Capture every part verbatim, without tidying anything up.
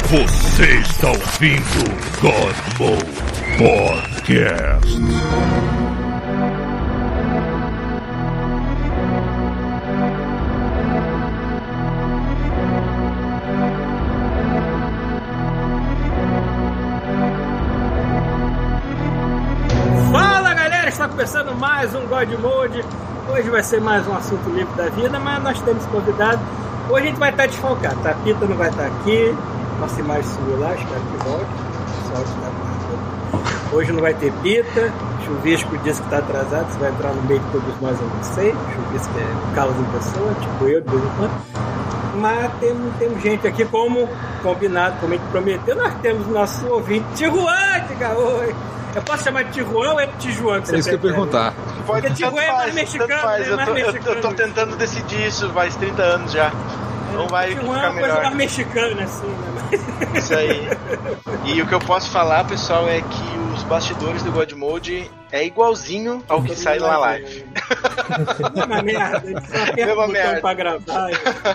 Você está ouvindo God Mode Podcast. Fala galera, está começando mais um God Mode. Hoje vai ser mais um assunto livre da vida, mas nós temos convidado. Hoje a gente vai estar desfalcado, tá? Pita não vai estar aqui, nossa imagem sumiu lá, espero que volte. O pessoal está... Hoje não vai ter Pita, Chuvisco disse que está atrasado, você vai entrar no meio de todos nós, eu não sei. Chuvisco é Carlos em pessoa, tipo eu de vez em quando. Mas temos, temos gente aqui, como combinado, como a gente prometeu, nós temos nosso ouvinte Tijuan, diga oi. Eu posso chamar de Tijuan ou é Tijuan que você É isso que eu ia perguntar. Porque Tijuan é mais mexicano, faz. é mais eu, tô, mexicano. eu, eu tô tentando decidir isso faz trinta anos já. Não vai Tijuan ficar é uma coisa melhor. mais mexicana, assim, né? Isso aí. E o que eu posso falar, pessoal, é que os bastidores do God Mode é igualzinho ao que sai na live. É uma merda, eles só apertam o botão merda. pra gravar.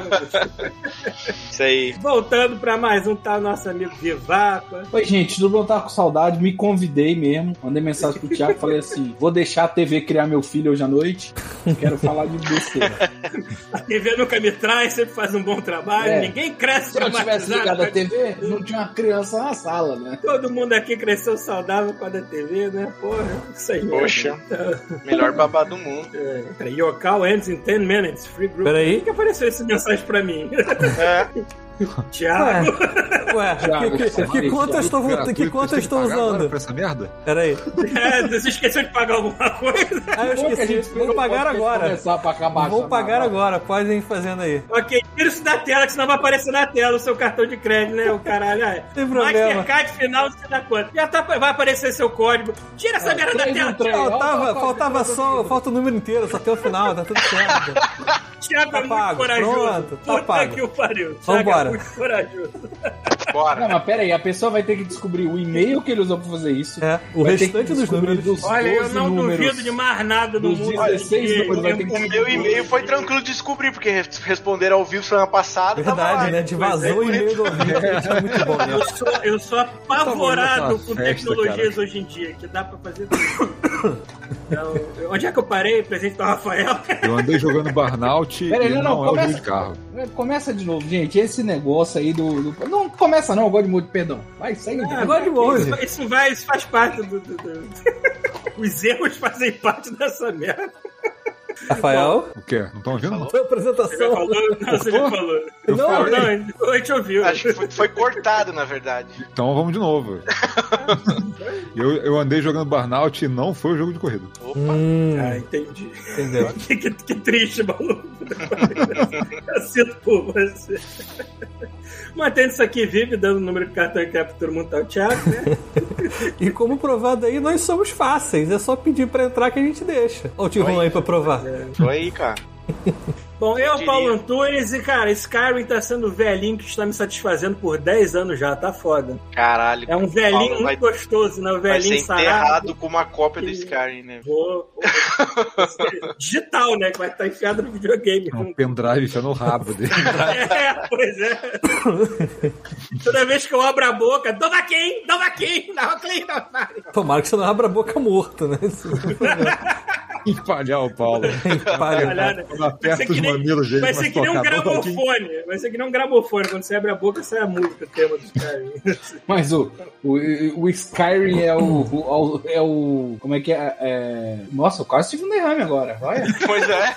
Isso aí. Voltando pra mais um, tá o nosso amigo Vivaco. Oi, gente, tudo bom? Tava com saudade, me convidei mesmo. Mandei mensagem pro Thiago, falei assim: vou deixar a T V criar meu filho hoje à noite. Quero falar de besteira. A T V nunca me traz, sempre faz um bom trabalho. É. Ninguém cresce Se eu tivesse traumatizado ligado a com T V, não tinha uma criança na sala, né? Todo mundo aqui cresceu saudável com a da T V, né? Porra, isso aí. Poxa. Então, Melhor babá do mundo. é, peraí, your call ends in ten minutes. Free group. Peraí. Por que apareceu essa mensagem pra mim? É. Thiago. Ué, Thiago, que, que, que conta eu estou, que conta eu estou usando? Pra essa merda? Peraí. É, você esqueceu de pagar alguma coisa? Ah, eu Como é que a gente esqueci. espera Vou o pagar podcast agora. começar pra acabar Vou essa pagar nada? agora. Podem ir fazendo aí. Ok, tira isso da tela, que senão vai aparecer na tela o seu cartão de crédito, né? O caralho. É. Tem problema. Mastercard final, você dá quanto? Já tá, vai aparecer seu código. Tira essa merda da três, tela. um, três. Faltava, faltava só, falta o número inteiro, só até o final, tá tudo certo. Thiago Tá é muito pago, corajoso. pronto, tá Puta pago. que o pariu. Thiago Vambora. é muito corajoso. Não, Bora. mas pera aí, a pessoa vai ter que descobrir o e-mail que ele usou pra fazer isso. É, o Vai ter restante que dos descobrir números. dos Olha, eu doze não números. duvido de mais nada no Dos mundo. dezesseis hoje em dia. números, vai ter que O meu e-mail foi tranquilo de descobrir, porque res- responderam ao vivo semana passada. tava Verdade, lá. né? De Pois é, vazou o e-mail do ouvinte. Isso é muito bom, né? Eu sou, eu sou apavorado Tá com festa, tecnologias hoje em dia, que dá pra fazer tudo. Então, onde é que eu parei? Presente do Rafael. Eu andei jogando Burnout Pera aí, e não, não, não, é o começa- jogo de carro. Começa de novo, gente. Esse negócio aí do. do- Não começa, não, eu gosto de muito, perdão. Vai, segue. Ah, Agora de longe. Isso, isso vai, isso faz parte do, do- do- Os erros fazem parte dessa merda. Rafael, O quê? Não estão ouvindo? tua Você já apresentação. falou? Não, você já falou. Eu Não, falei. Não, a gente ouviu. Acho que foi, foi cortado, na verdade. Então vamos de novo. eu, eu andei jogando Burnout e não foi o jogo de corrida. Opa. Hum, Ah, entendi. entendeu? Que, que, que triste, maluco. Eu sinto por você. Mantendo isso aqui vivo, dando o número de cartão que é pra todo mundo, tá o Thiago, né? E como provado aí, nós somos fáceis. É só pedir pra entrar que a gente deixa. Olha o Tijuan aí pra provar. Tô aí, cara. Bom, eu, diria. Paulo Antunes, e cara, Skyrim tá sendo o velhinho que está me satisfazendo por dez anos já, tá foda. Caralho. É um velhinho Paulo muito vai, gostoso, né? O vai ser velhinho sarado. enterrado com uma cópia do Skyrim, né? Vou, vou- digital, né? Que vai estar enfiado no videogame. É um pendrive enfiando no rabo dele. É, pois é. Toda vez que eu abro a boca, Dovahkiin, Dovahkiin, Dovahkiin, Dovahkiin. Tomara que você não abra a boca morta, né? Empalhar o Paulo. Empalha. Olha, né? Quando Vai aperta ser que os nem- mamilos dele, Vai ser mas que nem um tocar, toca aqui. gramofone. Vai ser que nem um gramofone. Quando você abre a boca, sai a música, o tema dos caras. Mas o, o, o Skyrim é o, o- é o. Como é que é? é... Nossa, eu quase tive um derrame agora. Olha. Pois é.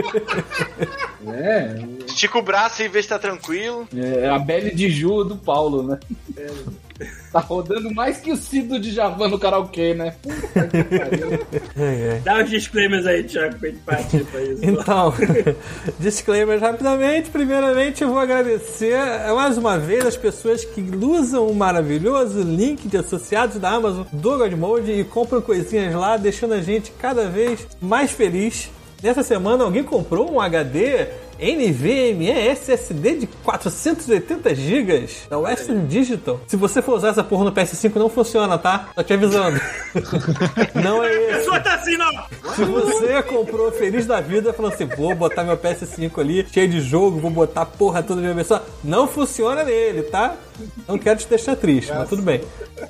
É, Estica o braço e vê se tá tranquilo. é a Belle de Ju do Paulo, né? Tá rodando mais que o Cido de Javan no karaokê, né? Puta que pariu. Dá os disclaimers aí, Thiago, pra gente partir pra isso. Então, disclaimer rapidamente. Primeiramente, eu vou agradecer mais uma vez as pessoas que usam o maravilhoso link de associados da Amazon do God Mode e compram coisinhas lá, deixando a gente cada vez mais feliz. Nessa semana, alguém comprou um H D N V M e S S D de quatrocentos e oitenta gigas da Western Digital. Se você for usar essa porra no P S cinco, não funciona, tá? Tô te avisando. Não é A esse. pessoa tá assim, não. Se você comprou feliz da vida, falando assim, vou botar meu P S cinco ali, cheio de jogo, vou botar a porra toda na minha versão, não funciona nele, tá? Não quero te deixar triste, mas tudo bem.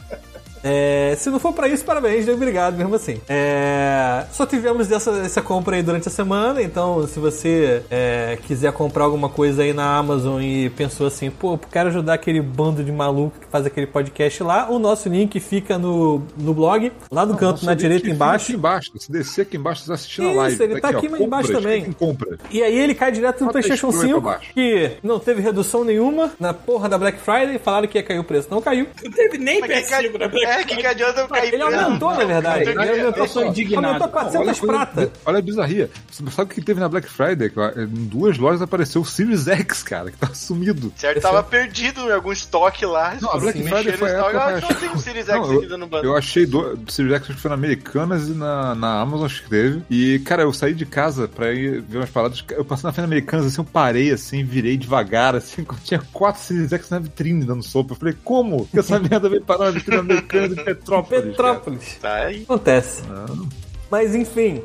É, se não for pra isso, parabéns, obrigado mesmo assim. É, só tivemos essa, essa compra aí durante a semana, então se você é, quiser comprar alguma coisa aí na Amazon e pensou assim, pô, quero ajudar aquele bando de maluco que faz aquele podcast lá, o nosso link fica no, no blog, lá no Não, canto, na direita embaixo. Aqui embaixo, se descer aqui embaixo, você vai assistir Isso, a live. ele tá aqui, ó, embaixo compras, também. quem compra. E aí ele cai direto no Bota PlayStation scroll aí pra cinco, baixo. que não teve redução nenhuma na porra da Black Friday, falaram que ia cair o preço, não caiu. Não teve nem Mas P que S que- cinco na Black É, que que adianta eu cair Ele preso? aumentou, na verdade. Não, Ele aumentou, eu sou indignado. aumentou quatrocentas Olha a prata. coisa- Olha a bizarria. Você sabe o que teve na Black Friday? Que, ó, em duas lojas apareceu o Series X, cara, que tá sumido. Certo, tava perdido em algum estoque lá. Não, a Black Assim, Friday mexeram foi no a estoque. época Ah, que não tem um Series X Não, eu- ainda no banco. Eu achei do, do Series X, acho que foi na Americanas e na, na Amazon, acho que teve. E, cara, eu saí de casa pra ir ver umas paradas. Eu passei na frente da Americanas, assim, eu parei, assim, virei devagar, assim, tinha quatro Series X na vitrine dando sopa. Eu falei, como que essa merda veio parar na vitrine da Americanas de Petrópolis? Petrópolis. Tá aí. Acontece. Mas enfim,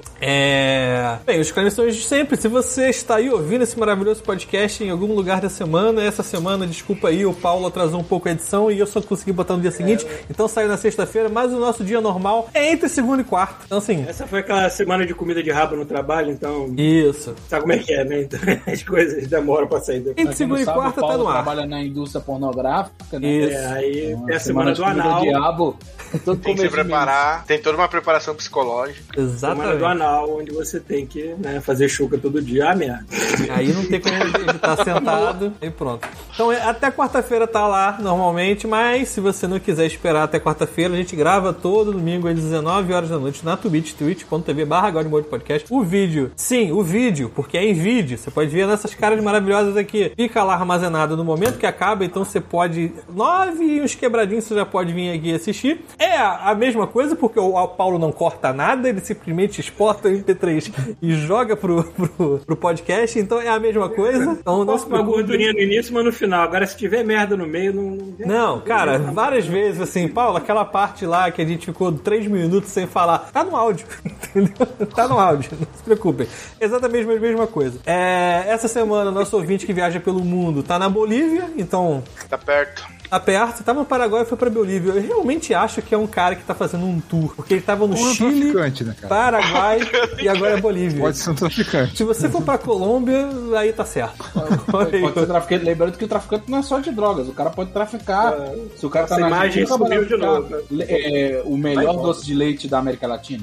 é... Bem, os Clemensões de sempre. Se você está aí ouvindo esse maravilhoso podcast em algum lugar da semana, essa semana, desculpa aí, o Paulo atrasou um pouco a edição e eu só consegui botar no dia seguinte, então saiu na sexta-feira, mas o nosso dia normal é entre segunda e quarta. Então assim, Essa foi aquela semana de comida de rabo no trabalho, então isso. sabe como é que é, né? Então as coisas demoram pra sair depois. Entre Pra quem não segunda e sabe, quarta o Paulo tá no ar. trabalha na indústria pornográfica, né? Isso. É, aí Então, tem a semana, do comida anal. Diabo, todo Tem que se começo de mês. preparar. Tem toda uma preparação psicológica. Semana do Exatamente. anal, onde você tem que, né, fazer chuca todo dia. Ah, merda. Aí não tem como ele estar sentado e pronto. Então é, até quarta-feira tá lá normalmente, mas se você não quiser esperar até quarta-feira, a gente grava todo domingo às dezenove horas da noite na Twitch, twitch ponto tv barra godmode podcast. O vídeo, sim, o vídeo, porque é em vídeo. Você pode ver nessas caras maravilhosas aqui. Fica lá armazenado no momento que acaba, então você pode... Nove e uns quebradinhos você já pode vir aqui assistir. É a, a mesma coisa, porque o, o Paulo não corta nada, ele simplesmente exporta o M P três e joga pro, pro, pro podcast, então é a mesma coisa. Então não se Posso uma preocupe. gordurinha no início, mas no final. Agora, se tiver merda no meio, não... Não, cara, várias vezes assim, Paulo, aquela parte lá que a gente ficou três minutos sem falar, tá no áudio, entendeu? Tá no áudio, não se preocupem. Exatamente a mesma coisa. É, essa semana, nosso ouvinte que viaja pelo mundo tá na Bolívia, então Tá perto. tá perto, tava no Paraguai e foi pra Bolívia. Eu realmente acho que é um cara que tá fazendo um tour, porque ele tava no Ou é um Chile, traficante, né, cara? Paraguai e agora é Bolívia. Pode ser um traficante. Se você for pra Colômbia, aí tá certo. Olha aí. Pode ser traficante. Lembrando que o traficante não é só de drogas. O cara pode traficar. Se o cara tá Essa na imagem Argentina, subiu pode de novo, traficar, é, o melhor doce de leite da América Latina.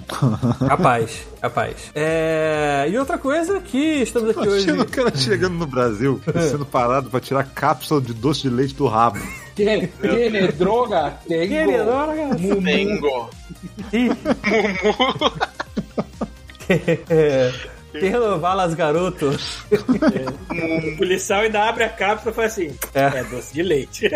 Capaz, capaz. É... E outra coisa que estamos aqui hoje... Imagina o cara chegando no Brasil, sendo parado pra tirar cápsula de doce de leite do rabo. Tiene, tiene droga, tengo. Tiene droga. Mumu. Tengo. Quem renovar as garotos? O policial ainda abre a cápsula e fala assim: É. é, doce de leite.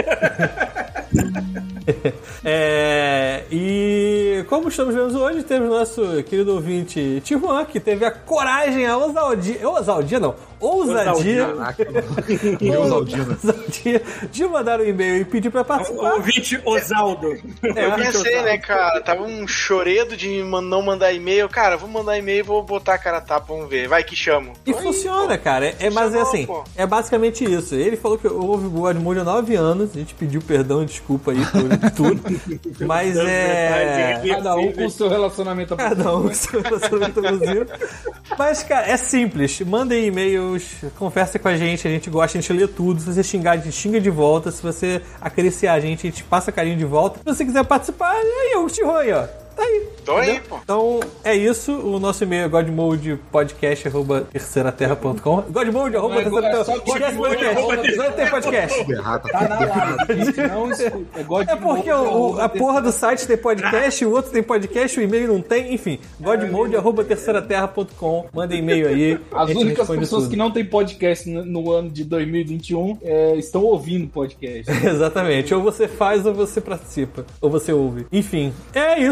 É, e como estamos vendo hoje, temos nosso querido ouvinte Tijuan, que teve a coragem, a ousadia, ousadia não, ousadia, Deus Aldina. ousadia de mandar um e-mail e pedir pra O participar. ouvinte Osvaldo. É, Eu pensei, né, cara? Tava um choredo de man- não mandar e-mail. Cara, vou mandar e-mail e vou botar a cara a tapa, vamos ver. Vai que chamo. E Aí, funciona, pô. cara. É, é, mas é Funcionou, assim, pô. é basicamente isso. Ele falou que ouve o Godmode há nove anos. A gente pediu perdão e desculpa aí por tudo. Mas é. Cada um com o seu relacionamento abusivo. Cada um com seu relacionamento abusivo. Mas, cara, é simples. Mandem e-mails, conversem com a gente. A gente gosta, a gente lê tudo. Se você xingar, a gente xinga de volta. Se você acariciar a gente, a gente passa carinho de volta. Se você quiser participar, aí eu te aí, ó. Tá aí. Tô aí, Entendeu? pô. Então, é isso. O nosso e-mail é godmodepodcast arroba terceira terra ponto com. Godmode arroba Não é terceira terra. só Esquece Godmode, podcast. arroba Não tem podcast. Errado. Tá na live, gente, não escuta. É, God É porque Mode, o, o- arroba a porra do site tem podcast, o outro tem podcast, o e-mail não tem, enfim. godmode arroba terceira terra ponto com. Manda e-mail aí. a As gente únicas responde pessoas tudo. que não têm podcast no, no ano de dois mil e vinte e um é, estão ouvindo podcast. Exatamente. Ou você faz ou você participa. Ou você ouve. Enfim, é isso, né?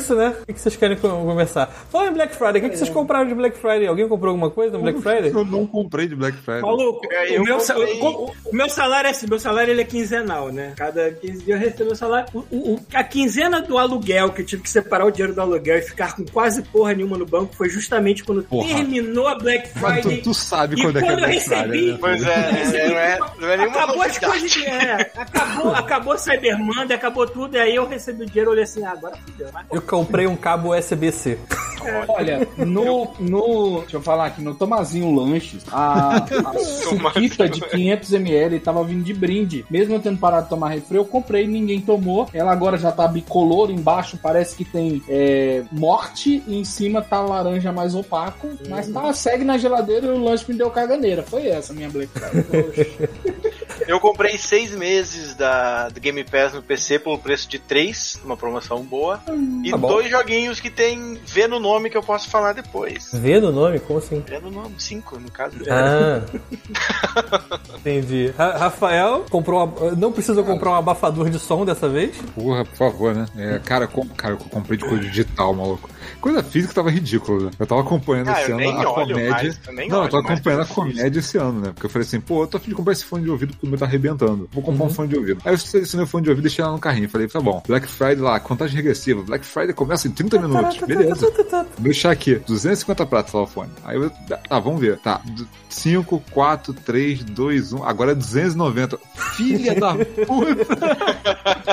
O que vocês querem conversar? Fala em Black Friday. O que vocês compraram de Black Friday? Alguém comprou alguma coisa no Black Friday? Eu não comprei de Black Friday. Maluco, É, o, meu, sa- comprei. o- o meu salário é assim, meu salário ele é quinzenal, né? Cada quinze dias eu recebo meu salário. O, o- o- a quinzena do aluguel, que eu tive que separar o dinheiro do aluguel e ficar com quase porra nenhuma no banco, foi justamente quando Porra. terminou a Black Mas Friday. tu, tu sabe E quando é que é quando eu Black recebi- Friday, né? Pois é, é, não é, não é nenhuma Acabou as novidade. coisas de. É, acabou, acabou Cyber Monday, acabou tudo, e aí eu recebi o dinheiro e olhei assim, ah, agora fudeu, vai. Eu comprei um cabo U S B C. Olha, no, no. Deixa eu falar aqui, no Tomazinho Lanches, a, a suquita de quinhentos mililitros tava vindo de brinde. Mesmo eu tendo parado de tomar refri, eu comprei, ninguém tomou. Ela agora já tá bicolor, embaixo parece que tem é, morte e em cima tá laranja mais opaco. Mas tá, segue na geladeira e o lanche me deu caganeira. Foi essa a minha Black Friday. Eu comprei seis meses da, do Game Pass no P C pelo preço de três, uma promoção boa. E tá bom. dois joguinhos que tem V no nome que eu posso falar depois. Vê no nome? Como assim? V no nome, cinco no caso. Ah, entendi. Ra- Rafael comprou uma- não precisa comprar um abafador de som dessa vez? Porra, por favor, né? É, cara, com, cara, eu comprei de coisa digital, maluco. Coisa física tava ridícula, né? Eu tava acompanhando Ah, esse eu ano nem a olho comédia. mais, eu nem não, eu olho tava mais acompanhando a coisa física. comédia esse ano, né? Porque eu falei assim, pô, eu tô a fim de comprar esse fone de ouvido porque o meu tá arrebentando. Vou comprar um fone de ouvido. Aí eu selecionei o fone de ouvido e deixei lá no carrinho. Falei, tá bom, Black Friday lá, contagem regressiva. Black Friday começa em trinta minutos. Beleza. Vou deixar aqui, duzentos e cinquenta pratos lá o fone. Aí eu, tá, vamos ver. Tá, cinco, quatro, três, dois, um. Agora é duzentos e noventa. Filha da puta!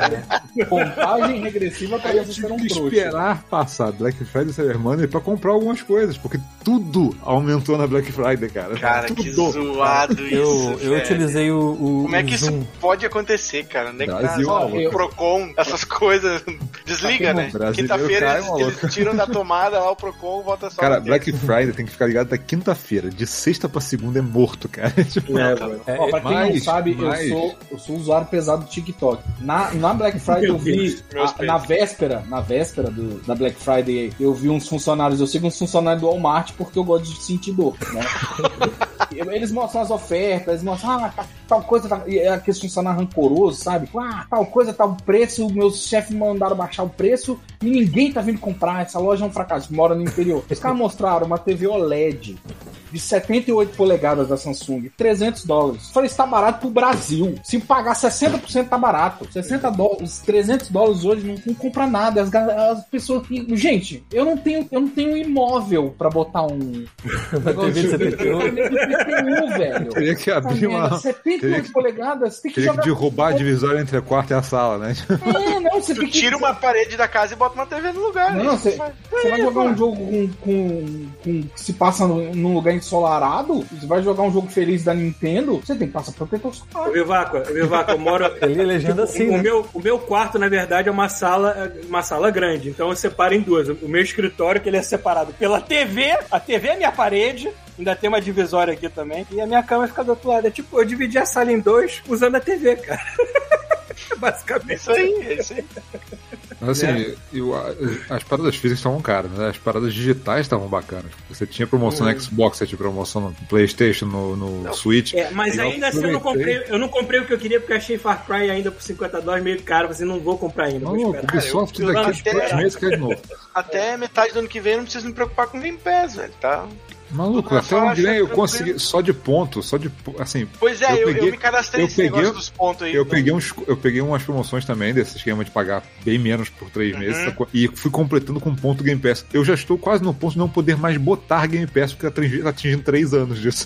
Contagem regressiva pra Aí eu você tive ser um que trouxa. esperar passar Black Friday e Cyber Monday pra comprar algumas coisas, porque tudo aumentou na Black Friday, cara. Cara, tudo. que zoado isso. Eu, eu velho. utilizei o, o, Como é o que Zoom. isso pode acontecer, cara? Onde é que tá? Brasil, Ó, maluco. o Procon, essas coisas. Desliga, né? Brasileiro Quinta-feira cai, eles, maluco. eles tiram da tomada lá o Procon, volta só. Cara, na Black Friday tem que ficar ligado até quinta-feira. De sexta pra segunda é morto, cara. Tipo, É, tá. mano. É, Ó, pra quem não mais, sabe, mais. eu sou, eu sou usuário pesado do TikTok. Na, na Black Friday eu vi, Deus, meus a- na véspera, na véspera do, da Black Friday, eu vi uns funcionários, eu sigo uns funcionários do Walmart porque eu gosto de sentir dor, né? Eles mostram as ofertas, eles mostram, ah, tá, tal coisa, tá, e é aqueles funcionários rancorosos, sabe? Ah, tal coisa, tal preço, meus chefes mandaram baixar o preço e ninguém tá vindo comprar, essa loja é um fracasso, mora no interior. Os caras mostraram uma T V O L E D de setenta e oito polegadas da Samsung, trezentos dólares. Falei, isso tá barato pro Brasil. Se pagar sessenta por cento tá barato. sessenta dólares, trezentos dólares hoje não, não compra nada. As, ga- as pessoas que... Gente, eu não tenho, eu não tenho imóvel pra botar um... Uma T V de setenta e oito. velho. Teria que abrir uma. setenta e teria oito que- polegadas, tem que Teria que jogar... derrubar a divisória entre a quarta e a sala, né? É, não, você Tu tem que... tira uma parede da casa e bota uma T V no lugar. Não, é isso você que faz. você vai jogar um jogo com, com, com- que se passa no- num lugar ensolarado? Você vai jogar um jogo feliz da Nintendo? Você tem que passar protetor solar. Ô, Vivaco, ô, Vivaco, eu moro. Ele é legenda assim, o, né? meu, o meu quarto, na verdade, é uma sala, uma sala grande. Então eu separo em duas. O meu escritório, que ele é separado pela T V, a T V é minha parede, ainda tem uma divisória aqui também, e a minha cama fica do outro lado. É tipo, eu dividi a sala em dois usando a T V, cara. Basicamente. Isso aí, é isso aí. Mas assim, É. eu- a- as paradas físicas estavam caras, né? As paradas digitais estavam bacanas. Você tinha promoção no Xbox, você tinha promoção no PlayStation, no, no Switch. É, mas E eu ainda assim eu não aproveitei. comprei, eu não comprei o que eu queria porque eu achei Far Cry ainda por cinquenta dólares meio caro, assim, não vou comprar ainda. Vou Maluco, esperar. Ubisoft eu- eu daqui a até- dois meses cai de novo. Até metade do ano que vem eu não preciso me preocupar com Game Pass, velho, tá? Maluco, Ah, até um faixa, grande eu tranquilo. consegui só de ponto, só de po- assim. Pois é, Eu eu, eu, peguei- me cadastrei eu nesse peguei- negócio dos pontos aí. Eu então. peguei, uns, eu peguei umas promoções também desse esquema de pagar bem menos por três meses Uhum. sacou? E fui completando com ponto Game Pass. Eu já estou quase no ponto de não poder mais botar Game Pass porque está atingindo três anos disso.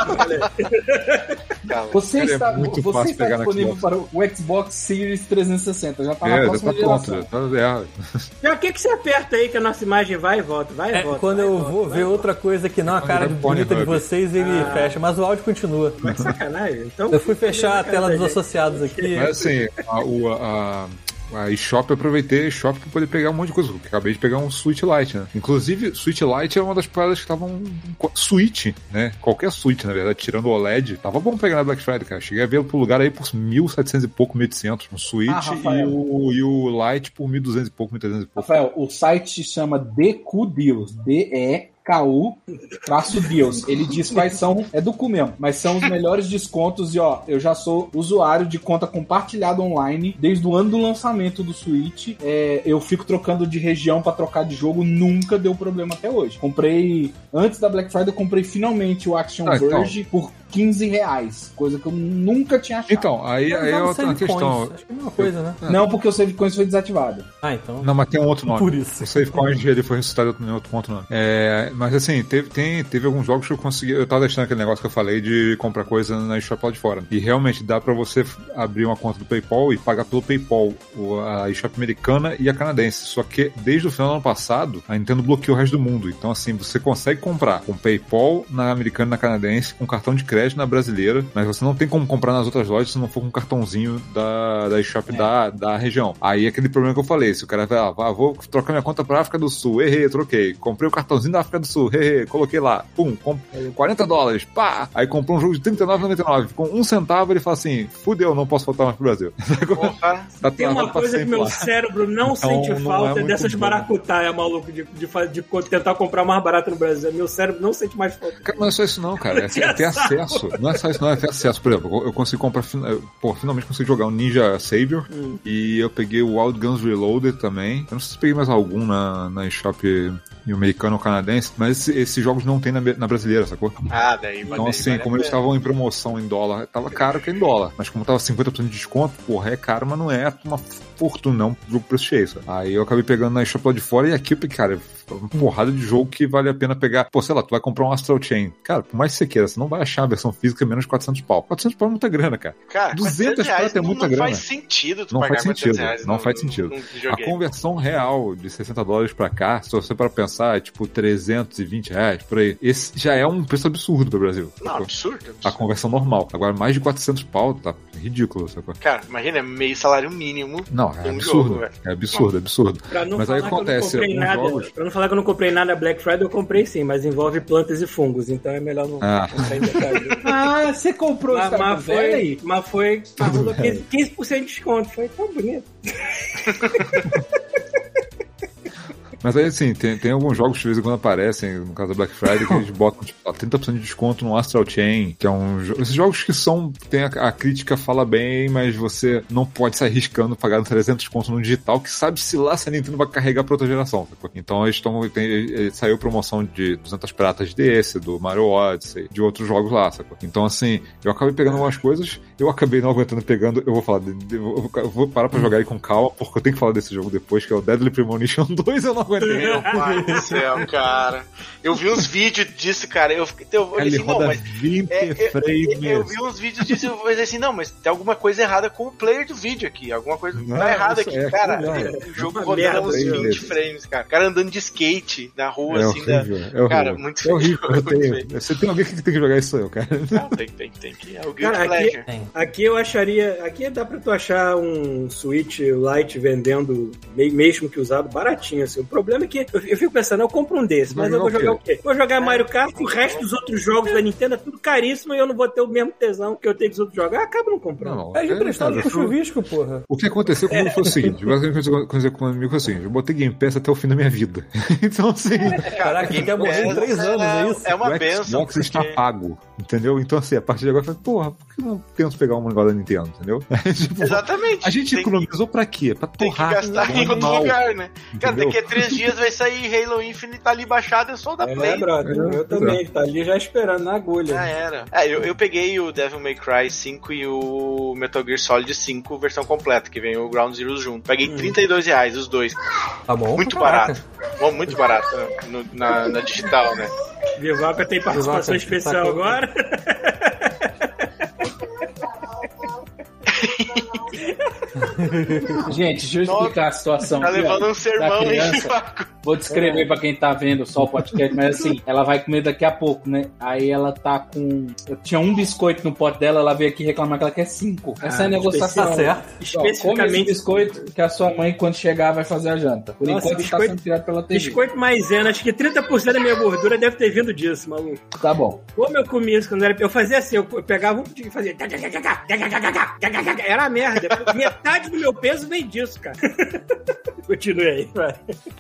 Tá, Você Cara, é está, muito você fácil está pegar no disponível Xbox. para o Xbox Series trezentos e sessenta. Já está na é, já próxima tá pronto. geração. Já tá, é. Já o que, que você aperta aí que a nossa imagem vai e volta, vai e É, volta. quando vai e eu volta, vou vai ver e outra coisa que não a cara Vai bonita de Pornhub. vocês, ele Ah. fecha, mas o áudio continua. volta. Que sacanagem. Então, Eu fui fechar a tela dos gente. associados aqui. Mas assim, a, o- a, a eShop, eu aproveitei a eShop pra poder pegar um monte de coisa. Eu acabei de pegar um Switch Lite, né? Inclusive, Switch Lite é uma das paradas que estavam. Switch, né? Qualquer Switch, na verdade, tirando o O L E D. Tava bom pegar na Black Friday, cara. Cheguei a ver pro lugar aí por mil e setecentos e pouco, mil e oitocentos. Um Switch Ah, Rafael. e, o, e o Lite por mil e duzentos e pouco, mil e trezentos e pouco. Rafael, o site se chama D Q Deals. D E K U, traço Deus. Ele diz quais são, é do cu mesmo, mas são os melhores descontos e ó, eu já sou usuário de conta compartilhada online desde o ano do lançamento do Switch. É, eu fico trocando de região pra trocar de jogo, nunca deu problema até hoje. Comprei, antes da Black Friday, eu comprei finalmente o Action Ah, então. Verge por quinze reais, coisa que eu nunca tinha achado. Então, aí, aí é Usava outra save questão. coins. Acho que é a mesma coisa, né? Não, porque o Save Coins foi desativado. Ah, então. Não, mas tem um outro nome. Por isso. O Save Coins ele foi ressuscitado em outro ponto nome. É, mas assim, teve, tem, teve alguns jogos que eu consegui. Eu tava deixando aquele negócio que eu falei de comprar coisa na eShop lá de fora. E realmente dá pra você abrir uma conta do PayPal e pagar pelo PayPal o- a eShop americana e a canadense. Só que desde o final do ano passado, a Nintendo bloqueou o resto do mundo. Então, assim, você consegue comprar com PayPal na americana e na canadense, com cartão de crédito na brasileira, mas você não tem como comprar nas outras lojas se não for com um cartãozinho da, da eShop da, da região. Aí é aquele problema que eu falei, se o cara vai, ah, vou trocar minha conta pra África do Sul, errei, troquei. Comprei o cartãozinho da África do Sul, errei, coloquei lá, pum, comp- quarenta dólares, pá! Aí comprou um jogo de trinta e nove reais e noventa e nove, com um centavo ele fala assim, fudeu, não posso voltar mais pro Brasil. Porra. Tá Tem uma travado pra coisa que sempre meu lá. cérebro não Então, sente não falta é é muito dessas bom. maracutaia, maluco, de, de, fa- de co- tentar comprar mais barato no Brasil. Meu cérebro não sente mais falta. Cara, não é só isso não, cara. É, é ter acesso. Não é só isso não, é ter acesso. Por exemplo, eu consegui comprar... fin- eu- Pô, finalmente consegui jogar o Ninja Savior. Hum. E eu peguei o Wild Guns Reloaded também. Eu não sei se peguei mais algum na, na eShop americano ou canadense, mas esse- esses jogos não tem na, na brasileira, sacou? Ah, daí Então, daí assim, vale a como eles pena. estavam em promoção em dólar, tava caro que é em dólar. Mas como tava cinquenta por cento de desconto, porra, é caro, mas não é uma fortuna, não, jogo preço cheio, sabe? Aí eu acabei pegando na eShop lá de fora e aqui, cara, uma porrada de jogo que vale a pena pegar. Pô, sei lá, tu vai comprar um Astral Chain. Cara, por mais que você queira, você não vai achar a versão física menos de quatrocentos pau. quatrocentos pau é muita grana, cara. Cara, duzentos reais prata é muita não, grana. Não faz sentido tu Não pagar faz sentido, quatrocentos reais não num- faz sentido. num A videogame. conversão real de sessenta dólares pra cá, se você para pensar, é tipo trezentos e vinte reais, por aí. Esse já é um preço absurdo pro Brasil. Não, sacou? absurdo. A absurdo. conversão normal. Agora, mais de quatrocentos pau, tá ridículo, sacou? Cara, imagina, é meio salário mínimo. Não, é Um absurdo. jogo, velho. é absurdo, é absurdo. Pra não, Mas aí falar acontece, que eu não comprei alguns nada, jogos- pra não falar que eu não comprei nada na Black Friday, eu comprei sim, mas envolve plantas e fungos, então é melhor não Ah. comprar em detalhe. Ah, você comprou mas, esse cara mas velho foi, aí? mas foi rolou quinze, quinze por cento de desconto, foi tão bonito. Mas aí, assim, tem, tem alguns jogos que de vez em quando aparecem, no caso da Black Friday, que eles botam tipo, ó, trinta por cento de desconto no Astral Chain, que é um jogo. Esses jogos que são. Tem a, a crítica fala bem, mas você não pode se arriscando pagando trezentos conto no digital, que sabe-se lá se a Nintendo vai carregar pra outra geração. Sacou? Então eles estão. Saiu promoção de duzentas pratas desse, do Mario Odyssey, de outros jogos lá, sacou? Então, assim, eu acabei pegando algumas coisas, eu acabei não aguentando pegando. Eu vou falar, de- de- eu vou- eu vou parar pra jogar aí com calma, porque eu tenho que falar desse jogo depois, que é o Deadly Premonition dois, eu não aguentei. Meu pai do céu, cara. Eu vi uns vídeos disso, cara. Eu fiquei. Eu olhei Ele assim, não, roda mas. vinte É, eu, frames. eu vi uns vídeos disso e eu falei assim, não, mas tem alguma coisa errada com o player do vídeo aqui. Alguma coisa Não, tá errada isso aqui, é, cara. não, é. O jogo Uma rodando merda, uns isso. vinte frames, cara. O cara andando de skate na rua, É assim, da. horrível, é horrível. Cara, muito é horrível. feio, Eu muito tenho. feio. Você tem alguém que tem que jogar isso, eu, cara. Não, tem, tem, tem que. É o Guilty Cara, aqui, Pleasure. aqui eu acharia. Aqui dá pra tu achar um Switch Lite vendendo, me- mesmo que usado, baratinho, assim. O problema é que eu, eu fico pensando, eu compro um desse, Vai mas eu vou jogar jogar o o quê? Vou jogar Mario Kart, o resto dos outros jogos da Nintendo é tudo caríssimo e eu não vou ter o mesmo tesão que eu tenho que os outros jogar. Acaba não comprando. Não, É emprestado cara, pro chuvisco, porra. o que aconteceu comigo foi o seguinte: basicamente o que aconteceu comigo foi o seguinte, eu botei Game Pass até o fim da minha vida. Então, assim, Caraca, tu quer morrer em três anos, é isso? É uma o benção. Xbox está porque- pago, entendeu? Então, assim, a partir de agora, eu falei, porra, por que eu não tento pegar um negócio da Nintendo, entendeu? Tipo, Exatamente. a gente Tem que- economizou pra quê? Pra Tem que torrar gastar em outro mal, lugar, né? Cara, entendeu? daqui a três dias vai sair Halo Infinite, tá ali baixado, é só da É, Play. brother, É, eu também, tá ali já esperando na agulha. Já era. É, eu, eu peguei o Devil May Cry cinco e o Metal Gear Solid cinco versão completa, que vem o Ground Zero junto. Paguei trinta e dois reais os dois. Tá bom. Muito pra caraca. barato. Bom, muito barato né, no- na, na digital, né? Vivaca tem participação Vivaca, especial tá- agora. Gente, deixa eu explicar a situação. Tá aqui, levando ó, um sermão da aí, criança. Paco. Vou descrever pra quem tá vendo só o podcast, mas assim, ela vai comer daqui a pouco, né? Aí ela tá com. Eu tinha um biscoito no pote dela, ela veio aqui reclamar que ela quer cinco. Essa é a Ah, negociação. Tá certo. Ó, come esse Especificamente, biscoito que a sua mãe, quando chegar, vai fazer a janta. Por Nossa, enquanto, biscoito- tá sendo tirado pela T V. biscoito maisena, acho que trinta por cento da minha gordura deve ter vindo disso, maluco. Tá bom. Como eu comia isso quando era. Eu fazia assim, eu pegava um pudim e fazia. Era uma merda. Metade do meu peso vem disso, cara. Continue aí, vai. Mas é isso,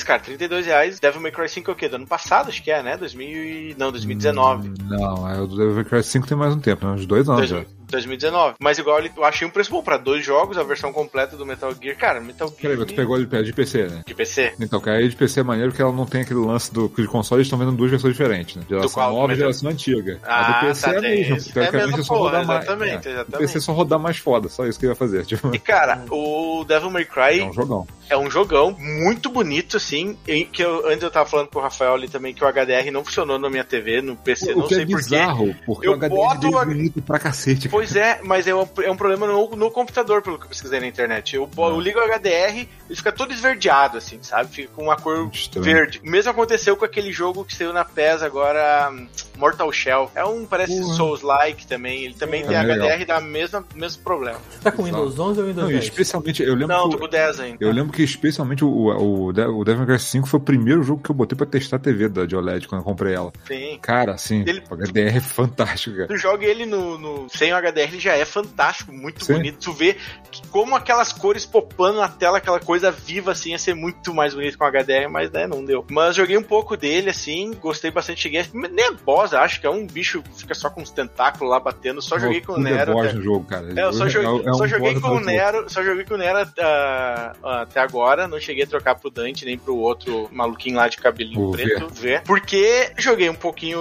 cara, trinta e dois reais. Devil May Cry cinco é o quê? Do ano passado, acho que é, né? dois mil e... Não, dois mil e dezenove. Hum, não, é, o Devil May Cry cinco tem mais um tempo, né? Uns dois anos já. dois mil e dezenove. Mas igual eu achei um preço bom pra dois jogos, a versão completa do Metal Gear. Cara, Metal Gear... Peraí, mas tu pegou ele de P C, né? De P C. Então, cara, aí de P C é maneiro que ela não tem aquele lance do que de console, eles estão vendo duas versões diferentes, né? Geração qual, nova e Metal... geração antiga. Ah, a do P C tá, é mesmo. isso. Teoricamente é é só porra, rodar mais. Exatamente, É. exatamente. O P C é só rodar mais foda, só isso que ele vai fazer. Tipo... E cara, o Devil May Cry... É um jogão. É um jogão muito bonito, assim. Que eu, antes eu tava falando com o Rafael ali também que o H D R não funcionou na minha T V, no P C, o não que sei é porquê. bizarro, porque eu o H D R boto dele o... é bonito pra cacete. Cara. Pois é, mas é um, é um problema no, no computador, pelo que eu pesquisei na internet. Eu, eu ligo o H D R, ele fica todo esverdeado, assim, sabe? Fica com uma cor Estranho. verde. O mesmo aconteceu com aquele jogo que saiu na P E S agora, Mortal Shell. É um, parece Uhum. Souls-like também. Ele também é tem H D R legal. e dá o mesmo, mesmo problema. Você tá com Windows onze ou Windows Não, dez? especialmente, eu lembro Não, que tô com o dez ainda. Eu lembro que especialmente o, o, o Devil May Cry cinco foi o primeiro jogo que eu botei pra testar a T V da de O L E D quando eu comprei ela. Sim. Cara, assim, Ele- o H D R é fantástico, cara. Tu joga ele no, no- sem o H D R, ele já é fantástico, muito Sim. bonito. Tu vê que como aquelas cores popando na tela, aquela coisa viva, assim, ia ser muito mais bonito com o H D R, mas né, não deu. Mas joguei um pouco dele, assim, gostei bastante. Cheguei, nem é boss, acho que é um bicho que fica só com os tentáculos lá batendo. Só joguei com o Tudo é Nero. boss até- no jogo, cara. É, eu só joguei, É um só joguei boss com o atrás do outro. Nero, só joguei com o Nero ah, ah, até agora, não cheguei a trocar pro Dante nem pro outro maluquinho lá de cabelinho O preto, V. Porque joguei um pouquinho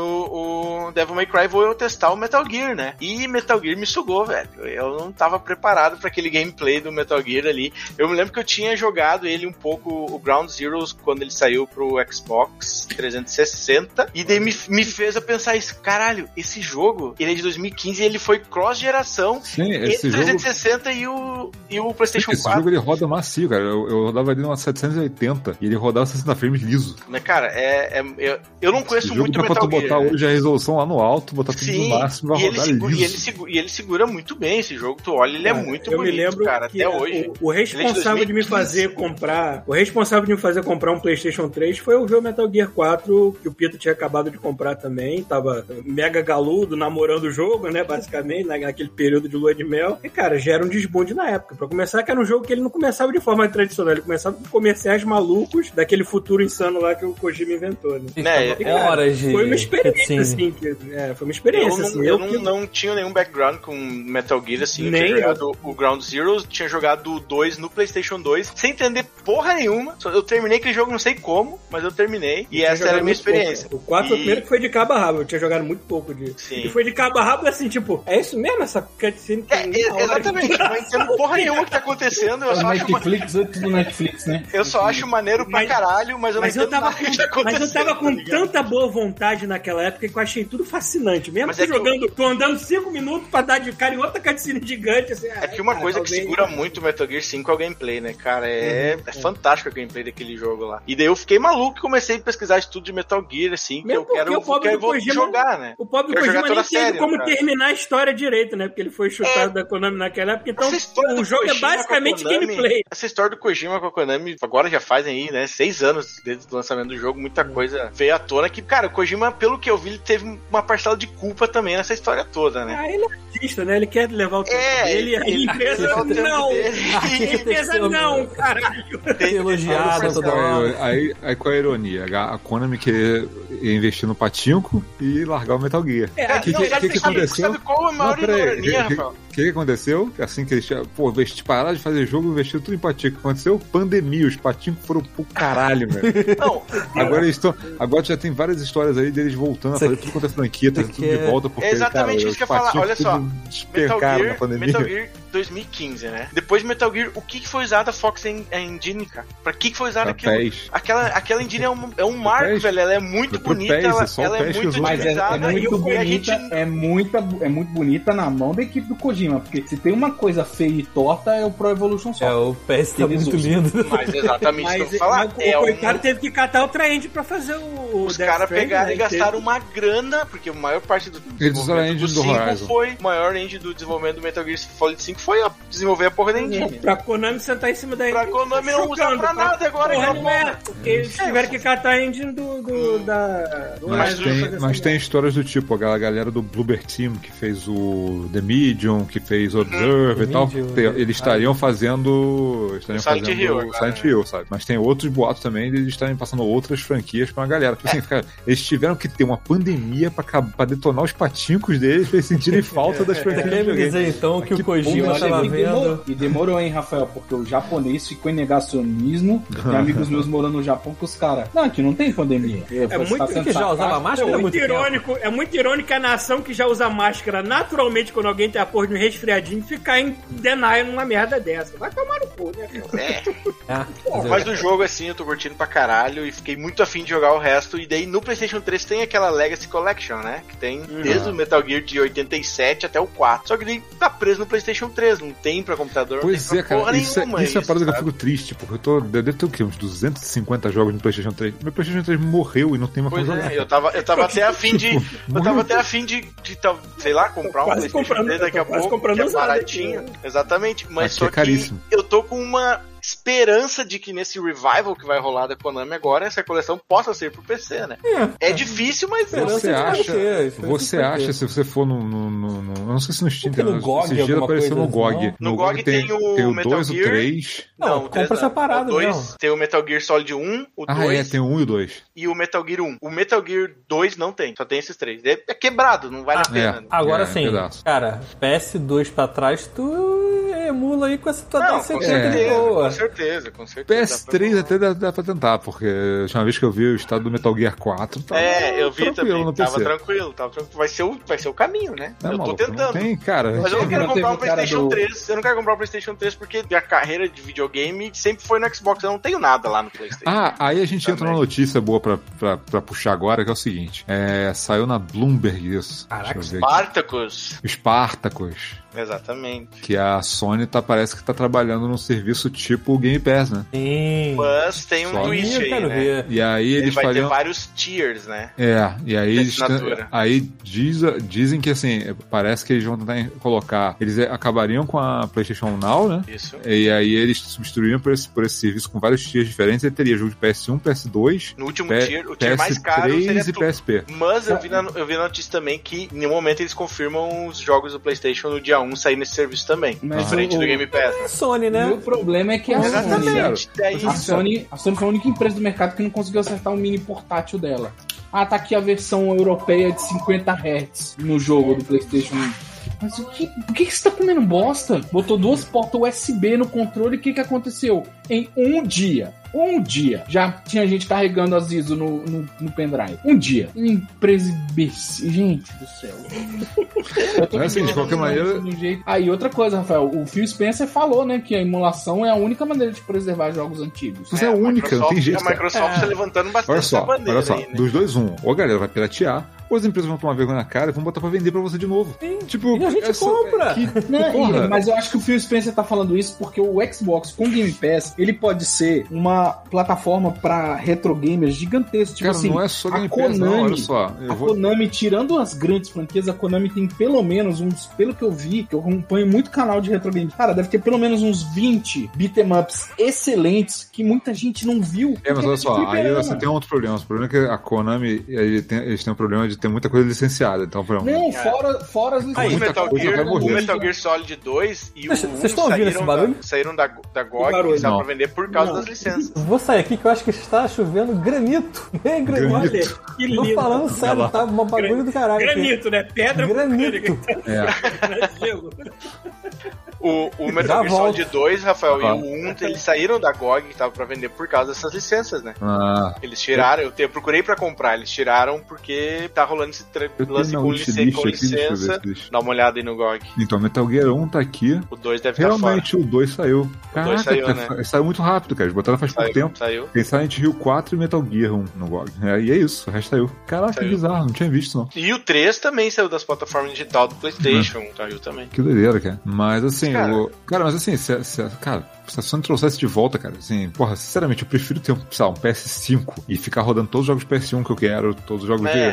o Devil May Cry, vou eu testar o Metal Gear, né? E Metal Gear me sugou, velho. Eu não tava preparado pra aquele gameplay do Metal Gear ali. Eu me lembro que eu tinha jogado ele um pouco, o Ground Zeroes, quando ele saiu pro Xbox trezentos e sessenta, e daí me, me fez eu pensar isso, caralho, esse jogo, ele é de dois mil e quinze e ele foi cross-geração Sim, entre esse o jogo... trezentos e sessenta e o, e o PlayStation Esse quatro. jogo ele roda macio, cara. Eu, eu rodava ele numa setecentos e oitenta e ele rodava sessenta frames liso. Mas, cara, é, é- eu, eu não conheço Esse jogo muito dá pra Metal tu botar Gear. hoje a resolução lá no alto, botar tudo Sim, no máximo e vai e ele, rodar segura, e, ele liso. segura, e ele segura muito bem esse jogo. Tu olha, ele é Cara, muito eu bonito, me lembro cara, que até hoje. O, o responsável de me fazer comprar, o responsável de me fazer comprar um PlayStation três foi eu ver o Metal Gear quatro, que o Pito tinha acabado de comprar também, tava mega galudo, namorando o jogo, né, basicamente, naquele período de lua de mel. E, cara, já era um desbonde na época. Pra começar, que era um jogo que ele não começava de forma tradicional, ele começava com comerciais malucos daquele futuro insano lá que o Kojima inventou, né? Né, E, cara, Horas de foi uma experiência, cutscene. assim, que, é, foi uma Eu, experiência, não, assim. eu Eu não, que- não tinha nenhum background com Metal Gear, assim. Eu Nem tinha eu. jogado o Ground Zero, tinha jogado o dois no PlayStation dois, sem entender porra nenhuma. Só- Eu terminei aquele jogo, não sei como, mas eu terminei. E tinha essa era a jogado minha muito pouco. experiência. O quatro foi o E- primeiro que foi de cabo a rabo. Eu tinha jogado muito pouco de. Sim. E foi de cabo a rabo assim, tipo, é isso mesmo essa cutscene? que É, tem é, uma hora exatamente, de- não entendo porra nenhuma que tá acontecendo. Eu É só acho, ma- Netflix, é tudo Netflix, né? eu só acho maneiro pra Mas- caralho, mas eu não Mas eu, entendo tava nada com, que tá acontecendo. mas eu tava com tá ligado? tanta boa vontade naquela época que eu achei tudo fascinante. Mesmo Mas que é que jogando, tô andando cinco minutos pra dar de cara em outra cutscene gigante. Assim, É que uma coisa que segura muito o Metal Gear cinco é o gameplay, né, cara? É, é fantástico o gameplay daquele jogo lá. E daí eu fiquei maluco e comecei a pesquisar de tudo de Metal Gear, assim, que Mesmo eu quero, porque o pobre quero do Kojima- jogar, né? O pobre Quero Kojima jogar toda nem a série, teve como cara. terminar a história direito, né? Porque ele foi chutado É. da Konami naquela época. Então, Essa história o do jogo é Kojima basicamente com a Konami- gameplay. Essa história do Kojima com a Konami, agora já fazem aí, né? Seis anos desde o lançamento do jogo, muita coisa veio à tona que, cara, o Kojima, pelo que eu vi, ele teve uma parcela de culpa também nessa história toda, né? Ah, ele é artista, né? Ele quer levar o tempo É, dele. A ele- empresa ele- ele- não. ele- A empresa ele- não, caralho. Tem- Elogiada tem- toda hora. Aí, aí qual é a ironia? A Konami querer investir no patinco e largar o Metal Gear. É, O que, não, que, sabe- que, que sabe- aconteceu? sabe qual é a maior Não, peraí. ironia, O que, Rafael? que, que aconteceu? Assim que eles pô, investi- pararam de fazer jogo, investiram tudo em patinco. O que aconteceu? Pandemia. Os patincos foram pro caralho, velho. Não, Agora eles estão. Agora já tem várias histórias aí deles voltando a Isso fazer aqui- tudo quanto é franquia, trazendo tudo aqui de é- volta, porque É exatamente cara, isso que eu os ia falar. patincos Olha só, tudo Metal despencaram na Gear, pandemia. Metal Gear dois mil e quinze, né? Depois de Metal Gear, o que que foi usado a Fox en- a Engine, cara? Pra que que foi usado Pra aquilo? P E S. Aquela, aquela engine é um, é um marco, P E S. velho. Ela é muito Pro bonita, P E S, ela, só o ela P E é S muito usou. Mas é, é utilizada muito e o- e a bonita, gente... é, muita, é muito bonita na mão da equipe do Kojima, porque se tem uma coisa feia e torta é o Pro Evolution É, Soccer. o P S tá Eles muito usam. lindo. Mas exatamente isso que eu Mas, vou falar. mas É o um- coitado teve que catar outra engine pra fazer o. Os Death caras Stranding, pegaram né? e gastaram uma grana, porque a maior parte do Eles usaram a desenvolvimento do engine do cinco Horizon. foi, o maior engine do desenvolvimento do Metal Gear Solid cinco foi a desenvolver a porra da engine. Pra Konami sentar em cima da Pra engine. Konami não usar chocando, pra nada agora, Porra, aquela não é, porra. porque eles tiveram que catar a engine do, do, da. do Mas, Horizon tem, pra fazer mas essa tem histórias do tipo, a galera do Bloober Team que fez o The Medium, que fez Observer Uhum. e tal, Vídeo, te- eles estariam ah, fazendo. Estariam Silent fazendo Hill agora, Silent né? Hill, sabe? Mas tem outros boatos também de eles estarem passando outras franquias pra uma galera. Tipo assim, cara, eles tiveram que ter uma pandemia pra, acab- pra detonar os patincos deles pra eles sentirem falta das Você franquias. quer de me videogame. dizer então que o Que Kojima porra, tava e, demorou, vendo? e demorou, hein, Rafael? Porque o japonês ficou em negacionismo. Tem amigos meus morando no Japão que os caras. Não, aqui não tem pandemia. É muito- que já usava máscara É há muito muito tempo. irônico, é muito irônico a nação que já usa máscara naturalmente quando alguém tem a porra de um resfriadinho ficar em denial numa merda dessa. Vai tomar no cu, né, cara? É. Ah, Mas do jogo, assim, eu tô curtindo pra caralho e fiquei muito afim de jogar o resto. E daí no PlayStation três tem aquela Legacy Collection, né? Que tem desde o Metal Gear de oitenta e sete até o quatro. Só que daí tá preso no PlayStation três, não tem pra computador. Pois não tem é, pra porra cara, isso, é, nenhuma isso é a parada que eu sabe? fico triste, porque eu tô. Eu devo ter o quê? Uns duzentos e cinquenta jogos no PlayStation três. Meu PlayStation três morreu e não tem mais Pois como jogar. é, eu tava, eu tava até afim de. Tipo, Eu tava até afim de, de, tal- sei lá, comprar um Quase PlayStation comprando- três daqui a quase pouco, comprando que é usado baratinho. aqui, né? Exatamente, mas Aqui só é caríssimo. que eu tô com uma esperança de que nesse revival que vai rolar da Konami agora, essa coleção possa ser pro P C, né? É, difícil, mas eu Você Esperança acha, de ter, esperança você de acha ter. se você for no, no, no, no- eu não sei se no Steam, Porque no né? G O G, Esses dias alguma apareceu no coisa G O G. assim, No não? G O G tem, tem o tem o Metal dois, o Gear. três. Não, o compra três não. separado O dois, mesmo. tem o Metal Gear Solid um, o Ah, dois é, tem o um e o dois. e o Metal Gear um. O Metal Gear dois não tem, só tem esses três. É, é quebrado, não vale a pena. é. Agora É, sim, pedaço. cara, P S dois pra trás, tu emula aí com essa tua Não, dez com setenta de certeza, boa. com certeza, com P certeza. S três dá pra- até dá, dá pra tentar, porque a última vez que eu vi o estado do Metal Gear quatro, tava É, eu vi tranquilo também, no tava P C. tranquilo, tava tranquilo. Vai ser o, vai ser o caminho, né? Não, eu tô maluco, não tentando. tem, cara. Mas eu não quero Não comprar teve um o cara PlayStation do- três. Eu não quero comprar um PlayStation três porque minha carreira de videogame sempre foi no Xbox. Eu não tenho nada lá no PlayStation. Ah, aí a gente entra Também. numa notícia boa pra, pra, pra puxar agora, que é o seguinte. É, saiu na Bloomberg isso. Caraca, Deixa eu ver aqui. Spartacus. Spartacus. Exatamente. Que a Sony tá, parece que tá trabalhando num serviço tipo Game Pass, né? Sim. Mas tem um Só twist eu aí, quero né? ver. E aí Ele eles vai ter fariam... vários tiers, né? É, e aí de eles assinatura. aí diz, dizem que assim, parece que eles vão tentar colocar, eles acabariam com a PlayStation Now, né? Isso. E aí eles substituiriam por esse, por esse serviço com vários tiers diferentes, e teria jogo de P S um, P S dois, No último P- tier, o tier mais caro P S três seria e tu. P S P. Mas eu vi, na, eu vi na notícia também que, em nenhum momento, eles confirmam os jogos do PlayStation no dia um sair nesse serviço também. Mas Diferente o- do Game Pass, né? Sony, O né? meu problema é que a Sony, Exatamente. Daí, a Sony, a Sony foi a única empresa do mercado que não conseguiu acertar o mini portátil dela. Ah, tá aqui a versão europeia de cinquenta hertz no jogo do PlayStation. Mas o que, por que, que você tá comendo bosta? Botou duas portas U S B no controle e o que, que aconteceu? Em um dia. Um dia. Já tinha gente carregando as I S O no, no, no pendrive. Um dia. Uma empresa imbecil. Gente do céu. Eu tô Mas, assim, de vivendo qualquer isso maneira- de um jeito. Ah, e outra coisa, Rafael. O Phil Spencer falou, né, que a emulação é a única maneira de preservar jogos antigos. Mas é a única, não tem jeito, A cara. Microsoft tá levantando bastante Olha só, essa bandeira olha só, aí, né? dos dois, um, ou a galera vai piratear, ou as empresas vão tomar vergonha na cara e vão botar pra vender pra você de novo. Tipo, E a gente essa- compra. que- Não, porra. e- mas eu acho que o Phil Spencer tá falando isso porque o Xbox com Game Pass, ele pode ser uma plataforma pra retro gamers gigantesco. Tipo Cara, assim, não é só a Game Pass, não, Konami, olha só. Eu a vou... Konami, tirando as grandes franquias, a Konami tem pelo menos uns, pelo que eu vi, que eu acompanho muito canal de retro games, cara, deve ter pelo menos uns vinte beat'em ups excelentes que muita gente não viu. É, mas porque olha é de só, aí fliperama. você tem um outro problema. O problema é que a Konami, ele tem- eles têm um problema de ter muita coisa licenciada. Então, por exemplo, Não, fora, fora as O muita Metal, coisa Gear, vai morrer. o Metal Gear Solid dois e o Vocês- um vocês estão ouvindo esse saíram, barulho? da, saíram da, da G O Que G barulho? e estavam Não. pra vender por causa Não. das licenças. Vou sair aqui que eu acho que está chovendo granito. É granito. Olha, que Tô lindo. falando sério, tá uma bagulho do caralho. aqui. Granito, né? Pedra Granito. vulcânica. é. Não é gelo. O, o Já Metal Gear volto. Solid dois, Rafael, Ah. e o um, eles saíram da G O G que tava pra vender por causa dessas licenças, né? Ah, Eles tiraram, eu, te, eu procurei pra comprar, eles tiraram porque tá rolando esse tra- eu tenho lance minha com, wishlist licença, com aqui, deixa eu ver licença. se deixa. Dá uma olhada aí no G O G. Então, Metal Gear um tá aqui. O dois deve estar fora. Realmente, o dois saiu. Caraca, saiu, cara, né? saiu muito rápido, cara. Eles botaram faz pouco Saiu, tempo. saiu. Tem Silent Hill quatro e Metal Gear um no G O G. É, e é isso, o resto saiu. Caraca, que Saiu. bizarro, não tinha visto, não. E o três também saiu das plataformas digital do PlayStation, saiu também. Que doideira, cara. Mas assim, Cara. o... cara, mas assim, se, se, cara, se a Sony trouxesse de volta, cara, assim, porra, sinceramente, eu prefiro ter um, sei lá, um P S cinco e ficar rodando todos os jogos de P S um que eu quero, todos os jogos É. de, de P S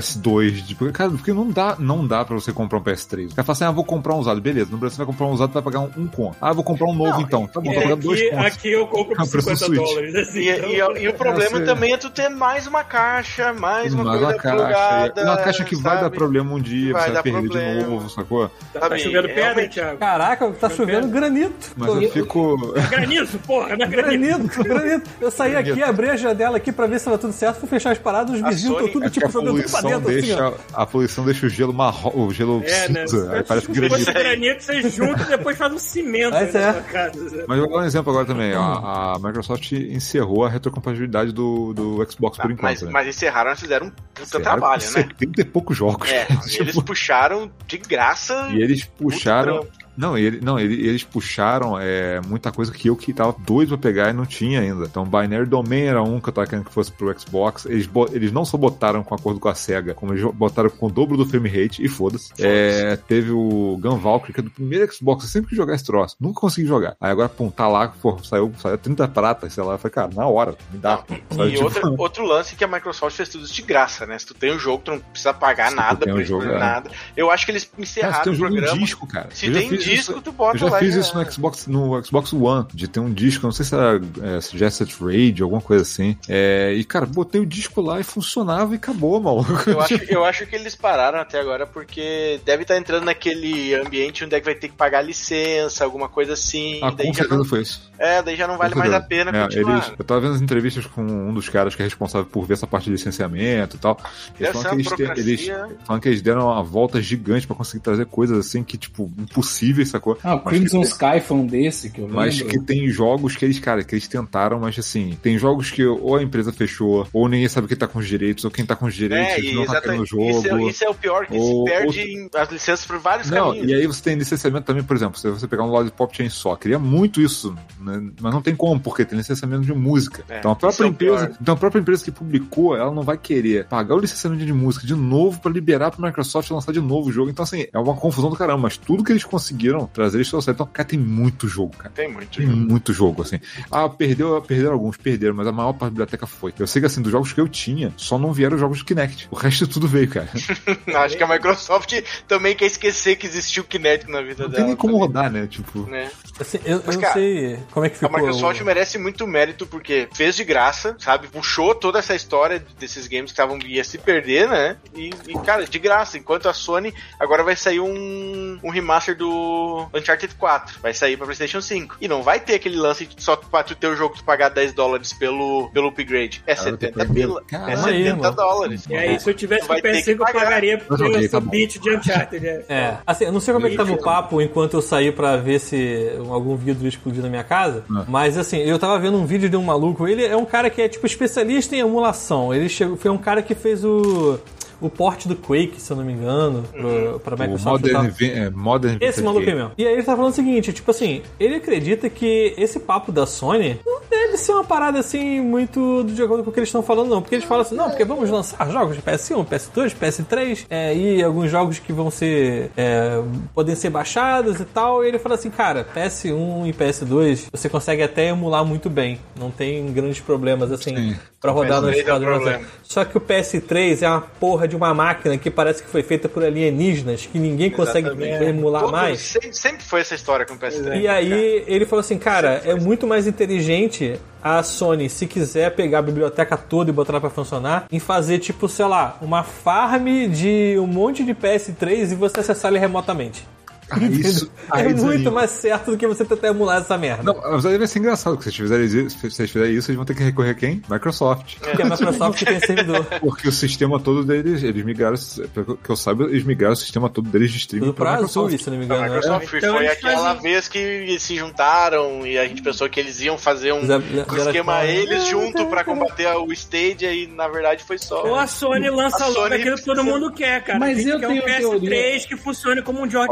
S dois. De... Cara, porque não dá, não dá pra você comprar um P S três. O cara fala assim, ah, vou comprar um usado. Beleza, no Brasil você vai comprar um usado, vai pagar um, um conto. Ah, vou comprar um novo não, então. Tá bom, é, vai pagar dois aqui, contos. aqui eu compro por cinquenta dólares. Assim, e, então... e, e o problema Nossa, também é tu ter mais uma caixa, mais uma mais coisa uma caixa. plugada. Uma caixa que sabe? vai dar problema um dia, vai você vai perder problema. de novo, sacou? Tá, tá chovendo pedra, realmente... Thiago? Caraca, tá chovendo granito. Mas eu fico... É granizo, porra, não é granizo. Granito, granito. Eu saí aqui, abri a janela aqui pra ver se tava tudo certo, fui fechar as paradas, os vizinhos estão tudo tipo jogando tudo pra dentro deixa, assim, ó. A poluição deixa o gelo marrom, o gelo É, cinza, né? aí parece Se granito. fosse granito, você junta e depois faz um cimento Mas aí é. na sua casa. Mas eu vou dar um exemplo agora também. A, a Microsoft encerrou a retrocompatibilidade do, do Xbox por enquanto. Mas, né? mas encerraram, eles fizeram um puta Encerraram trabalho, com né? setenta e poucos jogos. É, Tipo, eles puxaram de graça. E eles puxaram. trampo. Não, ele, não ele, eles puxaram é, muita coisa que eu que tava doido pra pegar e não tinha ainda. Então, Binary Domain era um que eu tava querendo que fosse pro Xbox. Eles, bo- eles não só botaram com acordo com a SEGA, como eles botaram com o dobro do frame rate e foda-se. É, teve o Gun Valkyrie, que é do primeiro Xbox. Eu sempre quis jogar esse troço. Nunca consegui jogar. Aí agora, pum, tá lá, pô, saiu, saiu trinta pratas, sei lá. Eu falei, cara, na hora, me dá. Sabe, E tipo, outro, outro lance que a Microsoft fez tudo isso de graça, né? Se tu tem um jogo, tu não precisa pagar Se nada tem um por jogo, isso, é. nada. Eu acho que eles cara, encerraram se tem um o jogo em programa. disco, cara. Se Eu já tem fiz disco, isso- tu bota Eu já lá. fiz e isso já- no Xbox, no Xbox One, de ter um disco, não sei se era é, Suggested Radio, alguma coisa assim. É, e, cara, botei o disco lá e funcionava e acabou, maluco. Eu acho, eu acho que eles pararam até agora porque deve estar entrando naquele ambiente onde é que vai ter que pagar licença, alguma coisa assim. Ah, daí com já certeza não, foi isso. é, daí já não vale mais a pena É, continuar. eles- eu tava vendo as entrevistas com um dos caras que é responsável por ver essa parte de licenciamento e tal. Eles Deve falam ser que uma eles, te- eles, burocracia. falam que eles deram uma volta gigante pra conseguir trazer coisas assim que, tipo, impossíveis, sacou? Ah, o Mas que- Crimson Sky foi um desse que eu lembro. Mas que tem jogos que eles, cara, que eles tentaram, mas assim, tem jogos que ou a empresa fechou, ou ninguém sabe quem tá com os direitos, ou quem tá com os direitos É, eles e não tá exata- querendo o jogo. isso, é, isso é o pior, que ou- se perde em- as licenças por vários Não, caminhos. e aí você tem licenciamento também, por exemplo, se você pegar um Lollipop Chainsaw, queria muito isso, né? Mas não tem como, porque tem licenciamento de música. É, então, a isso própria é o empresa, pior. então a própria empresa que publicou, ela não vai querer pagar o licenciamento de música de novo pra liberar pra Microsoft lançar de novo o jogo. Então, assim, é uma confusão do caramba, mas tudo que eles conseguiram trazer, eles trouxeram. Então, cara, tem muito jogo, cara. Tem muito. Tem muito jogo, assim. Ah, perdeu, perderam alguns, perderam, mas a maior parte da biblioteca foi. Eu sei que, assim, dos jogos que eu tinha, só não vieram jogos de Kinect. O resto de tudo veio, cara. Acho que a Microsoft também quer esquecer que existiu Kinect na vida Não dela. tem nem como também, rodar, né? Tipo... né? Assim, eu, Mas, eu cara, não sei como é que A ficou. Microsoft o- merece muito mérito porque fez de graça, sabe? Puxou toda essa história desses games que estavam ia se perder, né? E, e, cara, de graça. Enquanto a Sony agora vai sair um, um remaster do Uncharted quatro. Vai sair pra PlayStation cinco. E não vai ter aquele lance de só pra tu ter o jogo tu pagar dez dólares pelo, pelo upgrade. É Cara, setenta tem pila. É Caramba, setenta mano. dólares. E aí, se eu tivesse Vai com o P S ter que cinco, eu pagar. pagaria Eu joguei, pelo tá seu bom. beat de Uncharted. É. É, assim, eu não sei como é que tava o Mentira. papo enquanto eu saí pra ver se algum vidro explodir na minha casa, Ah. mas assim, eu tava vendo um vídeo de um maluco, ele é um cara que é tipo especialista em emulação, ele chegou, foi um cara que fez o o port do Quake, se eu não me engano, pro, pra O Microsoft. e tal. Modern, Inven- é, Modern Esse Vintage maluco aí Game. mesmo. E aí ele tá falando o seguinte, tipo assim, ele acredita que esse papo da Sony não deve ser uma parada assim muito de acordo com o que eles estão falando, não. Porque eles falam assim, não, porque vamos lançar jogos de P S um, P S dois, P S três, é, e alguns jogos que vão ser. É, podem ser baixados e tal. E ele fala assim, cara, P S um e P S dois você consegue até emular muito bem. Não tem grandes problemas assim Sim. pra rodar O P S nos três dá padrões. problema. Só que o P S três é uma porra de uma máquina que parece que foi feita por alienígenas, que ninguém consegue Exatamente. emular Todo- mais. Sempre, sempre foi essa história com o P S três. E aí ele falou assim, cara, é muito mais inteligente a Sony, se quiser pegar a biblioteca toda e botar ela pra funcionar, em fazer, tipo, sei lá, uma farm de um monte de P S três e você acessar ele remotamente. Ah, isso, É aí muito desanima. mais certo do que você tentar emular essa merda. Não, mas aí vai ser engraçado, porque se vocês fizerem isso, se vocês fizerem isso, eles vão ter que recorrer a quem? Microsoft. Porque a Microsoft tem servidor. Porque o sistema todo deles, eles migraram, pelo que eu saiba, eles migraram o sistema todo deles de streaming Tudo pra Microsoft. Azure, se não me A engano. né? Microsoft Então foi eles aquela fazem- vez que se juntaram e a gente pensou que eles iam fazer um, Zé- um Zé- esquema Zé- eles junto pra combater o Stadia e na verdade foi só. Ou a Sony lança A logo Sony aquilo que todo precisa- mundo quer, cara. Mas a gente eu quer tenho um P S três teoria. que funcione como um George Olha só, Foreman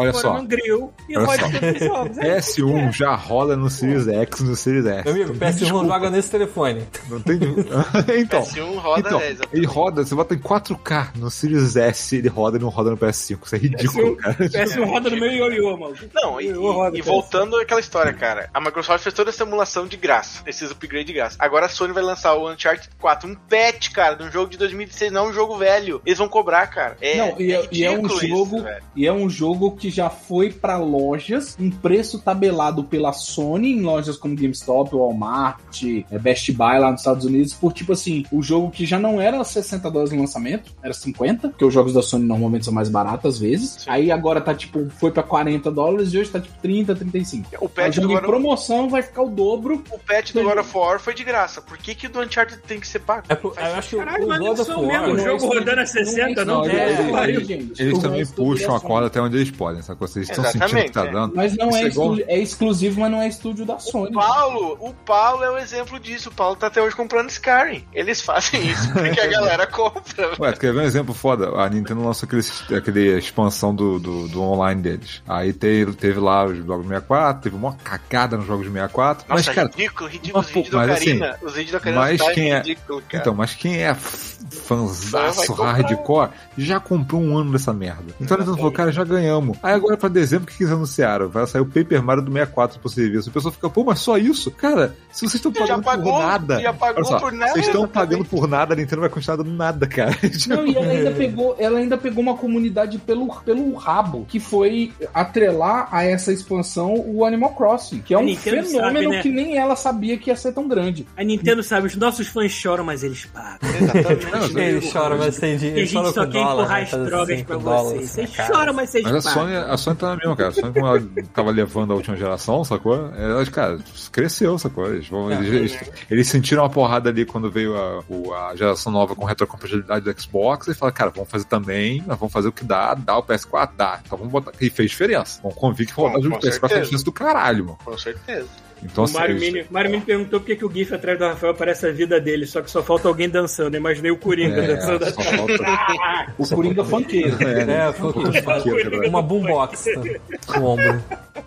grill e Olha roda só. todos os jogos. P S um já roda no Series X, no Series S. Meu amigo, P S um Desculpa. joga nesse telefone. Não tem. então, P S um roda, então é, exatamente. ele roda, você bota em quatro K no Series S, ele roda e não roda no P S cinco. Isso é ridículo, cara. P S um roda no meu ioiô, mano. Não, e, Ioiô roda e P S um. voltando àquela história, cara, a Microsoft fez toda essa emulação de graça, esses upgrades de graça. Agora a Sony vai lançar o Uncharted quatro, um patch, cara, de um jogo de dois mil e dezesseis, não um jogo velho. Eles vão cobrar, cara. É, não, e é, e é um ridículo jogo, isso, velho. e é um jogo que já foi pra lojas, um preço tabelado pela Sony em lojas como GameStop, Walmart, é, Best Buy lá nos Estados Unidos, por tipo assim, o jogo que já não era sessenta dólares no lançamento, era cinquenta, porque os jogos da Sony normalmente são mais baratos às vezes. Sim. Aí agora tá tipo, foi pra quarenta dólares e hoje tá tipo trinta, trinta e cinco. O patch do do em God of... promoção vai ficar o dobro. O patch do God of War foi de graça. Por que que o do Uncharted tem que ser pago? É por, eu acho que Caralho, o mas God of não War... mesmo, o não jogo é rodando a estúdio, sessenta, não não. é É, estúdio, pariu. gente. Eles Não também é estúdio puxam da a Sony. corda até onde eles podem, sabe? Vocês estão Exatamente, sentindo que tá é. dando. Mas não Isso é, é igual- exclu- é exclusivo, mas não é estúdio da Sony. O Paulo, o Paulo é o exemplo disso. O Paulo tá até hoje comprando Skyrim. Eles fazem isso porque a galera compra. Ué, tu quer ver um exemplo foda? A Nintendo lançou aquele, aquele expansão do, do, do online deles. Aí teve, teve lá os jogos de sessenta e quatro, teve uma cagada nos jogos de sessenta e quatro. Nossa, mas, cara, ridículo, ridículo. Os mas, vídeos pô, da mas, Ocarina. assim, Os vídeos da Ocarina mas tá quem é- ridículo, cara. Então, mas quem é f- fanzaço Vai comprar. hardcore já comprou um ano dessa merda. Então a Nintendo falou, cara, já ganhamos. Aí agora pra dezembro, o que eles anunciaram? Vai sair o Paper Mario do sessenta e quatro pro serviço. A pessoa fica, pô, mas só isso? Cara, se vocês estão Já pagando pagou, por nada... já pagou olha só, por nada, vocês estão exatamente. pagando por nada, a Nintendo vai continuar dando nada, cara. Não, e ela ainda pegou, ela ainda pegou uma comunidade pelo, pelo rabo, que foi atrelar a essa expansão o Animal Crossing, que é A um Nintendo fenômeno sabe, né? que nem ela sabia que ia ser tão grande. A Nintendo sabe, os nossos fãs choram, mas eles pagam. Exatamente. Ele chora, mas tem E a dinheiro. gente Chora só com quer dólar, empurrar né? as Fazer drogas cinco pra dólares vocês. Vocês na cara. choram, mas vocês Mas a pagam. Sony, a Sony tá na mesma, cara. A Sony, como ela tava levando a última geração, sacou? Ela, cara, cresceu, sacou? Eles, vão, eles, eles, eles sentiram uma porrada ali quando veio a, o- a geração nova com retrocompatibilidade do Xbox e falaram, cara, vamos fazer também, nós vamos fazer o que dá, dá o P S quatro, dá. Então vamos botar. E fez diferença. Vamos convir que rodar Com- o jogo com do P S quatro fez certeza. diferença do caralho, mano. Com certeza. Então, O assim, Mário eles- Mini, Mário Mini perguntou por que, que o GIF atrás do Rafael parece a vida dele, só que só falta alguém dançando. Eu imaginei o Coringa É, dançando só atrás. falta- O Coringa funkeiro. É, foi com uma boombox no ombro.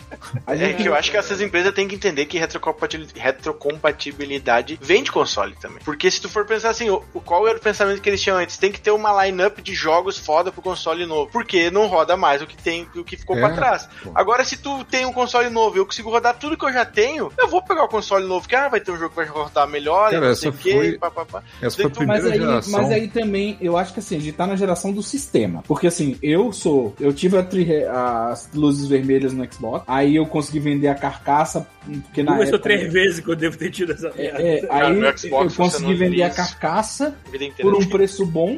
A É gente- que eu acho que essas empresas têm que entender que retrocompatil- retrocompatibilidade vem de console também. Porque se tu for pensar assim, o, o- qual era o pensamento que eles tinham antes? Tem que ter uma line-up de jogos foda pro console novo. Porque não roda mais o que tem, o que ficou É, pra trás. pô. Agora, se tu tem um console novo e eu consigo rodar tudo que eu já tenho, eu vou pegar o console novo, que ah, vai ter um jogo que vai rodar melhor, Cara, não sei o essa quê, foi- pá, pá, pá. Essa foi a Então, Mas primeira aí, geração. mas aí também, eu acho que assim, a gente tá na geração do sistema. Porque assim, eu sou. Eu tive a tri- as luzes vermelhas no Xbox, aí eu consegui vender a carcaça, porque na Duas ou época. três vezes que eu devo ter tido essa merda. É, Cara, aí no eu Xbox você consegui não vender a diz. carcaça A vida inteira. por um preço bom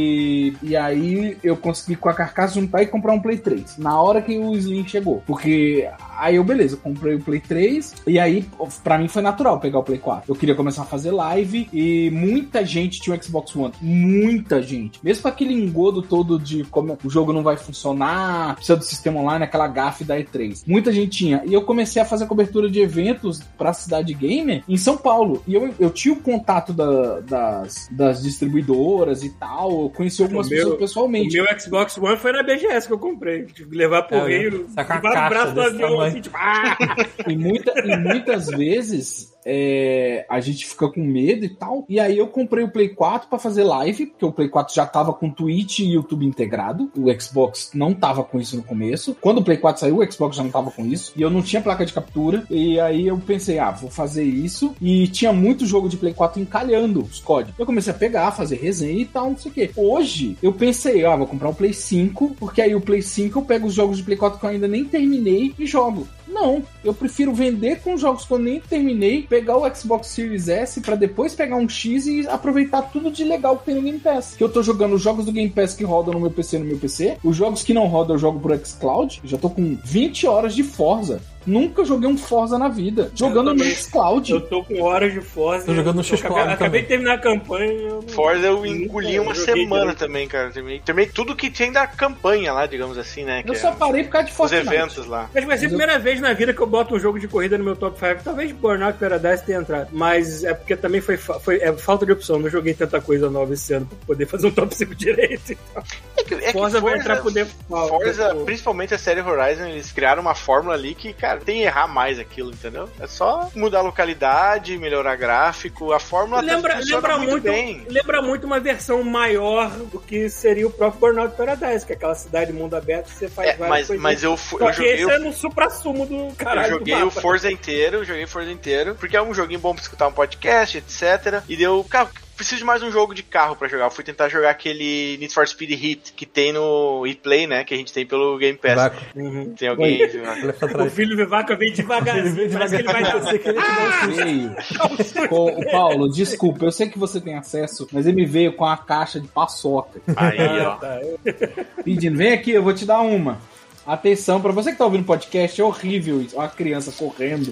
e, e aí eu consegui com a carcaça juntar e comprar um Play três. Na hora que o Slim chegou. Porque aí eu, beleza, comprei o Play três e aí pra mim foi natural pegar o Play quatro. Eu queria começar a fazer live e muita gente tinha o Xbox One. Muita gente. Mesmo com aquele engodo todo de como o jogo não vai funcionar, precisa do sistema online, aquela gafe da E três. Muita gente tinha. E eu comecei a fazer cobertura de eventos pra Cidade Gamer em São Paulo. E eu, eu tinha o contato da- das, das distribuidoras e tal. Eu conheci algumas O meu- pessoas O pessoalmente. meu Xbox One foi na B G S que eu comprei. Tive que levar pro É, Rio, sacar a levar no caixa braço do desse avião, tamanho. assim, tipo, ah! E, muita, e muitas vezes é, a gente fica com medo e tal. E aí eu comprei o Play quatro pra fazer live, porque o Play quatro já tava com Twitch e YouTube integrado. O Xbox não tava com isso no começo. Quando o Play quatro saiu, o Xbox já não tava com isso. E eu não tinha placa de captura. E aí eu pensei, ah, vou fazer isso. E tinha muito jogo de Play quatro encalhando os códigos. Eu comecei a pegar, fazer resenha e tal, não sei o quê. Hoje, eu pensei, ah, vou comprar o Play cinco, porque aí o Play cinco eu pego os jogos de Play quatro que eu ainda nem terminei e jogo. Não, eu prefiro vender com jogos que eu nem terminei, pegar o Xbox Series S pra depois pegar um X e aproveitar tudo de legal que tem no Game Pass. Que eu tô jogando os jogos do Game Pass que rodam no meu P C no meu P C, os jogos que não rodam eu jogo pro xCloud. Eu já tô com vinte horas de Forza. Nunca joguei um Forza na vida. Jogando no Xcloud. Eu tô com horas de Forza. Tô jogando no Xcloud Acabei, acabei também. de terminar a campanha. Eu... Forza eu engoli Eu uma joguei semana direito. também, cara. Terminei, terminei tudo que tem da campanha lá, digamos assim, né? Que Eu só é parei por causa de os Fortnite. eventos lá. Mas vai ser a primeira vez na vida que eu boto um jogo de corrida no meu top cinco. Talvez Burnout Paradise tenha entrado. Mas é porque também foi, fa- foi é, falta de opção. Não joguei tanta coisa nova esse ano pra poder fazer um top cinco direito. Então. É que, é que Forza vai entrar por default. Forza, Default. principalmente a série Horizon, eles criaram uma fórmula ali que, cara, tem que errar mais aquilo, entendeu? É só mudar a localidade, melhorar gráfico, a fórmula até Lembra, funciona lembra, muito, muito, bem. lembra muito uma versão maior do que seria o próprio Burnout Paradise, que é aquela cidade mundo aberto que você faz É, várias mas, coisinhas. mas eu, fu- Só eu que joguei esse o é no supra-sumo do caralho. Eu joguei do o mapa. Forza inteiro, joguei o Forza inteiro, porque é um joguinho bom pra escutar um podcast, etcétera. E deu, cara, preciso de mais um jogo de carro pra jogar. Eu fui tentar jogar aquele Need for Speed Heat que tem no ePlay, né? Que a gente tem pelo Game Pass. Vaco. Uhum. Tem alguém. Olha pra O trás. filho do Vaca vem devagarzinho. Ele veio Parece que ele vai devagar. descer. que ele te dá um susto. Veio. Com, o Paulo, desculpa, eu sei que você tem acesso, mas ele me veio com a caixa de paçoca. Aí, ó. Tá. Pedindo, vem aqui, eu vou te dar uma. Atenção, pra você que tá ouvindo o podcast, é horrível isso. Olha a criança correndo.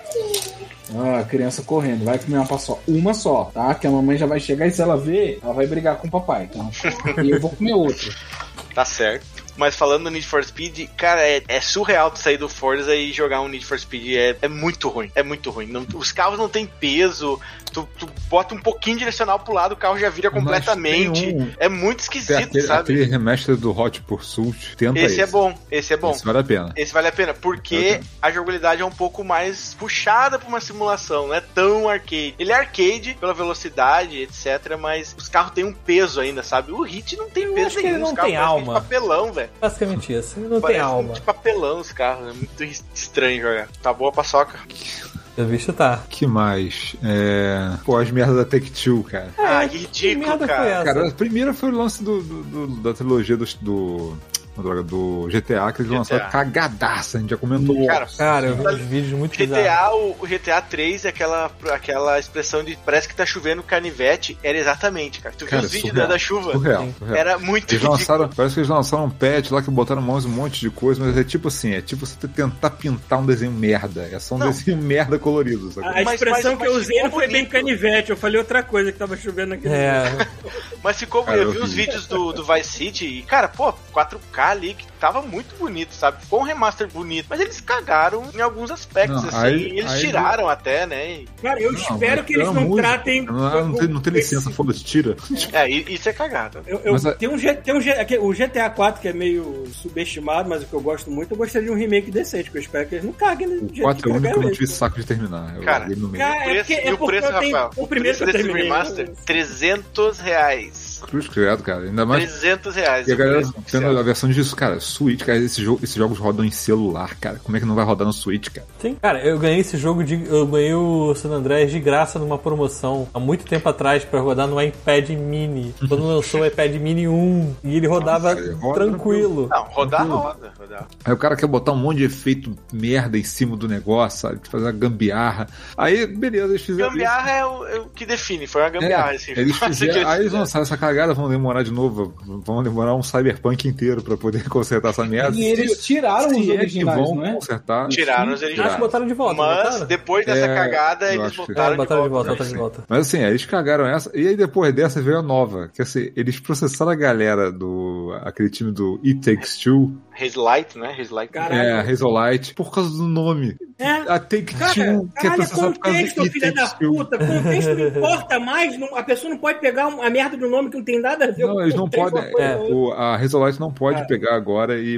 Ah, a criança correndo. Vai comer uma paçoca. Uma só, tá? Que a mamãe já vai chegar e se ela ver, ela vai brigar com o papai. Então, e eu vou comer outra. Tá certo. Mas falando do Need for Speed, cara, é, é surreal tu sair do Forza e jogar um Need for Speed. É, é muito ruim. É muito ruim. Não, os carros não tem peso. Tu, tu bota um pouquinho direcional pro lado, o carro já vira Mas completamente. tem um- É muito Tem esquisito, aquele, sabe? aquele remaster do Hot Pursuit. Tenta Esse esse. é bom. Esse é bom. Esse vale a pena. Esse vale a pena, porque a jogabilidade é um pouco mais puxada pra uma simulação, não é tão arcade. Ele é arcade pela velocidade, etcétera, mas os carros têm um peso ainda, sabe? O Hit não tem Eu peso acho que nenhum, ele não os carros tem parecem alma. de papelão, velho. Basicamente isso. Ele não tem Parece alma. de papelão os carros, é muito estranho jogar. Tá boa a paçoca? Pelo visto tá. Que mais? É... Pô, as merdas da Take-Two, cara. Ah, que ridículo, merda foi cara. essa? Cara, a primeira foi o lance do, do- do- da trilogia do, do, droga, do G T A, que eles G T A. lançaram cagadaça, a gente já comentou. Cara, Cara, eu vi uns vídeos muito G T bizarros. A, o, o G T A três é aquela, aquela expressão de parece que tá chovendo canivete, era exatamente, cara. Tu Cara, viu os vídeos surreal, da, da chuva? Surreal, surreal. Era muito Eles ridículo. lançaram, parece que eles lançaram um patch lá que botaram mais um monte de coisa, mas é tipo assim, é tipo você tentar pintar um desenho merda. É só um Não. desenho merda colorido, sabe? A Mas- expressão mas- que eu mas usei ficou não foi bem bonito. canivete, eu falei outra coisa que tava chovendo aqui. É, Mas ficou, Cara, eu eu vi vi. os vídeos do, do Vice City e, cara, pô, quatro K ali, que tava muito bonito, sabe? Ficou um remaster bonito, mas eles cagaram em alguns aspectos, Não, assim, aí- eles aí- tiraram até, né? E- Cara, eu Não, espero mas que eles pela não música, tratem. Não, não, tem, não tem licença, foda-se, tira. É, e- isso é cagado. Eu, eu- Mas a- tem um, G- tem um G- aquele- o G T A quatro que é meio subestimado, mas o que eu gosto muito, eu gostaria de um remake decente, que eu espero que eles não caguem do O jeito que quatro é o único que eu cagaram não esse. tive saco de terminar. Eu Cara, larguei no meio. Cara, E o é preço, porque- é e o porque preço eu tenho- Rafael? o primeiro preço que eu desse terminei, remaster? né? trezentos reais. Cruz credo, cara. Ainda mais. trezentos reais. E a o galera preço tendo oficial. a versão disso, cara, Switch, cara, esse jogo, esses jogos rodam em celular, cara. Como é que não vai rodar no Switch, cara? sim. Cara, eu ganhei esse jogo de. Eu ganhei o San Andreas de graça numa promoção há muito tempo atrás pra rodar no iPad Mini. Quando lançou o iPad Mini um. E ele rodava Nossa, ele roda tranquilo. Não, rodar, Tranquilo. roda. rodar. Aí o cara quer botar um monte de efeito merda em cima do negócio, sabe? Fazer uma gambiarra. Aí, beleza, eles fizeram. Gambiarra é o, é o que define, foi uma isso. gambiarra É, esse eles esse que fizeram, eles aí eles fizeram. lançaram essa cagada, vão demorar de novo, vão demorar um Cyberpunk inteiro pra poder consertar essa merda. E eles tiraram Se os é que originais, vão não é? consertar. Tiraram os Acho originais. que botaram de volta, Mas botaram? depois dessa É, cagada, eu eles acho que- É, botaram botaram de de volta. volta, botaram de volta. Mas assim, aí eles cagaram essa. E aí depois dessa veio a nova. Que assim, eles processaram a galera do. Aquele time do It Takes Two. His Light, né? His Light. Caralho. É, Hazelite, por causa do nome. É. A Take Cara, Two, que é caralho, é processado por causa contexto, do It filha da Takes Two. puta. Contexto não importa mais. Não- a pessoa não pode pegar um- a merda de um nome que não tem nada a ver Não, eles não contexto, podem. uma coisa é, ou outra. o- a Hazelite não pode Cara. pegar agora e,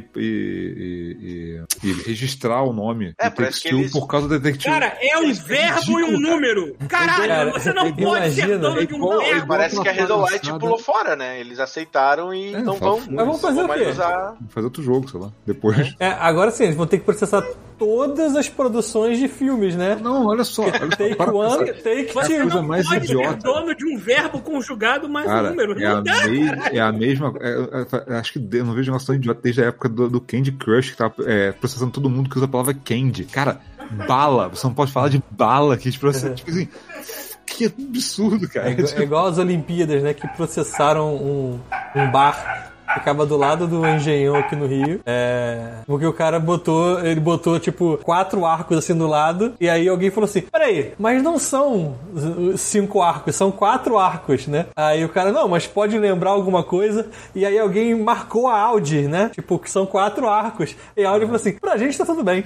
e, e- e registrar o nome É, do parece Takes que Two eles- por causa do Take Two. Cara, é um verbo e um número. Caralho, Cara, você não pode ser imagina, dono é de um igual- é verbo. igual- Parece que a aquela Redolite palhaçada. pulou fora, né? Eles aceitaram e É, não fala vão, foda-se. Mas vamos fazer vão o mais quê? usar. Fazer outro jogo, sei lá. Depois. É, agora sim, eles vão ter que processar todas as produções de filmes, né? Não, olha só. Olha só Take para one, pensar. take Você coisa two. não mais pode ser idiota. dono de um verbo conjugado mais um Cara, número. é a, Não dá, mei- caralho. é a mesma. é- é- acho que eu não vejo negócio tão idiota desde a época do, do Candy Crush, que tá é, processando todo mundo que usa a palavra Candy. Cara, bala. Você não pode falar de bala que processa. Tipo assim. Que absurdo, cara. É igual, é igual as Olimpíadas, né? Que processaram um, um bar ficava do lado do Engenhão aqui no Rio. É, porque o cara botou, ele botou tipo quatro arcos assim do lado, e aí alguém falou assim, peraí, mas não são cinco arcos, são quatro arcos, né? Aí o cara, não, mas pode lembrar alguma coisa, e aí alguém marcou a Audi, né? Tipo, que são quatro arcos, e a Audi falou assim, pra gente tá tudo bem.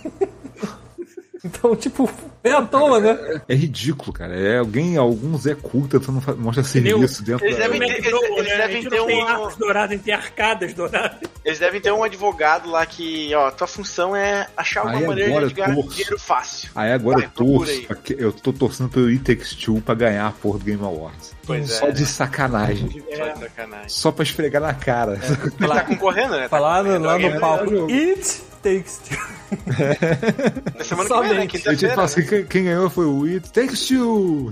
Então, tipo, é à toa, né? É, é ridículo, cara. É alguém, algum Zé Cu tentando fa- mostrar serviço dentro Eles da... devem ter, eles, eles né? devem ter tem um. arcos dourados, a gente tem arcadas douradas. Eles devem ter um advogado lá que, ó, tua função é achar uma Aí maneira agora de ganhar torço. dinheiro fácil. Aí agora Vai, eu procura torço, aí. pra que- eu tô torcendo pelo It Takes Two pra ganhar a porra do Game Awards. Pois é, Só de né? sacanagem. Só de sacanagem. Só pra esfregar na cara. Ele tá concorrendo, né? Tá Falar no- concorrendo. lá no Alguém- palco, It Takes Two. Na semana que vem, né? Somente. Eu tipo Quinta-feira. assim, quem, quem ganhou foi o It Takes Two.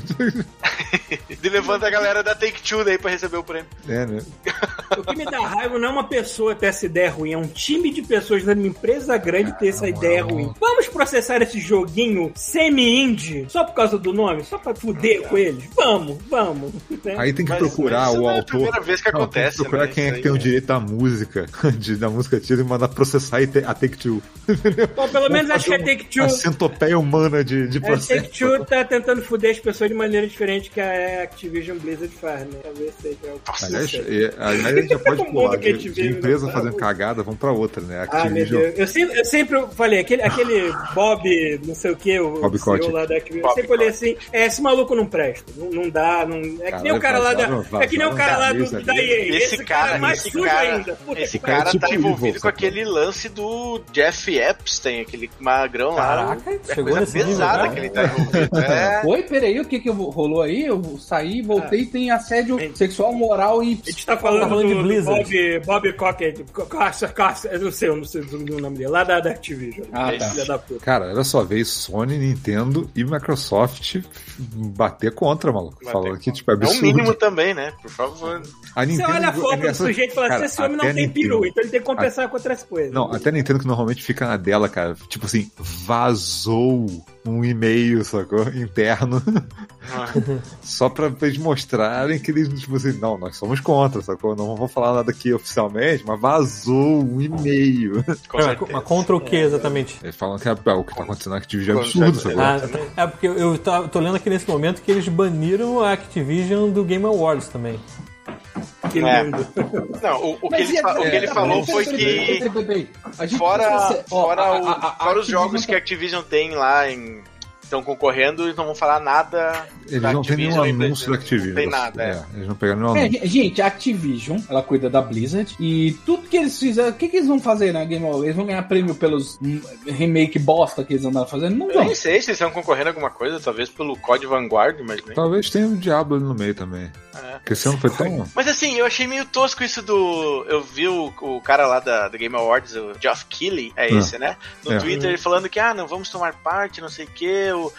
De levanta a galera da Take-Two daí pra receber o prêmio. É, né? O que me dá raiva não é uma pessoa ter essa ideia ruim, é um time de pessoas da minha empresa grande ter essa ideia ruim. Vamos processar esse joguinho semi-indie só por causa do nome? Só pra fuder com eles? Vamos, vamos. né? Aí tem que Mas- procurar mas isso o não é a autor. primeira vez que Não, acontece, tem que procurar né? quem é Isso que aí tem o é- direito da música, de, da música tira e mandar processar e te- a Take-Two. Bom, pelo menos acho que a A Take-Two... centopeia humana de, de A processo. Take-Two tá tentando fuder as pessoas de maneira diferente que a Activision Blizzard faz, né? Talvez seja o Aliás, é, aliás, a gente já pode O mundo pular que a de, gente de vive, empresa né? fazendo cagada, vamos pra outra, né? Ah, meu Activision. Deus. Eu sempre, eu sempre falei, aquele, aquele Bob, não sei o que, o Bob C E O Kotick. lá da Activision, eu Bob sempre olhei assim, é, esse maluco não presta, não, não dá, não... é que nem o cara lá da... Vazaram- É que nem o cara lá do, vazaram da E A, Esse cara, é mais esse sujo cara, ainda. Puta esse que cara é cara tipo tá envolvido Evil, com aquele lance do Jeff Epstein, aquele magrão lá. Caraca, É chegou coisa nesse nível, pesada né? que ele tá envolvido. É. Oi, peraí, o que que rolou aí? Eu saí, voltei, tem assédio Gente. sexual, moral e... A gente tá falando, Tá falando do, de do Blizzard. Bob, Bob Cockett, Cossa, Cossa, eu não sei, eu não sei o nome dele, lá da, da Activision. Ah, tá. Filha da puta. Cara, olha só, veio Sony, Nintendo e Microsoft bater contra, maluco. Bater Falando que, tipo, é É absurdo. um mínimo também, né? Por favor. A Você Nintendo, olha a foto do engraçado- sujeito e fala cara, assim, esse homem não até tem Nintendo- peru, então ele tem que compensar com outras coisas. Não, até a Nintendo que normalmente fica na dela, cara. Tipo assim, vazou um e-mail, sacou? Interno. Só pra eles mostrarem que eles, tipo assim, não, nós somos contra, sacou? Não vou falar nada aqui oficialmente, mas vazou um e-mail. Com É, certeza. mas contra o que exatamente? Eles falam que é, o que tá acontecendo na Activision é Com absurdo, certeza. sacou? Ah, é porque eu tá- tô lendo aqui nesse momento que eles baniram a Activision do Game Awards também. Que É. lindo. Não, o, o que Mas ele, e fa- a- o que ele é, falou peraí, foi peraí, peraí, que peraí, peraí, peraí. A gente fora, precisa- ó, fora, a- o- a- a fora os Activision jogos tá- que a Activision tem lá em estão concorrendo, eles não vão falar nada. Eles da não têm nenhum Activision e anúncio da Activision. Não tem nada, é. É, eles não pegaram nenhum É, anúncio. gente, a Activision, ela cuida da Blizzard e tudo que eles fizeram, o que, que eles vão fazer na Game Awards? Eles vão ganhar prêmio pelos hum, remake bosta que eles andaram fazendo? Não Eu vão. nem sei se eles estão concorrendo a alguma coisa, talvez pelo Code Vanguard, mas nem. Talvez tenha um Diablo ali no meio também. É. Porque esse ano foi tão... Mas assim, eu achei meio tosco isso do. Eu vi o, o cara lá da, da Game Awards, o Geoff Keighley, é esse, né? No É. Twitter, ele falando que, ah, não vamos tomar parte, não sei o que, o.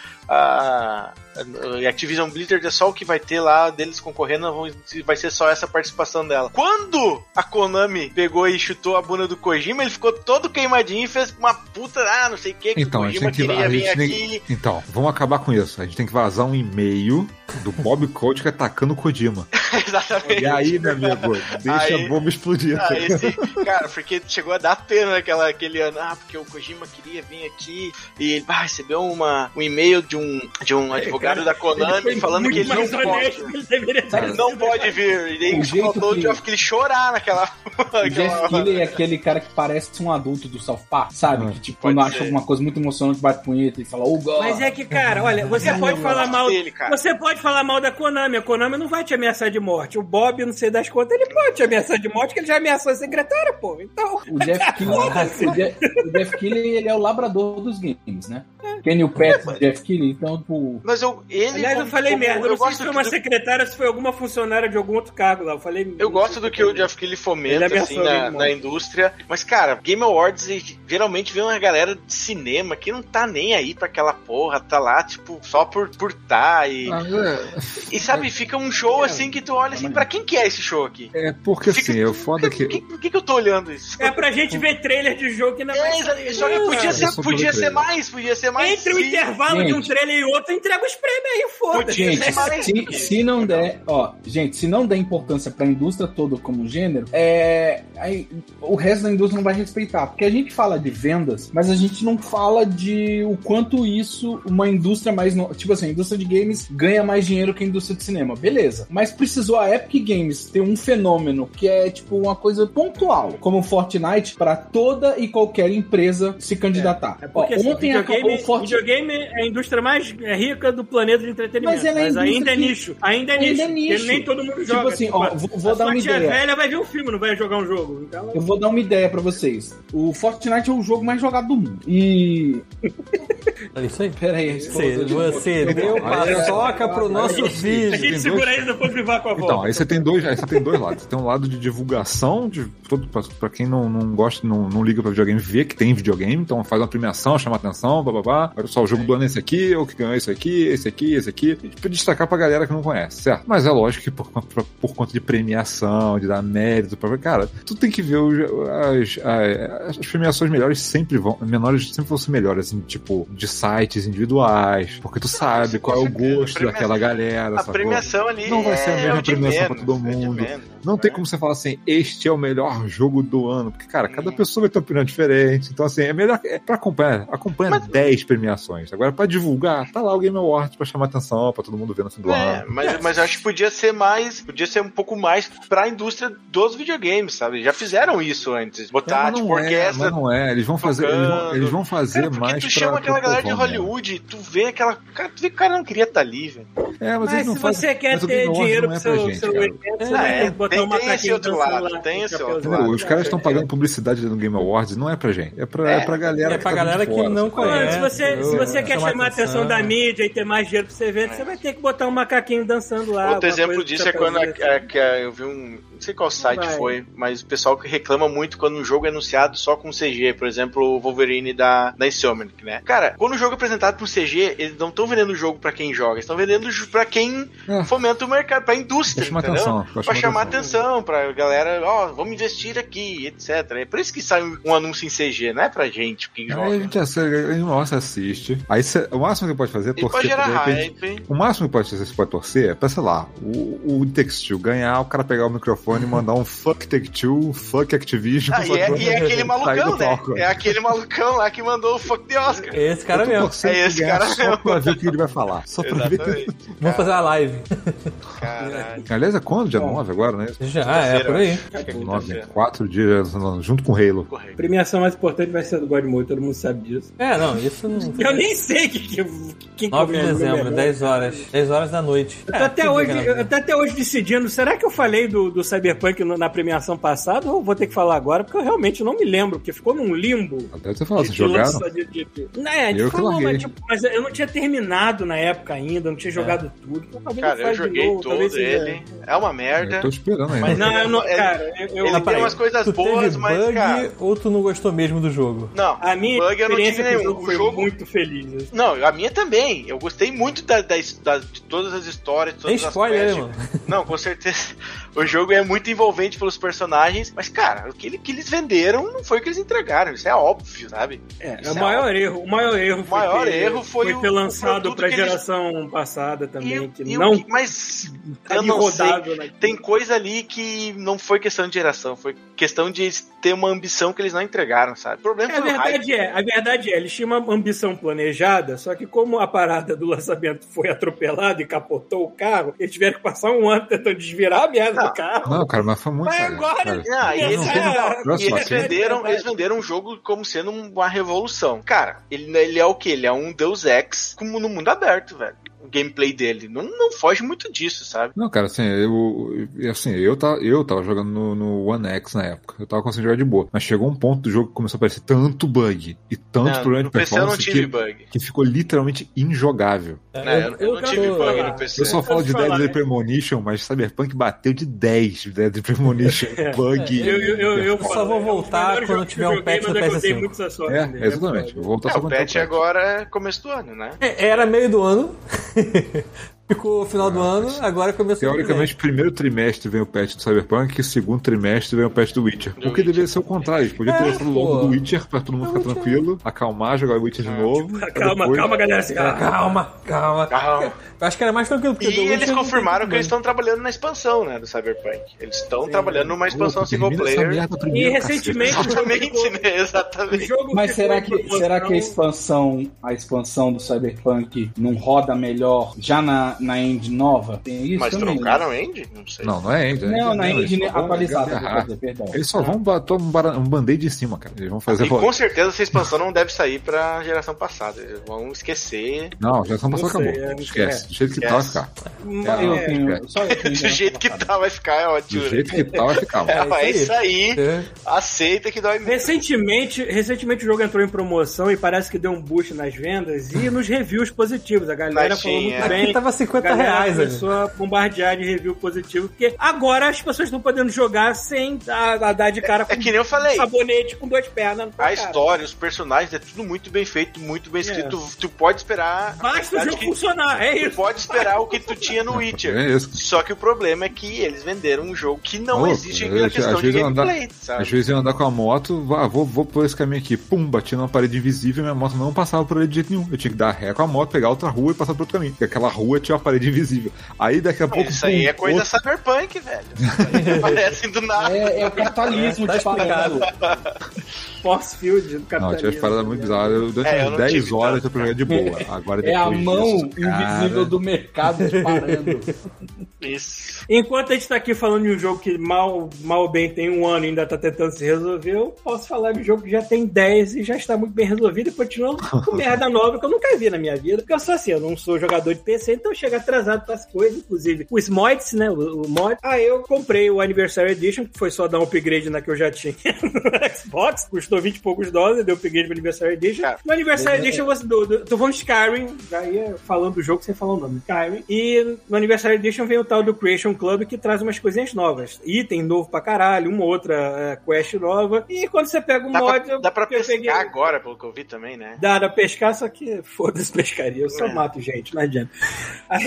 A, a Activision Blizzard é só o que vai ter lá deles concorrendo, não vão- vai ser só essa participação dela. Quando a Konami pegou e chutou a bunda do Kojima, ele ficou todo queimadinho e fez uma puta, ah, não sei o que, que Então, o a gente Kojima tem que... queria A vir gente tem... aqui. Então, vamos acabar com isso. A gente tem que vazar um e-mail do Bob Kotick atacando o Kojima. Exatamente. E aí, meu amigo, deixa Aí- a bomba explodir. Ah, esse, cara, porque chegou a dar pena naquela, aquele ano, ah, porque o Kojima queria vir aqui e ele ah, recebeu uma, um e-mail de um, de um advogado da Konami falando que ele não mais honesto pode. que ele deveria ter Ele não pode vir. E daí O jeito faltou o que- Geoff que ele chorar naquela. O Jeff Keighley é aquele cara que parece um adulto do South Park, sabe? Ah, Que tipo, pode quando ser. acha alguma coisa muito emocionante, bate punheta e fala, oh, God. Mas é que, cara, olha, você pode falar mal. dele, cara. Você pode falar mal da Konami. A Konami não vai te ameaçar de morte. O Bob, não sei das contas, ele pode te ameaçar de morte, porque ele já ameaçou a secretária, pô. Então. O Jeff Keighley, o Jeff, o Jeff Keighley, ele é o labrador dos games, né? Kenny o Pet do Jeff Keighley, então, tipo... Mas eu, ele. Aliás, eu como- falei como- merda. Eu não sei gosto se foi uma do- secretária ou se foi alguma funcionária de algum outro cargo lá. Eu falei. Eu gosto do que o Geoff Keighley fomenta, Ele assim, ameaçou na, ele, na indústria. Mas, cara, Game Awards e- geralmente vem uma galera de cinema que não tá nem aí pra aquela porra, tá lá, tipo, só por, por tá. E, Ah, é. e sabe, fica um show assim que tu tu olha assim, pra quem que é esse show aqui? É, porque Fica- assim, é foda que... Por que, que eu tô olhando isso? É pra gente ver trailer de jogo que ainda vai É, sair. só que podia, é ser, só podia pelo ser trailer. mais, podia ser mais. Entre o sim. intervalo de um Gente. trailer e outro, entrega os prêmios aí, foda-se. Gente, Mas- se, se não der, ó, gente, se não der importância pra indústria toda como gênero, é, aí, o resto da indústria não vai respeitar. Porque a gente fala de vendas, mas a gente não fala de o quanto isso, uma indústria mais. No, tipo assim, a indústria de games ganha mais dinheiro que a indústria de cinema. Beleza. Mas precisou a Epic Games ter um fenômeno que é, tipo, uma coisa pontual, como o Fortnite, pra toda e qualquer empresa se candidatar. É porque Ó, assim, ontem acabou videogame, o Fortnite. videogame é a indústria mais rica do planeta de entretenimento. Mas ela é a ainda é indústria que- nicho. Ainda é ainda nicho. é Porque nicho. nem todo mundo Tipo joga. assim, ó, vou- vou a dar sua uma tia ideia. velha vai ver um filme, não vai jogar um jogo. Então, Eu vou dar uma ideia pra vocês. O Fortnite é o jogo mais jogado do mundo. E. É isso aí. Pera aí, a Você, esposa de- você deu paçoca pro nosso a vídeo. gente tem segura dois- aí e depois privar com a Então, volta. aí você tem dois, aí você tem dois lados. Você tem um lado de divulgação, de todo, pra, pra quem não, não gosta, não, não liga pra videogame, ver que tem videogame, então faz uma premiação, chama atenção, bababá. Olha só, o jogo do ano é esse aqui, o que ganhou esse aqui, esse aqui, esse aqui. E, tipo, destacar pra galera que não conhece, certo? Mas é lógico que por, por, por conta de premiação, de dar mérito, pra, cara, tu tem que ver os, as, as, as premiações melhores sempre vão, menores sempre vão ser melhores, assim, tipo, de sites individuais, porque tu sabe isso qual é com o certeza. gosto Premiação- daquela galera, A sacou? premiação ali Não vai ser a é mesma o de premiação pra menos, todo é o de mundo. menos, Não né? tem como você falar assim, este é o melhor jogo do ano. Porque, cara, cada pessoa vai ter uma opinião diferente. Então, assim, é melhor. É pra acompanhar. Acompanha Mas- dez premiações. Agora, pra divulgar, tá lá o Game Awards pra chamar atenção, pra todo mundo ver no fim do É, ano. mas, mas eu acho que podia ser mais, podia ser um pouco mais pra indústria dos videogames, sabe? Já fizeram isso antes. É, Botar, mas tipo, não é, orquestra. mas não é. Eles vão fazer, eles vão, tocando. eles vão fazer Cara, porque mais tu pra. chama aquela pra galera de povão, né? Hollywood, tu vê aquela. Cara, tu vê que o cara não queria estar ali, velho. É, mas, Mas eles não se fazem. você quer mas o ter Game Awards dinheiro não pro é pra seu, gente, seu cara. evento, você É, vai ter que botar tem- uma tem esse caquinha outro dançando lado, lá, tem com esse chapéuzinho. outro Entendeu? lado. Os caras estão pagando publicidade no Game Awards, não é pra gente. É pra, É. é pra galera É que pra tá galera de que fora, não sacou? conhece. Mano, se você, se você eu- quer chamar a atenção da mídia e ter mais dinheiro pro seu evento, você vai ter que botar um macaquinho dançando lá. Outro alguma exemplo coisa disso é quando a- chapéuzinho, a- que a- eu vi um. Não sei qual site Vai. foi, mas o pessoal que reclama muito quando um jogo é anunciado só com C G. Por exemplo, o Wolverine da, da Insomniac, né? Cara, quando o jogo é apresentado com C G, eles não estão vendendo o jogo pra quem joga, eles estão vendendo ju- pra quem É. fomenta o mercado, pra indústria. Pra chamar entendeu? atenção, pra Pra, chamar chamar atenção. atenção, pra galera, ó, vamos investir aqui, etcétera. É por isso que sai um, um anúncio em C G, não é pra gente, quem Aí joga. a gente assiste, nossa, assiste. Aí cê- o máximo que pode fazer é E pode torcer. gerar de repente, hype. O máximo que pode fazer, você pode torcer é pra, sei lá, o, o Take-Two ganhar, o cara pegar o microfone e mandar um fuck Take-Two, fuck Activision. Ah, e é, e é aquele Sair do malucão, né? palco. É aquele malucão lá que mandou o fuck the Oscar. Esse cara Eu tô mesmo. torcendo É pra esse ganhar cara só mesmo. pra ver o que ele vai falar. Só pra ver. Exatamente. Vamos fazer uma live. Caralho. Aliás, é quando? Dia nove agora, né? Já, é por aí. Acho que é nove, quinta-feira. quatro dias junto com o Halo. Correto. premiação mais importante vai ser a do God Mode, todo mundo sabe disso. É, não, isso não. Eu nem sei que, que, quem nove de comeu, dezembro, né? dez horas. dez horas da noite. Eu tô, É, até que hoje, diga, eu né? tô até hoje decidindo, será que eu falei do, do Cyberpunk no- na premiação passada ou vou ter que falar agora? Porque eu realmente não me lembro, porque ficou num limbo. Deve ter falado, de vocês jogaram? lança de- de- de- Não, é, a gente Eu que falou, larguei. mas, tipo, mas eu não tinha terminado na época ainda, eu não tinha jogado tudo. Então, talvez Cara, eu faça de joguei novo, talvez todo seja- ele. É uma merda. Eu tô esperando ainda. Mas Não, eu não, É- cara, eu, eu- Ele Ah, tem peraí. umas coisas Tu boas, teve mas, bug cara... ou tu não gostou mesmo do jogo? Não, a minha bug eu não tive experiência com o nenhum. jogo O foi jogo... muito feliz. assim. Não, a minha também. Eu gostei muito da, da, da- de todas as histórias, todas Tem as spoiler, quests. mano. Não, com certeza. O jogo é muito envolvente pelos personagens, mas, cara, o que, ele- que eles venderam não foi o que eles entregaram. Isso é óbvio, sabe? É, Isso o maior óbvio. erro, o maior erro O foi maior ter, erro foi foi o- ter o lançado produto pra que eles- geração passada também, E- que e o não que- mas tá eu ali não sei. rodado, né? Tem coisa ali que não foi questão de geração, foi questão de ter uma ambição que eles não entregaram, sabe? O problema É, a foi o hype. verdade é, a verdade é, eles tinham uma ambição planejada, só que como a parada do lançamento foi atropelada e capotou o carro, eles tiveram que passar um ano tentando desvirar a merda Não. do carro. Não, cara, mas foi muito. Mas cara. agora- Cara, Ah, e Não, eles, não, venderam- não, e não, eles não, venderam, não, eles venderam um jogo como sendo uma revolução. Cara, ele, ele é o quê? Ele é um Deus Ex como no mundo aberto, velho. O gameplay dele não, não foge muito disso, sabe? Não, cara, assim, eu, eu- assim, eu, tava, eu tava jogando no, no One X na época. Eu tava conseguindo jogar de boa. Mas chegou um ponto do jogo que começou a aparecer tanto bug e tanto Não, problema no de P C eu não performance tive que, bug. que ficou literalmente injogável. Não, eu, eu não quero tive bug falar. no P C. Eu só Eu falo posso de falar, Deadly né? Premonition, mas Cyberpunk bateu de dez de Deadly Premonition. Bug. Eu, eu, eu, eu, só falo, vou é um dos voltar melhores quando jogos que tiver eu um joguei, patch mas no eu P S dei cinco. muito essa sorte, É, né? exatamente. Eu vou voltar É, só o quando patch tem o patch. agora é começo do ano, né? É, Era meio do ano. ficou o final do ano, agora começou o Teoricamente, primeiro trimestre vem o patch do Cyberpunk e segundo trimestre vem o patch do Witcher. O que deveria ser o contrário. Podia ter lançado logo do Witcher pra todo mundo ficar Witcher. tranquilo, acalmar, jogar o Witcher de novo. Calma, depois... calma, galera. Assim, Calma, calma, calma. Calma. Eu acho que era mais tranquilo. Porque E eles confirmaram que eles estão trabalhando na expansão, né, do Cyberpunk. Eles estão trabalhando numa expansão single player. E recentemente... Exatamente, né? O Exatamente. jogo Mas ficou será em que, promoção. será que a expansão, a expansão do Cyberpunk não roda melhor já na, na engine nova? Tem isso Mas também, trocaram a engine? Não sei. Não, não é engine. Não, na eles engine só vão atualizada, agarrar. quer dizer, perdão. Eles só vão botar um, bara- um band-aid em cima, cara. Eles vão fazer... E com certeza essa expansão não deve sair pra geração passada. Eles vão esquecer. Não, já passada Não sei, acabou. é, Esquece. é. Do jeito que tá, vai ficar. Só eu É, tenho, só eu tenho Do jeito que tá, vai ficar, é ótimo. Do né? jeito que tá, vai ficar. É, mano. é isso aí. É. Aceita que dói muito. Recentemente, recentemente o jogo entrou em promoção e parece que deu um boost nas vendas e nos reviews positivos. A galera Na falou Steam, muito é. bem. Aqui tava cinquenta A galera reais, né? começou a bombardear de review positivo, porque agora as pessoas estão podendo jogar sem a, a dar de cara É com que nem eu falei. sabonete com duas pernas. no A cara. história, os personagens, é tudo muito bem feito, muito bem escrito. É. Tu, tu pode esperar. Basta o Acho jogo que funcionar, é Tu isso. pode esperar o que tu tinha no Witcher. É isso. Só que o problema é que eles venderam um jogo que não Ô, existe eu- na questão às de vezes eu andar- gameplay, sabe? Às vezes eu ia andar com a moto, vá, vou, vou por esse caminho aqui, pum, bati numa parede invisível e minha moto não passava por ele de jeito nenhum. Eu tinha que dar ré com a moto, pegar outra rua e passar por outro caminho. Porque aquela rua tinha uma parede invisível. Aí daqui a pouco. Isso aí pum, é coisa outro- cyberpunk, velho. Isso aí aparece do nada. É, é o capitalismo Tá disparando. Force Field do Não, capitalismo. tinha parada muito bizarra. Eu durante É, eu umas não dez tive horas tanto, eu joguei de boa. Agora É a depois mão disso, cara, invisível do mercado disparando. Isso. Enquanto a gente tá aqui falando de um jogo que mal, mal ou bem tem um ano e ainda tá tentando se resolver, eu posso falar de um jogo que já tem dez e já está muito bem resolvido e continua com merda nova que eu nunca vi na minha vida. Porque eu sou assim, eu não sou jogador de P C, então eu chego atrasado para as coisas, inclusive o Smoits, né, o, o mod. Aí eu comprei o Anniversary Edition, que foi só dar um upgrade na que eu já tinha no Xbox, custou vinte e poucos dólares, deu upgrade pro Anniversary Edition. Cara, No Anniversary Edition, você, do, do, tô falando de Skyrim, já ia falando do jogo sem falar o nome, Skyrim. E no Anniversary Edition vem o tal do Creation Club, que traz umas coisinhas novas. Item novo pra caralho, uma outra é, quest nova. E quando você pega um Dá mod... pra, dá pra que eu pescar peguei- agora, pelo que eu vi também, né? Dá pra pescar, só que foda-se pescaria. Eu só É. mato gente, não adianta. Aí,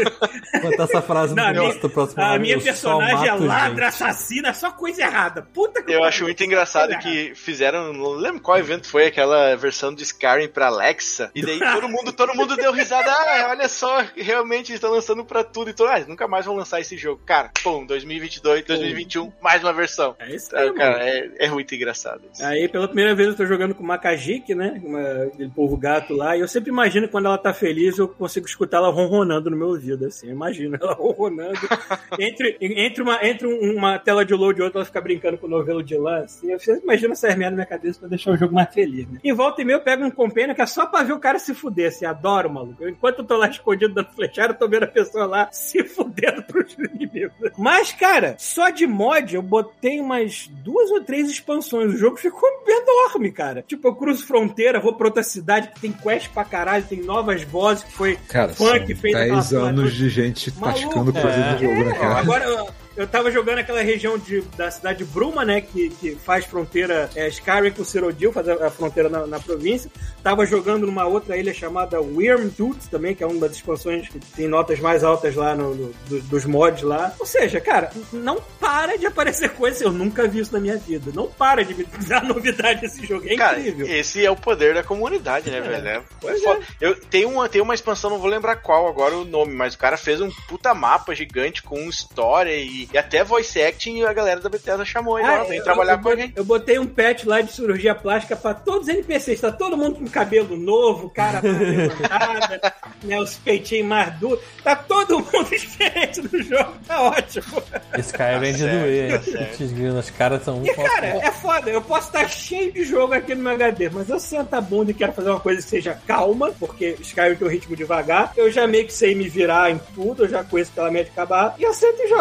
Botar essa frase no Não, a minha- posto do próximo a ano, minha eu só personagem é mato ladra, gente. assassina, é só coisa errada. Puta que Eu pariu. acho muito engraçado que fizeram, não lembro qual evento foi, aquela versão do Skyrim pra Alexa, e daí todo mundo, todo mundo deu risada, ah, olha só, realmente eles estão lançando pra tudo, e todo, ah, nunca mais vão lançar esse jogo. Cara, pum, dois mil e vinte e dois, dois mil e vinte e um, mais uma versão. É isso aí, Ah, cara, mano. é, é muito engraçado isso. Aí, pela primeira vez, eu tô jogando com uma Kajik, né? Uma- aquele povo gato lá. E eu sempre imagino que quando ela tá feliz, eu consigo escutar ela ronronando no meu ouvido, assim. Eu imagino ela ronronando. entre entre, uma, entre um- uma tela de load e outra, ela fica brincando com o novelo de lã, assim. Eu sempre imagino essa merda na minha cabeça pra deixar o jogo mais feliz, né? Em volta e meia, eu pego um companion que é só pra ver o cara se fuder, assim. Adoro, maluco. Enquanto eu tô lá escondido dando flechada, eu tô vendo a pessoa lá se fudendo pros inimigos. Mas, cara, só de mod, eu botei umas duas ou três expansões. O jogo ficou enorme, cara. Tipo, eu cruzo fronteira, vou pra outra cidade que tem quest pra caralho, tem novas vozes que foi Cara, fã são que fez aquela dez porra anos toda. de gente Maluco, praticando coisa é. no jogo, né, É, cara? agora eu, eu tava jogando aquela região de, da cidade de Bruma, né? Que, que faz fronteira é, Skyrim com Cyrodiil, faz a, a fronteira na, na província. Tava jogando numa outra ilha chamada Wyrmtooth também, que é uma das expansões que tem notas mais altas lá no, no- do- dos mods lá. Ou seja, cara, não para de aparecer coisa. Eu nunca vi isso na minha vida. Não para de me dar novidade desse jogo. É Cara, incrível. esse é o poder da comunidade, né, velho? É Pois foda. Eu, tem, uma, tem uma expansão, não vou lembrar qual agora o nome, mas o cara fez um puta mapa gigante com história e, e até voice acting e a galera da Bethesda chamou ele, Ah, ó, vem eu- trabalhar eu, com a botei- gente. Eu botei um patch lá de cirurgia plástica pra todos os N P Cs. Tá todo mundo com cabelo novo, cara mais levantada, né, os peitinhos mais duros. Tá todo mundo diferente no jogo. Tá ótimo. Skyrim é de certo, doer, tá hein? certo. Putz, grilo, os caras são um E, pau- cara, é foda. Eu posso estar cheio de jogo aqui no meu H D, mas eu sento a bunda e quero fazer uma coisa que seja calma, porque Skyrim tem um ritmo devagar. Eu já meio que sei me virar em tudo, eu já conheço aquela merda de acabar. E eu sento e jogo aquela merda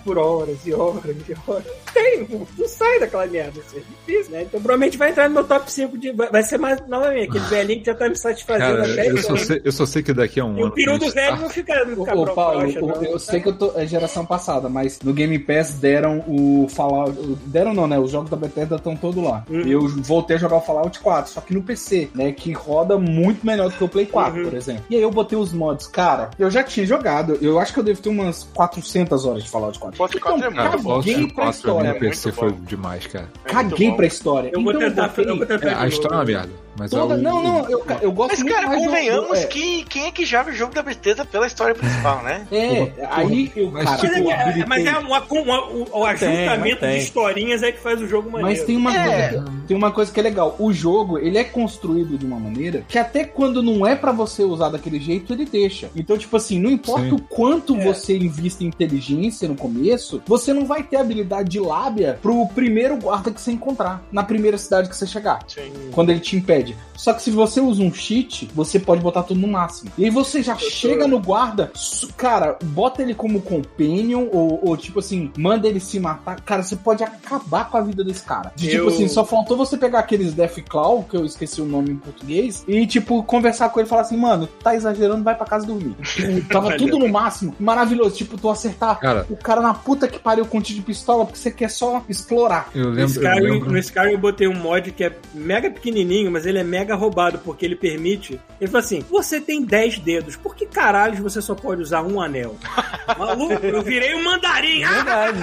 por horas e horas e horas. Tem, não sai daquela merda, assim, é difícil, né? Então provavelmente vai entrar no meu top cinco de. Vai ser mais novamente, aquele velhinho que já tá me satisfazendo Cara, até eu só, sei, eu só sei que daqui a um E ano. o peru do a gente velho tá- não fica, não fica Ô, ô, Paulo, broxa, o- não. eu sei que eu tô, é geração passada, mas no Game Pass deram o Fallout. Deram não, né? Os jogos da Bethesda estão todos lá. Uhum. Eu voltei a jogar o Fallout quatro, só que no P C, né? Que roda muito melhor do que o Play quatro, Uhum. por exemplo. E aí eu botei os mods. Cara, eu já tinha jogado. Eu acho que eu devo ter umas quatrocentas horas de Fallout quatro. Fallout quatro é Então, muito bom. caguei Fallout pra quatro pra mim história. no P C muito foi bom. demais, cara. É muito Caguei bom. pra história. Eu vou Então tentar, botei- eu vou tentar É, a de história é uma novo. merda. Mas Toda, é o- não, não, eu, eu gosto Mas, muito cara, mais do- convenhamos do, é, que quem é que joga o jogo da Bethesda pela história principal, né? É, aí eu, mas cara, Mas é, eu que- é- habilitei- mas é uma- uma- o, o ajuntamento tem. de historinhas é que faz o jogo maneiro. Mas tem uma, É. coisa que, tem uma coisa que é legal. O jogo, ele é construído de uma maneira que até quando não é pra você usar daquele jeito, ele deixa. Então, tipo assim, não importa Sim. o quanto É. você invista em inteligência no começo, você não vai ter habilidade de lábia pro primeiro guarda que você encontrar, na primeira cidade que você chegar. Sim. Quando ele te impede. Só que se você usa um cheat, você pode botar tudo no máximo. E aí você já chega no guarda, su- cara, bota ele como companion, ou, ou tipo assim, manda ele se matar. Cara, você pode acabar com a vida desse cara. De, Eu- Tipo assim, só faltou você pegar aqueles Deathclaw, que eu esqueci o nome em português, e tipo, conversar com ele e falar assim, mano, tá exagerando, vai pra casa dormir. Tava tudo no máximo, maravilhoso. Tipo, tu acertar Cara. o cara na puta que pariu com tiro de pistola, porque você quer só explorar. Eu No lembro. Eu Skyrim, lembro... no Skyrim eu botei um mod que é mega pequenininho, mas ele é mega roubado, porque ele permite... Ele fala assim, você tem dez dedos, por que caralho você só pode usar um anel? Maluco, eu virei um mandarim! Ah, Verdade.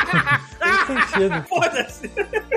Tem sentido. foda-se!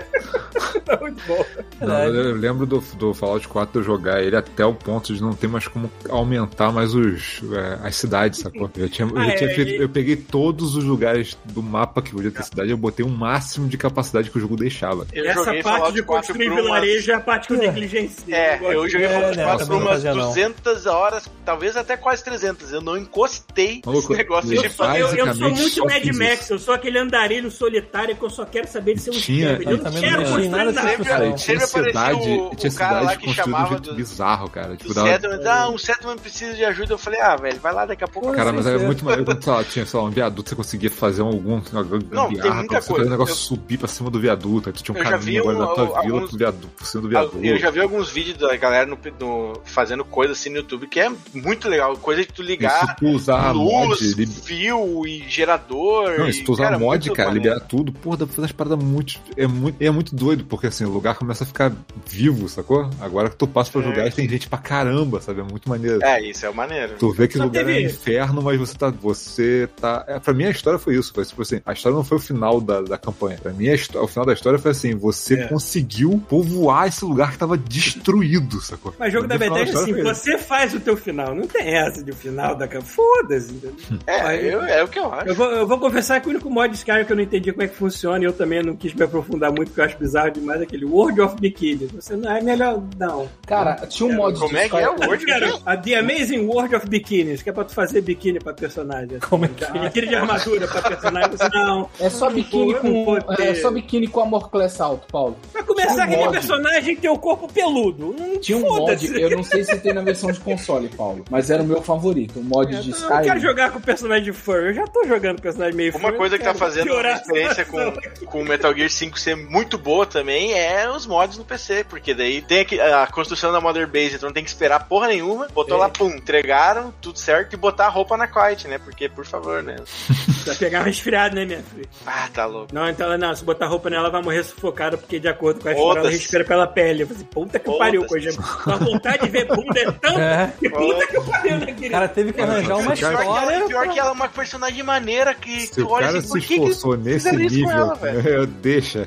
Tá muito bom. Não, eu eu lembro do, do Fallout quatro de eu jogar ele até o ponto de não ter mais como aumentar mais os, é, as cidades, sacou? Eu, tinha, eu, Ah, já tinha é, feito- e- eu peguei todos os lugares do mapa que podia ter cidade, eu botei o máximo de capacidade que o jogo deixava. Eu Essa joguei parte Fallout de quatro construir por umas- vilarejo é a parte que eu negligencio. É, gosto eu joguei de- Fallout né, quatro por também não umas fazia, não. duzentas horas, talvez até quase trezentas. Eu não encostei Maluco, nesse negócio eu de só- fazer. Eu, eu sou basicamente muito só Mad fiz Max, isso. eu sou aquele andarilho solitário que eu só quero saber de ser um Tinha- esquema. Eu eu não também quero não construir mexi em nada nada. desse Sempre, Não. sempre Tinha aparecia cidade, o, tinha o cara lá cidade que construída de um chamava jeito do, bizarro, cara. Tipo, do dava- Settlement. Ah, um Settlement precisa de ajuda. Eu falei, ah, velho, vai lá daqui a pouco. Cara, mas era Sim, muito maneiro quando, sei lá, tinha, sei lá, um viaduto, você conseguia fazer algum Não, tem gambiarra muita pra você fazer coisa. o negócio Eu- subir pra cima do viaduto, aí tu tinha um Eu já caminho vi agora um- da tua alguns- vila pro viaduto, por cima do viaduto. Eu já vi alguns vídeos da galera no, no- fazendo coisa assim no YouTube que é muito legal. Coisa de tu E se ligar tu usar luz, mod, li- fio e gerador. Não, e e, se tu usar cara, mod, muito cara, maneiro. liberar tudo, porra, dá pra fazer as paradas muito. É muito, é muito doido, porque assim, o lugar começa a ficar vivo, sacou? Agora que tu passa pra É. jogar, tem gente pra caramba, sabe? É muito maneiro. É, isso é o maneiro. Tu vê que o Só lugar teve- é inferno, mas você tá. Você tá. É, pra mim a história foi isso. Foi tipo assim, a história não foi o final da, da campanha. Pra mim, a histó- o final da história foi assim: você É. conseguiu povoar esse lugar que tava destruído, sacou? Mas jogo da Pra mim, o final Bethesda, assim, história foi você faz o teu final. Não tem essa de o final da campanha. Foda-se, entendeu? É, eu- é o que eu acho. Eu vou, eu vou confessar que o único mod de Skyrim que eu não entendi como é que funciona e eu também não quis me aprofundar muito porque eu acho bizarro demais é aquele World of Bikini. Você não é melhor, não. Cara, tinha um mod Como de é que é o Skyrim- World? Cara, a The Amazing World of Bikinis, que é pra tu fazer biquíni pra personagem. assim. Como é que é? Biquíni de armadura pra personagem. Você, não. É só não biquíni vou- não com vou ter. é só biquíni com amor class alto, Paulo. Pra começar, Tinha um aquele mod. personagem tem o corpo peludo. Não Tinha um foda-se. mod, eu não sei se tem na versão de console, Paulo, mas era o meu favorito, o mod de Eu não quero Skyrim. jogar com personagem de furry. Eu já tô jogando personagem meio furry. Uma coisa que tá eu quero fazendo uma piorar a experiência situação. com, com o Metal Gear cinco ser muito boa também é os mods no P C, porque daí tem aqui, a construção da Mother Base, então não tem que esperar porra nenhuma, botou É. lá, pum, entregaram, tudo certo, e botar a roupa na Quiet, né? Porque, por favor, né? Vai pegar um resfriado, né, minha filha? Ah, tá louco. Não, então ela não, se botar roupa nela, ela vai morrer sufocada, porque de acordo com a história, ela Foda-se. respira pela pele. Eu falei, puta que pariu, Foda-se. coisa. A vontade de ver bunda é tão. É. Que puta que pariu, né, O querido? cara teve que arranjar uma Pior que, ela, história. pior que ela é uma personagem maneira que Se tu o olha cara assim, se por que que esforçou nesse fizeram isso com nível, ela, velho? deixa.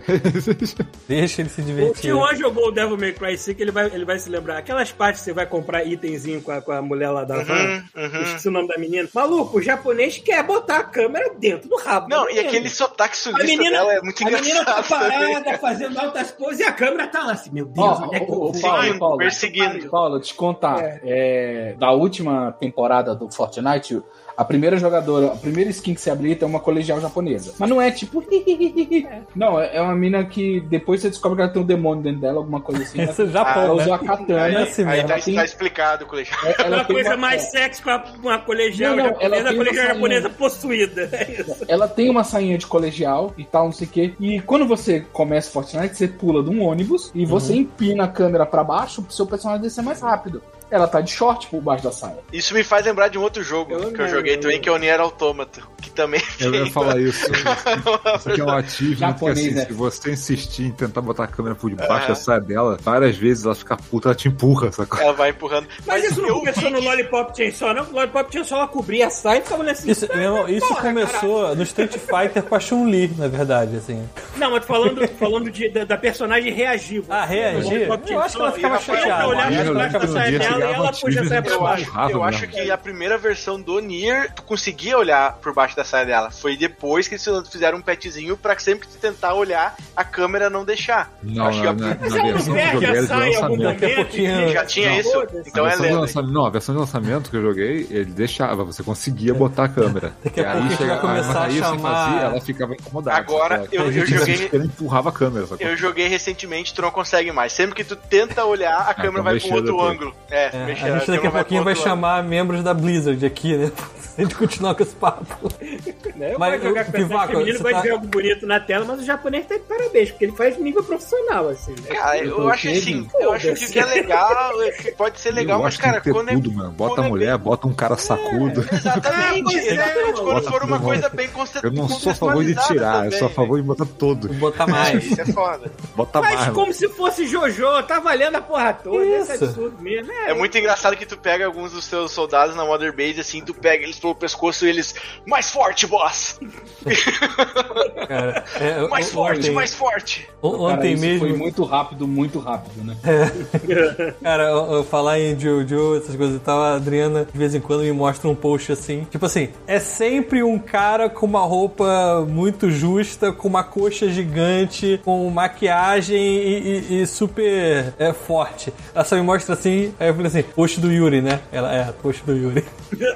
Deixa ele se O divertir. Tio jogou o Devil May Cry cinco, ele vai, ele vai se lembrar. Aquelas partes que você vai comprar itemzinho com a, com a mulher lá da van. Uhum, Eu uhum. esqueci o nome da menina. Maluco, o japonês quer botar a câmera dentro do rabo. da Não, e menina. aquele sotaque A sulista menina, dela é muito a menina tá engraçado também. parada, fazendo altas poses e a câmera tá lá assim, meu Deus, Ó, onde é que eu ô, ô, vou? Paulo, Seguindo, Paulo. perseguindo. Paulo, te contar, é, da última temporada do Fortnite, a primeira jogadora, a primeira skin que você habilita é uma colegial japonesa. Mas não é tipo. Não, é uma mina que depois você descobre que ela tem um demônio dentro dela, alguma coisa assim. Isso é ela, Japão, ela né? usou a katana. É assim Aí mesmo. tá, ela tem- tá explicado, colegial. é- ela Uma tem coisa uma- mais é, sexy com a, uma colegial Não, não, ela japonesa, a tem uma colegial sainha. japonesa possuída. É isso. Ela tem uma sainha de colegial e tal, não sei o quê. E quando você começa Fortnite, você pula de um ônibus e você empina a câmera pra baixo pro seu personagem descer mais rápido. Ela tá de short por baixo da saia. Isso me faz lembrar de um outro jogo Eu que eu não- joguei também, que é o Nier Automata. Que também Eu ia tem- falar isso. Isso aqui é um ativo, porque Japonês, assim, né? se você insistir em tentar botar a câmera por debaixo da saia dela, várias vezes ela fica puta, ela te empurra, sacou? Ela vai empurrando. Mas, isso não eu começou vi no que- Lollipop Chainsaw, não? O Lollipop Chainsaw ela cobria a saia e ficava olhando assim. Isso, meu irmão, isso Porra, começou no Street Fighter com a Chun-Li, na verdade, assim. Não, mas falando, falando de, da, da personagem reagir. Ah, reagir? No Lollipop Eu acho que ela Chainsaw, ficava eu fui chateada. olhar Eu pra lembro trás da que no saia dia dela e chegava ela um puxa a saia time pra Eu de baixo. acho, Empurrava eu mesmo. acho que a primeira versão do Nier, tu conseguia olhar por baixo da saia dela. Foi depois que eles fizeram um patchzinho pra sempre que tu tentar olhar, a câmera não deixar. Não, Acho que na, a- na, na Mas ela não versão que eu perde joguei a era de saia em algum lançamento. Daqui a momento. pouquinho- Já tinha Não, isso? foda-se. Então a é versão de lenda. lançamento, não, a versão de lançamento que eu joguei, ele deixava, você conseguia botar a câmera. Daqui a E pouco a gente vai começar mas a aí você chamar- fazia, ela ficava incomodada. Agora, sacou? eu- A eu gente joguei- insistia, ela empurrava a câmera, sacou? Eu joguei recentemente, tu não consegue mais. Sempre que tu tenta olhar, a câmera então vai mexeu pra um outro depois. ângulo. É, É, mexer, a gente daqui a câmera pouquinho pra vai outro ângulo. chamar membros da Blizzard aqui, né? A gente continuar com esse papo. Né? Eu Mas, gosto de jogar o com personagem Pivaco, feminino, você gosto tá- de ver algo bonito na tela, mas o japonês tá de parabéns, porque ele faz nível profissional, assim. Né? Cara, eu Eu acho assim, Pô, eu acho que o que é legal, é que pode ser legal, eu mas acho cara, que tem que quando ter é. tudo, mano. Bota quando a é mulher, bem- bota um cara sacudo. Exatamente, Ah, pois é, exatamente. mano. Quando Bota for uma tudo coisa bom. bem conce- Eu não sou a favor de tirar, eu sou a favor de botar todo. Vou botar mais. Isso é foda. Bota Faz mais. como se fosse Jojo, tá valendo a porra toda. Esse é Isso. absurdo mesmo. É muito engraçado que tu pega alguns dos seus soldados na Mother Base, assim, tu pega eles pelo pescoço e eles. Mais forte, boss! Cara, é, Mais o- forte, ontem, mais forte! o- Cara, Ontem isso mesmo. foi muito rápido, muito rápido, né? Cara, eu, eu falar em Jojo, essas coisas e tal, a Adriana de vez em quando me mostra um post assim. Tipo assim, é sempre um cara com uma roupa muito justa, com uma coxa gigante, com maquiagem e, e- e super é, forte. Ela só me mostra assim, aí eu falei assim, post do Yuri, né? Ela é, post do Yuri.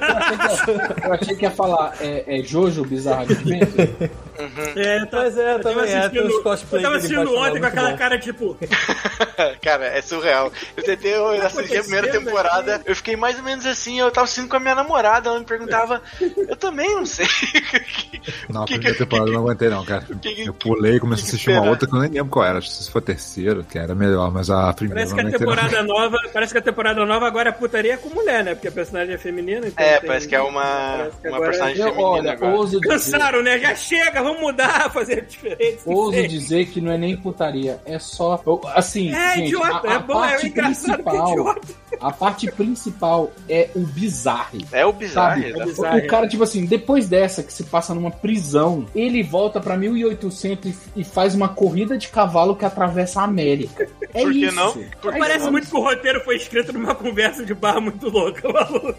Eu achei que ia falar, é, é Jojo Bizarro Adventure? É, eu tava, Mas é, eu tava também é, tem assistindo, uns cosplay eu tava que ele assistindo bota lá, ontem com muito aquela bom. cara tipo. Cara, é surreal. Eu tentei eu assistir a primeira acontecendo temporada, aqui? eu fiquei mais ou menos assim, eu tava assistindo com a minha namorada, ela me perguntava, eu também não sei. Não, a Que que- primeira temporada eu não aguentei não, cara. que- que- Eu pulei e comecei a que assistir uma esperar? outra que eu nem lembro qual era. Acho que se foi a terceira, que era melhor, mas a primeira Parece eu que não a aguentei não. temporada nova. Parece que a temporada nova agora é putaria com mulher, né? Porque a personagem é feminina. Então É, tem- parece que é uma, parece que uma agora- personagem Eu, feminina olha, agora. ouso dizer, Cansaram, né? Já chega, vamos mudar, fazer diferente. ouso dizer que não é nem putaria, é só. Assim, É gente, idiota, a, a é bom, é parte engraçado que é principal. idiota. A parte principal é o bizarro. É o bizarro. Sabe? né? É bizarro. O cara, tipo assim, depois dessa que se passa numa prisão, ele volta pra mil e oitocentos e, e faz uma corrida de cavalo que atravessa a América. É Por que isso. não? Por que Parece não? muito que o roteiro foi escrito numa conversa de bar muito louca, maluco.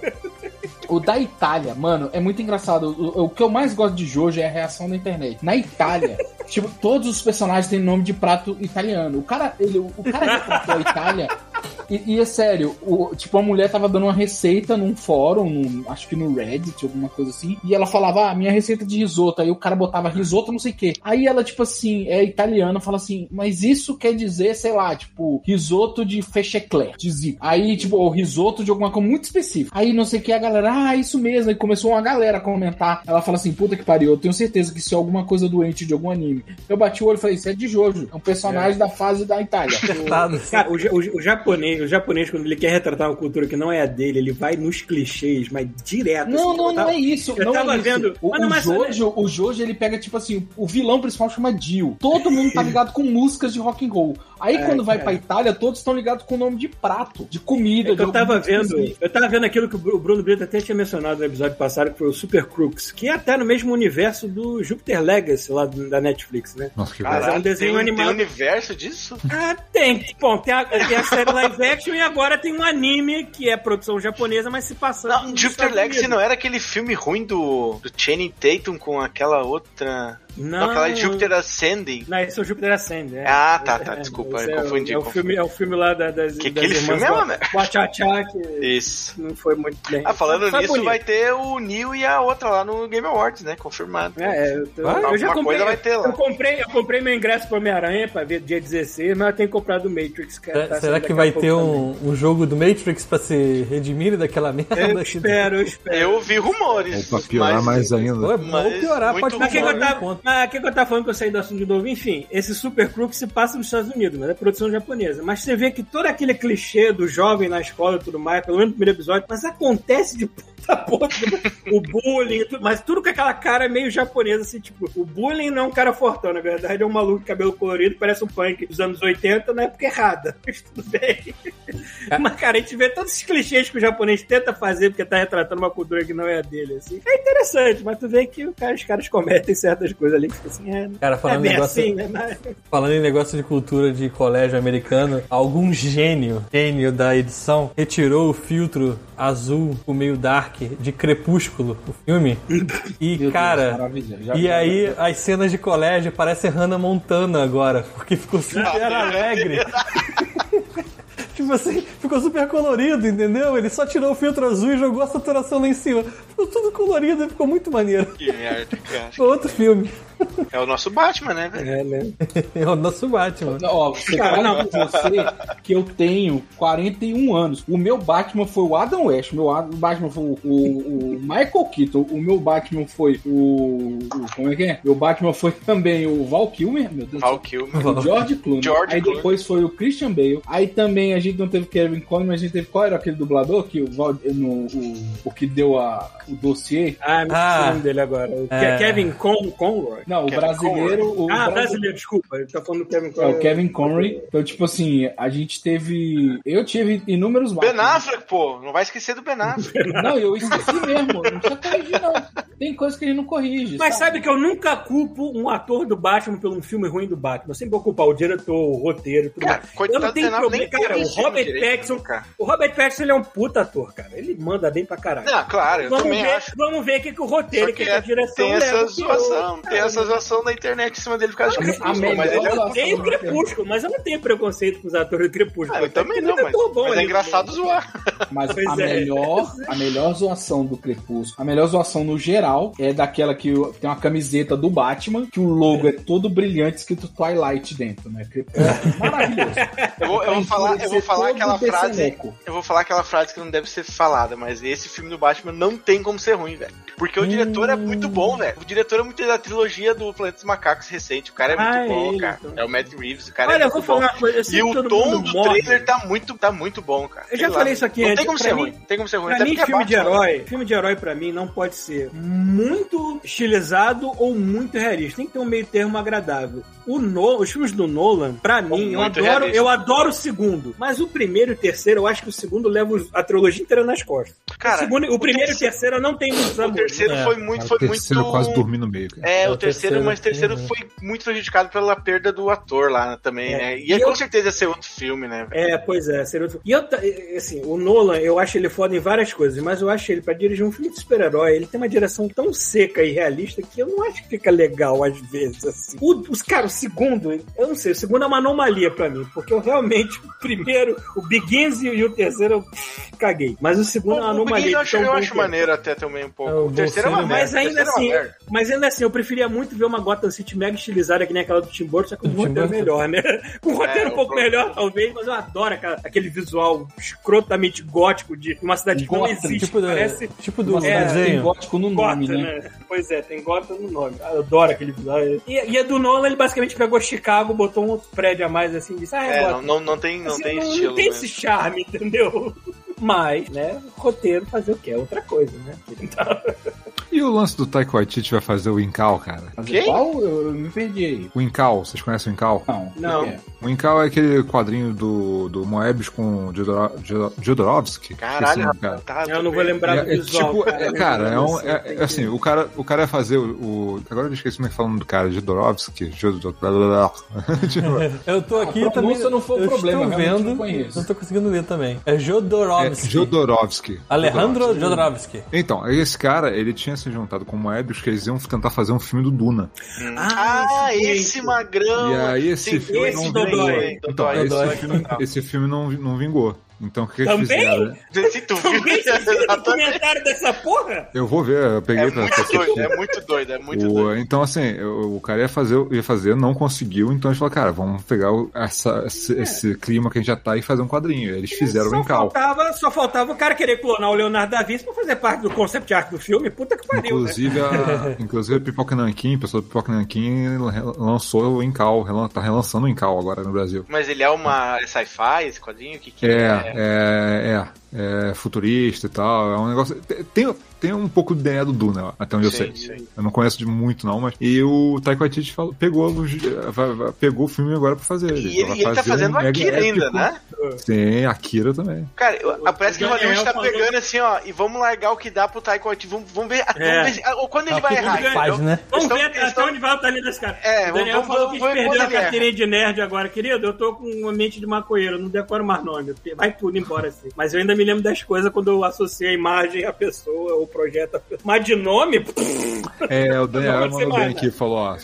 O da Itália, mano, é muito engraçado. O, o que eu mais gosto de Jojo é a reação da internet. Na Itália, tipo, todos os personagens têm nome de prato italiano. O cara, ele, o cara retratou a Itália. E, e é sério, o, tipo, a mulher tava dando uma receita num fórum, num- acho que no Reddit, alguma coisa assim, e ela falava, ah, minha receita de risoto, aí o cara botava risoto não sei o quê. Aí ela, tipo assim, é italiana, fala assim, mas isso quer dizer, sei lá, tipo, risoto de fechecler, de zico. Aí, tipo, o risoto de alguma coisa muito específica. Aí não sei o que, a galera, ah, isso mesmo, aí começou uma galera a comentar. Ela fala assim, puta que pariu, eu tenho certeza que isso é alguma coisa doente de algum anime. Eu bati o olho e falei, isso é de Jojo, é um personagem da fase da Itália. Coitado. Cara, o, ja- o, o japonês, o japonês, quando ele quer retratar uma cultura que não é a dele, ele vai nos clichês, mas direto. Não, assim, não, eu tava- não é isso. eu não tava é isso. vendo- O, Mas não, o mas- Jojo, o Jojo, ele pega, tipo assim, o vilão principal chama Dio. Todo mundo tá ligado com músicas de rock and roll. Aí É, quando vai cara. pra Itália, todos estão ligados com o nome de prato, de comida, É de que eu tava alguma coisa vendo, assim. eu tava vendo aquilo que o Bru- o Bruno Brito até tinha mencionado no episódio passado, que foi o Super Crooks, que é até no mesmo universo do Jupiter Legacy, lá do- da Netflix, né? Nossa, que Caralho. bom. é um desenho tem, animado. tem universo disso? Ah, tem. Bom, tem a, tem a série live action e agora tem um anime que é produção japonesa, mas se passando Não, nos Jupiter Estados Legacy Unidos. não era aquele filme ruim do, do Channing Tatum com aquela outra... Não, Não, aquela é Júpiter Ascending. Não, esse é o Júpiter Ascending. É. Ah, tá, tá, É, desculpa, esse eu é, confundi. É o, filme, é o filme lá da, das, Que das aquele irmãs filme é uma merda. Guachachá, que Isso. não foi muito bem. Ah, falando Foi nisso, bonito. vai ter o Neil e a outra lá no Game Awards, né? Confirmado. É, eu, tô, Vai? eu já Alguma comprei. coisa vai ter lá. Eu comprei, eu comprei meu ingresso pro Homem-Aranha pra ver dia dezesseis, mas eu tenho comprado o Matrix. Que Será, tá será saindo que daqui a vai pouco ter também. um, um jogo do Matrix pra se redimir daquela merda? Eu espero, eu espero. Eu ouvi rumores. Ou pra piorar mas- mais ainda. Ou, é- Mas ou piorar, muito pode Mas o que, que, piorar eu em um tava- ponto. mas o que, que eu tava falando que eu saí do assunto de novo? Enfim, esse Super Crook se passa nos Estados Unidos, mas é produção japonesa. Mas você vê que todo aquele clichê do jovem na escola e tudo mais, pelo menos no primeiro episódio, mas acontece de puta porra. O bullying, tudo, mas tudo com aquela cara meio japonesa, assim, tipo, o bullying não é um cara fortão, na verdade é um maluco de cabelo colorido, parece um punk dos anos oitenta, na época errada. Mas tudo bem. Mas, cara, a gente vê todos esses clichês que o japonês tenta fazer porque tá retratando uma cultura que não é a dele, assim. É interessante, mas tu vê que o cara, os caras cometem certas coisas ali que fica assim, é, Cara, é falando, bem negócio, assim, né? Mas... falando em negócio de cultura de colégio americano, algum gênio, gênio da edição, retirou o filtro azul, o meio dark, de Crepúsculo, o filme. E, Meu Deus, cara, maravilha. Já- e já- aí as cenas de colégio parecem Hannah Montana agora, porque ficou super alegre. Tipo assim, ficou super colorido, entendeu? Ele só tirou o filtro azul e jogou a saturação lá em cima. Ficou tudo colorido e ficou muito maneiro. Que merda, cara. Foi outro filme. É o nosso Batman, né, velho? É, né? É o nosso Batman. Não, ó, você Cara, fala não. com você que eu tenho quarenta e um anos. O meu Batman foi o Adam West, o meu Ad- Batman foi o, o- o Michael Keaton, o meu Batman foi o, o- como é que é? Meu Batman foi também o Val Kilmer, meu Deus. Val Kilmer. O George Clooney. George aí Clooney. depois foi o Christian Bale. Aí também a gente não teve Kevin Conner, mas a gente teve qual era aquele dublador que o, Val- no, o, o que deu a, o dossiê? Ah, me Ah. esqueci o nome dele agora. O É. Kevin Con Conroy. Não, o Kevin brasileiro. O Ah, brasi- brasileiro, desculpa. Ele tá falando do Kevin É, Conroy. o Kevin Connery. Então, tipo assim, a gente teve. Eu tive inúmeros Ben Batman. Affleck, pô. Não vai esquecer do Ben Affleck. Não, eu esqueci mesmo. Não precisa corrigir, não. Tem coisa que a gente não corrige. Mas sabe que eu nunca culpo um ator do Batman por um filme ruim do Batman. Eu sempre vou culpar o diretor, o roteiro, tudo Cara, mais. coitado Eu não tenho do Ben Affleck, problema. nem Cara, teve o esse filme Robert direito, Pattinson. cara. O Robert Pattinson ele é um puta ator, cara. Ele manda bem pra caralho. Não, claro, eu vamos, também ver, acho. vamos ver o que, que o roteiro Só e o que, que que a é- direção tem essa leva, que eu- zoação, tem essa zoação da internet em cima dele por causa de A Crepúsculo, melhor mas ele é Eu zoação tenho do Crepúsculo, mas eu não tenho preconceito com os atores do Crepúsculo. Ah, eu também Tem não, muito mas, ator bom mas é ali. engraçado zoar. Mas Pois a, é. melhor, a melhor zoação do Crepúsculo, a melhor zoação no geral é daquela que o- tem uma camiseta do Batman, que o logo é todo brilhante, escrito Twilight dentro, né? Crepúsculo. Maravilhoso. Eu vou, eu vou falar, eu vou falar aquela frase. Deceneco. Eu vou falar aquela frase que não deve ser falada, mas esse filme do Batman não tem como ser ruim, velho. Porque o diretor é muito bom, velho. O diretor é muito da trilogia do Planeta dos Macacos recente. O cara é muito Ah, bom, ele, cara. então. É o Matt Reeves, o cara Olha, é eu muito vou bom. falar uma coisa. Eu sei E que o todo tom mundo do morre. trailer tá muito, tá muito bom, cara. Eu já Sei falei lá. isso aqui Não antes. tem como Pra ser mim- ruim. Tem como ser ruim. Pra Até mim, porque é filme de Batman. herói, filme de herói pra mim não pode ser muito estilizado ou muito realista. Tem que ter um meio termo agradável. O no, os filmes do Nolan, pra mim, eu muito adoro, realista. eu adoro o segundo. Mas o primeiro e o terceiro, eu acho que o segundo leva os- a trilogia inteira nas costas. Cara, o, segundo, o, o primeiro e o terceiro- terceiro eu não tenho muitos O amores. terceiro É, foi muito, Cara, foi o terceiro muito. eu quase dormi no meio, cara. É, É, o o terceiro, terceiro, mas o terceiro sim, né? foi muito prejudicado pela perda do ator lá também, É. né? E E aí, eu- com certeza ia ser outro filme, né? velho? É, pois é. Seria outro... E eu, ta- assim, o Nolan, eu acho ele foda em várias coisas, mas eu acho ele, pra dirigir um filme de super-herói, ele tem uma direção tão seca e realista que eu não acho que fica legal às vezes, assim. O, os, cara, o segundo, eu não sei, o segundo é uma anomalia pra mim, porque eu realmente, o primeiro, o Begins e o terceiro, eu pff, caguei. Mas o segundo é uma O anomalia. Begins eu de acho, tão eu bom acho que é. maneiro até também um pouco. É, o o terceiro é uma Bolseiro, merda. Mas ainda o terceiro é assim, uma merda. mas ainda assim, eu preferia muito ver uma Gotham City mega estilizada que nem aquela do Tim Burton, só que com um Do Tim roteiro Burton. melhor, né? Com um roteiro É, um pouco o melhor, talvez, mas eu adoro aquela- aquele visual escrotamente gótico de uma cidade que não Gotham, existe. Tipo, da, parece tipo do Uma cidade que tem desenho. gótico no Gotham, nome, né? né? Pois é, tem Gotham no nome. Eu adoro aquele visual. E, e a do Nolan, ele basicamente pegou Chicago, botou um outro prédio a mais assim e disse, ah, é, É, Gotham. não, não, não tem, não Assim, tem não, estilo. não tem né? esse charme, entendeu? Mas, né, roteiro fazer o quê? É outra coisa, né? Então, E o lance do Taika Waititi vai fazer o Incal, cara? Mas Quem? qual? Eu, eu me perdi aí. O Incal, vocês conhecem o Incal? Não. Não. o que é? O Incal é aquele quadrinho do, do Moebius com o Jodor- Jodor- Jodorowsky. Caralho, Esqueci o nome, cara. tá, eu não vou lembrar do É, é visual. tipo, é, cara, é, um, é, Tem é que- assim, o cara, o cara ia fazer o, o- agora eu esqueci como é que falando do cara, Jodorowsky, Jodor- tipo, Eu tô aqui A também. pronúncia não foi o eu problema, estou realmente vendo. não conheço. Não tô conseguindo ler também. É é, Jodorowsky. Jodorowsky. Alejandro Jodorowsky. Jodorowsky. Então, esse cara, ele tinha essa tinha juntado com o Moebius que eles iam tentar fazer um filme do Duna. Hum. Ah, esse magrão! E aí esse Sim, filme esse não Dodói. vingou. Então, Dodói, esse, Dodói. filme, esse filme não, não vingou. Então o que, que eles Também? fizeram? Se tu viu, Alguém se viu no exatamente. comentário dessa porra? Eu vou ver, eu peguei É pra muito pra assistir. doido, é muito doido, é muito O- doido. então, assim, eu- o cara ia fazer, ia fazer, não conseguiu, então eles falaram, cara, vamos pegar o- essa, esse, esse clima que a gente já tá e fazer um quadrinho. Eles fizeram só em cal. faltava, só faltava o cara querer clonar o Leonardo da Vinci pra fazer parte do concept art do filme. Puta que pariu, né? Inclusive, a, inclusive a Pipoca Nanquim, a pessoa do Pipoca Nanquim lançou o Incal, relan- tá relançando o Incal agora no Brasil. Mas ele é uma é sci-fi, esse quadrinho? O que, que É, é? é, é, é futurista e tal, é um negócio... Tem, tem um pouco de D N A do Duna, ó, até onde eu Sim, sei. sim. Eu não conheço de muito não, mas... E o Taika Waititi falou, pegou, os- vai- vai- pegou o filme agora pra fazer. E ele, vai e ele tá fazer fazendo um mega Akira ainda, épico. né? Sim, Akira também. Cara, eu- parece que o Daniel Hollywood tá falou- pegando assim, ó, e vamos largar o que dá pro Taika Waititi. Vamos, vamos ver, É. vamos ver se- ah, ou quando ele vai que errar, ele faz, entendeu? né? Vamos Eles ver tão- até eles tão- onde vai o talento desse cara. É, o Daniel vamos- falou que vamos ver perdeu a quando ele carteirinha de nerd agora, querido. Eu tô com uma mente de maconheiro, não decoro mais nome. Vai tudo embora assim. Mas eu ainda me lembro das coisas quando eu associei a imagem à pessoa, o projeto à pessoa. Mas de nome, É, o Daniel Não pode ser mandou bem mais, aqui e falou, ó,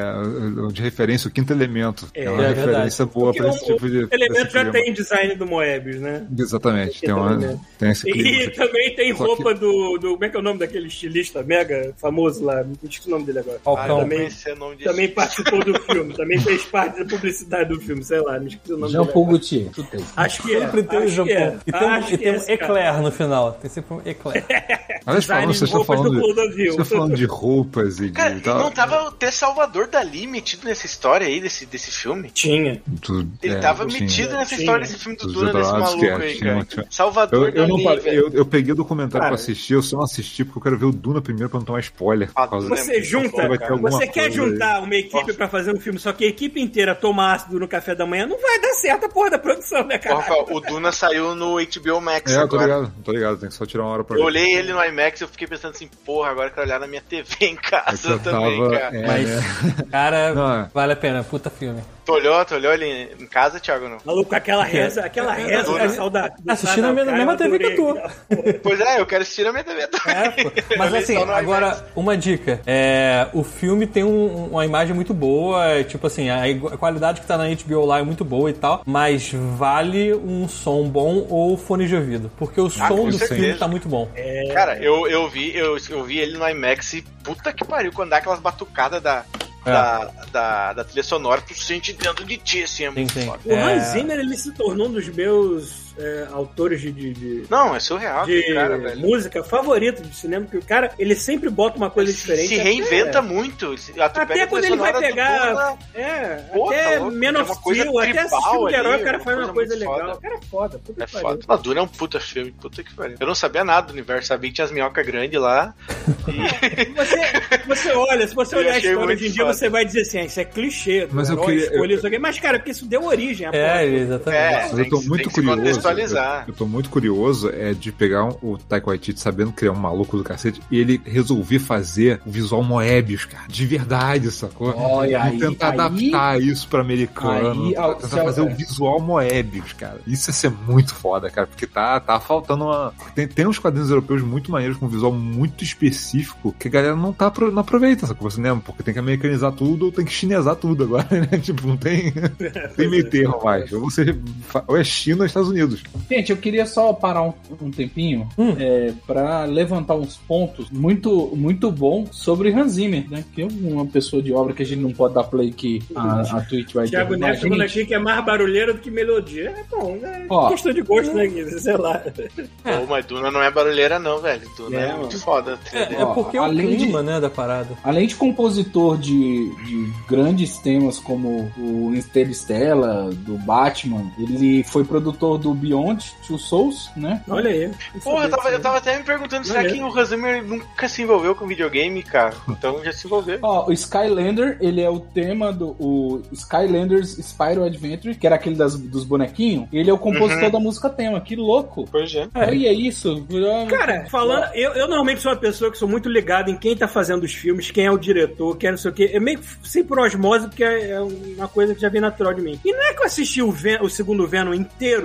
é, de referência o Quinto Elemento. É, É, uma é referência boa porque pra o, esse tipo de... o elemento desse já clima. tem design do Moebius, né? Exatamente, tem, uma, Elemento. tem esse clima. E também tem Só roupa do, do. Como é que é o nome daquele estilista mega famoso lá? Não esqueci o nome dele agora. Ah, eu Falcão. não também- conhecia o nome disso. Também participou do filme, também fez parte da publicidade do filme, sei lá, não esqueci o nome Jean dele. Paul agora. Gaultier. Chutei. Acho que é. Sempre tem o acho Jean que é. Paul. E tem, um- Acho e que tem é um esse cara. eclair no final. Tem sempre um eclair. Aliás, Design falando, de vocês estão roupas falando do de, Clodovil. vocês estão falando de roupas e de Cara, tal. não tava o T. Salvador Dali metido nessa história aí, desse, desse filme? Tinha. Tu- Ele é, tava tinha. metido nessa tinha. história desse filme do Os Duna, desse Dedorados, maluco que é, aí, tinha, cara. tinha. Salvador Eu, eu, não Dali, parei, velho. eu, eu peguei o documentário Cara. pra assistir, eu só não assisti porque eu quero ver o Duna primeiro pra não tomar spoiler. por Ah, causa Duna é Você muito junta, bom, vai ter alguma você quer coisa aí. juntar uma equipe pra fazer um filme, só que a equipe inteira toma ácido no café da manhã, não vai dar certo a porra da produção, né, Ô, cara? Rafael, o Duna saiu no H B O Max É, eu tô agora. ligado, tô ligado, tem que só tirar uma hora pra Eu ver. olhei ele no IMAX e eu fiquei pensando assim, porra, agora eu quero olhar na minha T V em É que casa eu também, tava- cara. é, Mas, né? cara, Não, é. vale a pena. Puta filme. Tu olhou, tu olhou ele em casa, Thiago, não? Maluco, aquela reza, aquela reza Duna. do saudade. Assisti na mesma- mesma T V que eu tô. Pois é, eu quero assistir na minha T V também. É, pô. Mas Eu vi assim, só no agora, IMAX. uma dica. É, o filme tem um- uma imagem muito boa, é, tipo assim, a, igu- a qualidade que tá na H B O lá é muito boa e tal, mas vale um som bom ou fone de ouvido, porque o som com do certeza. filme tá muito bom. Cara, eu, eu, vi, eu, eu vi ele no IMAX e puta que pariu, quando dá aquelas batucadas da, É. da, da, da trilha sonora, tu sente dentro de ti, assim, é Sim, muito sim. foda. O É. Hans Zimmer, ele se tornou um dos meus é, autores de, de, de- Não, é surreal, de aquele cara, velho. música favorito de cinema, porque o cara, ele sempre bota uma coisa diferente. Se reinventa até, muito. Se- ah, tu pega Até a quando trilha ele vai sonora do pegar. Duna, É, Pô, até tá louco, Man tem of uma coisa Steel, até assistir tribal o herói, ali, o cara uma faz uma coisa coisa muito legal. foda. O cara é foda, puta É que pariu. foda. A Duna é um puta filme, puta que pariu. Eu não sabia nada do universo, sabia que tinha as minhocas grandes lá. E... Você, você olha, se você Eu olhar a achei história muito hoje em dia, foda. você vai dizer assim, ah, isso é clichê, do Mas eu herói, queria- escolher eu- isso aqui. Mas, cara, porque isso deu origem à É, porra. exatamente. É. Mas Tem eu tô que- muito tem que se curioso. contextualizar. Eu, eu tô muito curioso é de pegar um- o Taika Waititi sabendo que ele é um maluco do cacete e ele resolver fazer o visual Moebius, cara. De verdade, sacou? Olha E aí, tentar aí- adaptar isso pra americano. aí, ó, tentar céu, fazer o é. visual Moebius, cara. Isso ia ser muito foda, cara. Porque tá, tá faltando uma. Tem, tem uns quadrinhos europeus muito maneiros com um visual muito específico que a galera não, tá, apro- não aproveita, sacou? Você lembra? Porque tem que americanizar tudo ou tem que chinesar tudo agora, né? Tipo, não tem, tem meio termo mais. Ou você. Ou é China ou Estados Unidos. Gente, eu queria só parar um, um tempinho Hum. é, para levantar uns pontos muito, muito bons sobre Hans Zimmer, né? Que é uma pessoa de obra que a gente não pode dar play que a, a Twitch vai Thiago derrubar a Neto falando gente. aqui que é mais barulheiro do que melodia. É bom, é Ó. questão de gosto, né, Guilherme? Sei lá. Pô, mas Duna não é barulheira, não, velho. Duna é, É, muito mano. foda. É, é Ó, porque é o além de- clima, né, da parada. Além de compositor de, de grandes temas como o Interstellar, do Batman, ele foi produtor do Beyond Two Souls, né? Olha aí. Porra, eu tava, eu tava até me perguntando, será Olha. que o Hans Zimmer nunca se envolveu com videogame, cara? Então já se envolveu. Ó, o Skylander, ele é o tema do o Skylanders Spyro Adventure, que era aquele das, dos bonequinhos. Ele é o compositor Uhum. da música tema. Que louco! Pois é. Olha isso. Cara, falando, eu, eu normalmente sou uma pessoa que sou muito ligado em quem tá fazendo os filmes, quem é o diretor, quem é não sei o quê. É meio que sem por osmose, porque é é uma coisa que já vem natural de mim. E não é que eu assisti o, Ven- o segundo Venom inteiro e chegou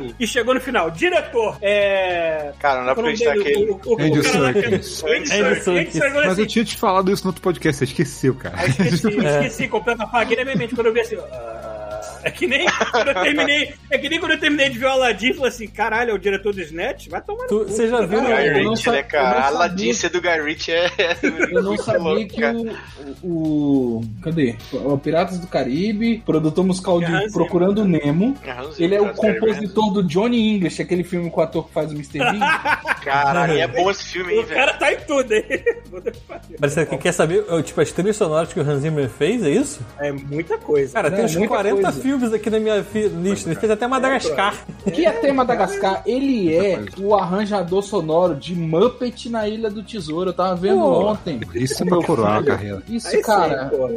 chegou no final. Diretor, é... Cara, não dá pra acreditar que ele... O, o, o, Andy o cara lá que- Serkis. Andy Andy Serkis. Andy Serkis. Serkis, Mas assim, eu tinha te falado isso no outro podcast, você esqueceu, cara. Aí esqueci, esqueci, completa apaguei na minha mente quando eu vi assim. ah, É que nem quando eu terminei. É que nem quando eu terminei de ver o Aladdin e falei assim: caralho, é o diretor do Snatch? Vai tomar. Tu- Você já viu? Guy Cara, eu não Ritchie, sa- né, eu cara? não Aladdin sabia. ser do Guy Ritchie é... Eu não sabia louco, que cara. o, o, o- Cadê? O Piratas do Caribe, produtor musical de Hans Zimmer. Procurando Nemo. É, Hans Ele é o Zimmer, cara, compositor do Johnny English, aquele filme com o ator que faz o mister Bean. Caralho, é bom esse filme, hein, O cara velho? tá em tudo, hein? Puta que pariu. Mas você quer saber, tipo, as trilhas sonoras que o Hans Zimmer fez, é isso? É muita coisa. Cara, Não, tem é uns muita quarenta coisa. filmes aqui na minha fi- lista. Ele fez até Madagascar. Que até Madagascar, ele é o arranjador sonoro de Muppet na Ilha do Tesouro. Eu tava vendo Pô, ontem. Isso com é pra meu curar a filho. carreira. Isso, Aí sim, cara. porra.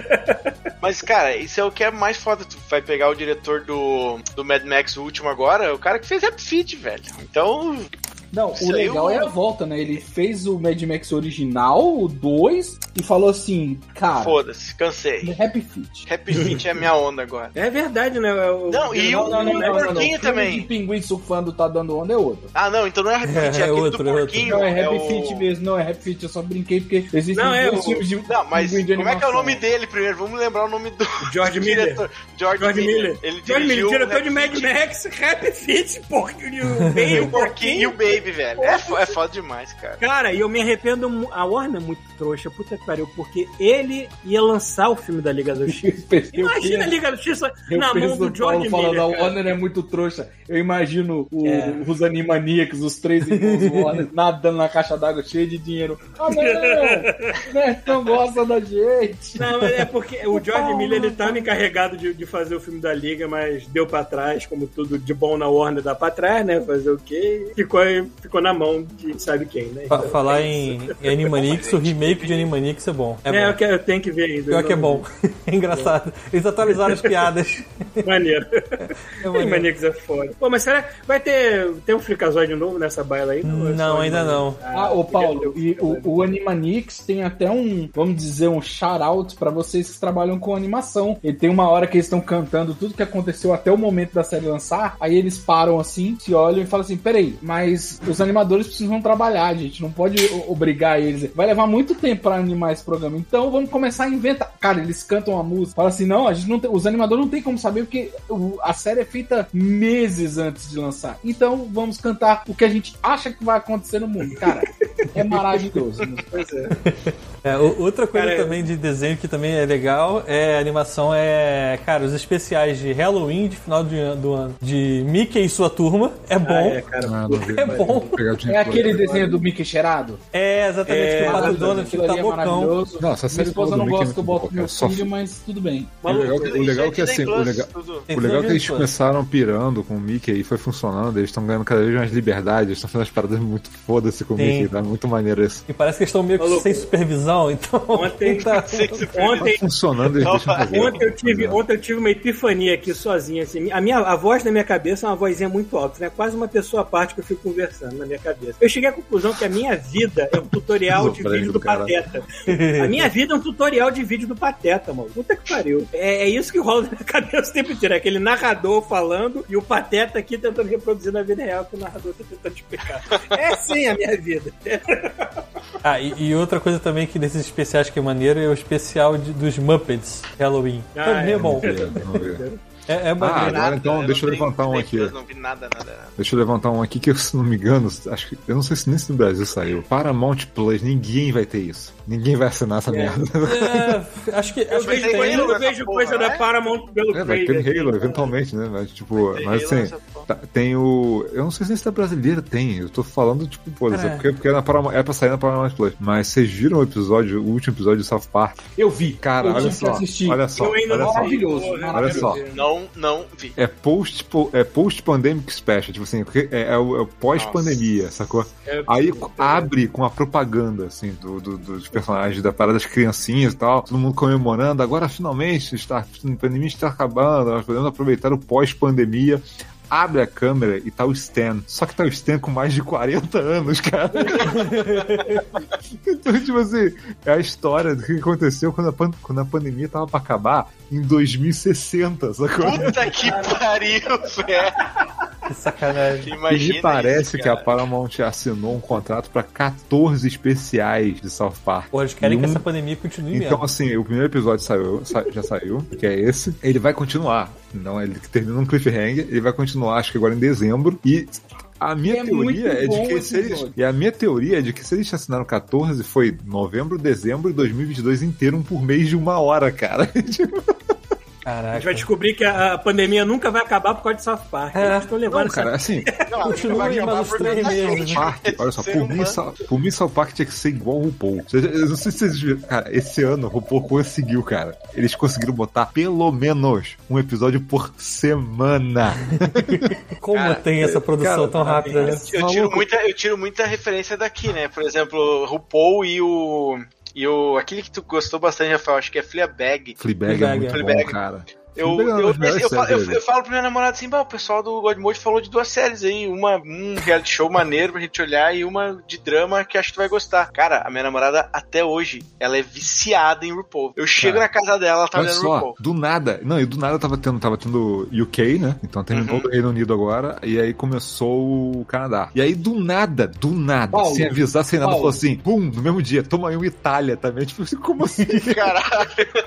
Mas, cara, isso é o que é mais foda. Tu vai pegar o diretor do, do Mad Max, o último agora, o cara que fez Rap Fit, velho. Então, Não, Isso o aí legal eu- é a volta, né? Ele fez o Mad Max original, o dois, e falou assim, cara, foda-se, cansei. Happy Feet. Rap Fit é a minha onda agora. É verdade, né? O- Não, e o- o- o porquinho Filme também. de pinguim surfando tá dando onda é outro. Ah, não, então não é Rap Fit, é, É, aquele outro, do é outro. porquinho. Não, é Happy o- Feet mesmo, não é Happy Feet, eu só brinquei porque existem Não, é dois o- filmes de Não, mas pinguim de como é que é o animação. nome dele primeiro? Vamos lembrar o nome do George Miller. diretor. George, George Miller. Ele George Miller, dirigiu diretor Rap de Mad Fit Max, Rap Fit, porquinho, o e Bane, o porquinho e o Baby, velho. É, fo- é foda demais, cara. Cara, e eu me arrependo. mu- A Warner é muito trouxa, puta que pariu, porque ele ia lançar o filme da Liga da Justiça. Eu Imagina a penso- Liga da Justiça Eu na mão penso do no George Paulo falando, Miller. a cara. Warner é muito trouxa. Eu imagino o- É. os Animaniacs, os três irmãos Warner, nadando na caixa d'água cheia de dinheiro. Ah, não! O Nerd não gosta da gente. Não, mas é porque o George Paulo, Miller, ele tava encarregado de, de fazer o filme da Liga, mas deu pra trás, como tudo de bom na Warner dá pra trás, né? Fazer o quê? Ficou, ficou na mão de sabe quem, né? Fa- Então, falar é em, isso. em Animaniacs, o remake de Animaniacs é bom. É, É, eu, bom. quero- eu tenho que ver ainda. Pior que é bom. É engraçado. Eles atualizaram as piadas. Maneiro. É maneiro. Animaniacs é foda. Pô, mas será que vai ter, ter um Freakazoid novo nessa baila aí? Ou é Não, só ainda Animaniacs? não. Ah, ô podia ter Paulo, um e o, Freakazoid. o Animaniacs tem até um, vamos dizer, um shout-out pra vocês que trabalham com animação. E tem uma hora que eles estão cantando tudo que aconteceu até o momento da série lançar, aí eles param assim, se olham e falam assim, peraí, mas os animadores precisam trabalhar, gente, não pode o- obrigar eles. Vai levar muito tempo pra animar esse programa, então vamos começar a inventar. Cara, eles cantam a música, falam assim, não, a gente não tem, os animadores não tem como saber porque o- a série é feita meses antes de lançar. Então vamos cantar o que a gente acha que vai acontecer no mundo. Cara, é maravilhoso. Pois é. É, o- outra coisa Cara, também de desenho que também é legal é a animação é, cara, os especiais de Halloween de final de an- do ano de Mickey e sua turma é bom. Ah, é, é, cara. Ah, não vi. É bom. Vou pegar o dinheiro É aquele agora. desenho do Mickey cheirado? exatamente É, que o Pato exatamente. Donald Aquilo tá ali é loucão. maravilhoso. Não, essa Minha série esposa toda não do Mickey gosta que eu é boto muito meu boa, cara. filho, mas tudo bem. O legal, que- o legal é que assim, o legal, Tem o legal é que eles tudo. começaram pirando com o Mickey e foi funcionando, eles estão ganhando cada vez mais liberdade, eles estão fazendo as paradas muito foda-se com o Sim. Mickey, tá muito maneiro isso. E parece que eles estão meio que Maluco. sem supervisão, então Ontem- tá- Ontem, Tá funcionando, eles Não, deixam fazer. Ontem eu, tive, ontem eu tive uma epifania aqui sozinha. Assim. A, minha, a voz na minha cabeça é uma vozinha muito alta, né? Quase uma pessoa à parte que eu fico conversando na minha cabeça. Eu cheguei à conclusão que a minha vida é um tutorial de Esquizofrênico vídeo do do cara. Pateta. A minha vida é um tutorial de vídeo do Pateta, mano. Puta que pariu. É, é isso que rola na minha cabeça o tempo inteiro. É aquele narrador falando e o Pateta aqui tentando reproduzir na vida real o que o narrador tá tentando explicar. É sim a minha vida. Ah, e, e outra coisa também que desses especiais que é maneiro é o especial de- dos Muppets Halloween. Ah, também é, é. bom. Vamos ver. É, é Ah, maneiro. agora então, deixa eu não levantar um vi- aqui. Eu não vi nada, nada, nada. Deixa eu levantar um aqui que, eu, se não me engano, acho que. Eu não sei se nem se no Brasil saiu. Paramount Plus, ninguém vai ter isso. Ninguém vai assinar essa merda. É, acho que, Eu acho que vejo, tem coisa, Halo eu nessa vejo porra, coisa da né? Paramount pelo É, vai trailer. ter Halo, eventualmente, né? Mas, tipo, Tem mas Halo assim, nessa porra. tá- tem o. Eu não sei se esse da brasileira tem. Eu tô falando, tipo, pô, Cara, porque, porque é, na Paramount, é pra sair na Paramount Plus. Mas vocês viram o episódio, o último episódio de South Park? Eu vi. Cara, eu olha tive que só. assistir. Olha só. Eu ainda Olha não só. Maravilhoso, Olha Olha só. Não, não vi. É post, é post-pandemic special, tipo assim, porque é, é o, é o pós-pandemia, sacou? É, Aí é, abre com a propaganda, assim, do, do- dos personagens, da parada das criancinhas e tal, todo mundo comemorando, agora finalmente está, a pandemia está acabando, nós podemos aproveitar o pós-pandemia. Abre a câmera e tá o Stan. Só que tá o Stan com mais de quarenta anos, cara. Então, tipo assim, é a história do que aconteceu quando a, pan- quando a pandemia tava pra acabar em dois mil e sessenta, sacou? Puta que pariu, velho. Que sacanagem. E me parece que a Paramount assinou um contrato pra quatorze especiais de South Park. Pô, eles querem E que um- essa pandemia continue Então, mesmo. assim, o primeiro episódio saiu, sa- já saiu, que é esse. Ele vai continuar. Não, ele termina num cliffhanger. Ele vai continuar, acho que agora em dezembro. E a minha É teoria muito é de bom que esse se eles, episódio. e a minha teoria é de que se eles assinaram quatorze, foi novembro, dezembro e dois mil e vinte e dois inteiro, um por mês de uma hora, cara. Tipo, A gente vai Caraca. descobrir que a a pandemia nunca vai acabar por causa de South Park. É. Eles estão levando não, cara, assim, Continua aí mais uns três meses. né? Park, olha só, por mim, Sa- por mim, South Park tinha que ser igual o RuPaul. Ou seja, eu não sei se vocês viram, cara, esse ano o RuPaul conseguiu, cara. Eles conseguiram botar pelo menos um episódio por semana. Como Cara, tem essa produção cara, tão rápida, né? Eu tiro, muita, eu tiro muita referência daqui, né? Por exemplo, RuPaul e o. E o. Aquele que tu gostou bastante, Rafael, acho que é Fleabag. Fleabag é Fleabag, muito Fleabag. bom, cara. Eu, Fleabag é uma eu, das melhores eu, falo, séries eu, dele. eu falo pra minha namorada assim, bah, o pessoal do God Mode falou de duas séries aí, uma um reality show maneiro pra gente olhar e uma de drama que acho que tu vai gostar. Cara, a minha namorada até hoje, ela é viciada em RuPaul. Eu chego Cara, na casa dela, ela tá Olha olhando só, RuPaul. do nada, não, e do nada tava tendo, tava tendo U K, né? Então terminou Uhum. o Reino Unido agora, e aí começou o Canadá. E aí do nada, do nada, Paulo, sem avisar, sem nada, Paulo. falou assim, pum, no mesmo dia, toma aí o Itália também. Tipo assim, como assim? Caralho.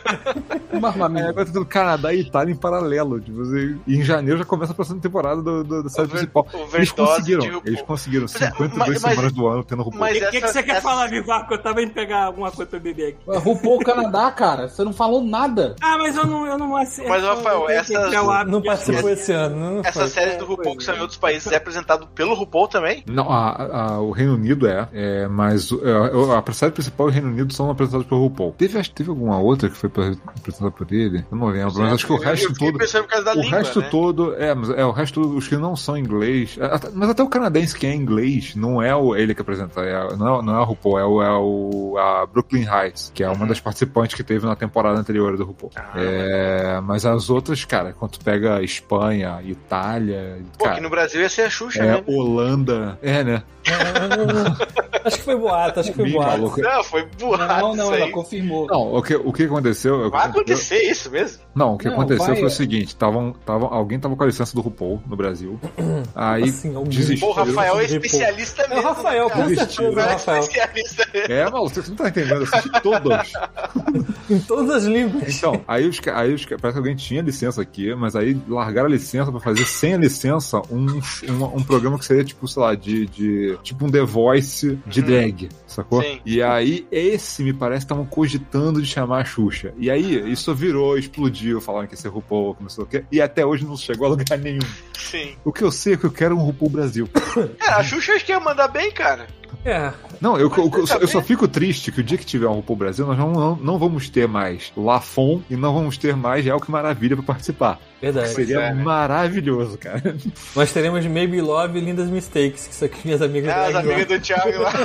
Mamma Aí mia. agora tá tendo Canadá e Itália em paralelo. Tipo, assim, e em janeiro já começa a próxima temporada do, do, da série Over- principal. Eles overdose conseguiram, de RuPaul. eles conseguiram Mas é, cinquenta e mas- duas mas- semanas do ano tendo RuPaul. mas O que, que, essa- você quer essa- falar, Vivaco? Eu tava indo pegar alguma coisa pra beber aqui. RuPaul Canadá, cara, você não falou nada. Ah, mas eu não, eu não acerto. Mas, Rafael, eu tenho que essas- criar o hábito Não de participou assistir. esse ano, não Essa foi. série do RuPaul que saiu em outros países é apresentado pelo RuPaul também? Não, a- a- o Reino Unido é, é mas o- a, a série principal e o Reino Unido são apresentados pelo RuPaul. Teve, acho que teve alguma outra que foi apresentada por ele? Eu não lembro, mas acho que o Eu- resto eu fiquei todo. pensando por causa da O língua, resto né? todo, é, mas é, o resto, os que não são inglês, é, até- mas até o canadense que é inglês, não é o, ele que apresenta, é, não, é, não é a RuPaul, é, o, é o, a Brooklyn Heights, que é uma das participantes que teve na temporada anterior do RuPaul. É, mas as outras, cara, quando tu pega Espanha, Itália, Pô, cara, aqui no Brasil ia ser a Xuxa, é, né? Holanda, é, né? Acho que foi boato, acho que foi Bem boato. maluco. Não, foi burrado Não, não, isso ela aí. confirmou. Não, o que, o que aconteceu... Vai acontecer isso mesmo? Não, o que Não, aconteceu vai, foi o é. seguinte, tavam, tavam, alguém tava com a licença do RuPaul no Brasil, aí Assim, alguém. desistiu. Pô, o Rafael é RuPaul. especialista É o mesmo. Rafael, né, com cara? certeza é o O Rafael é Rafael. especialista mesmo. É, maluco, você não tá entendendo, eu assisti todos. Em todas as línguas. Então, aí os, ca- aí os, ca- parece que alguém tinha licença aqui, mas aí largaram a licença pra fazer sem a licença um, um, um programa que seria tipo, sei lá, de, de tipo um The Voice de drag, sacou? Sim. E aí esse me parece que estavam cogitando de chamar a Xuxa. E aí isso virou, explodiu, falaram que ia ser RuPaul, começou o quê? E até hoje não chegou a lugar nenhum. Sim. O que eu sei é que eu quero um RuPaul Brasil. Cara, a Xuxa acho que ia mandar bem, cara. É. Não, eu, eu, eu, só, eu só também. fico triste que o dia que tiver um RuPaul Brasil, nós não, não, não vamos ter mais Lafon e não vamos ter mais Real Que Maravilha pra participar. Verdade. Seria é, né? maravilhoso, cara. Nós teremos Maybe Love e Lindas Mistakes, que isso aqui minhas amigas Ah, as drag amigas lá. do Thiago lá.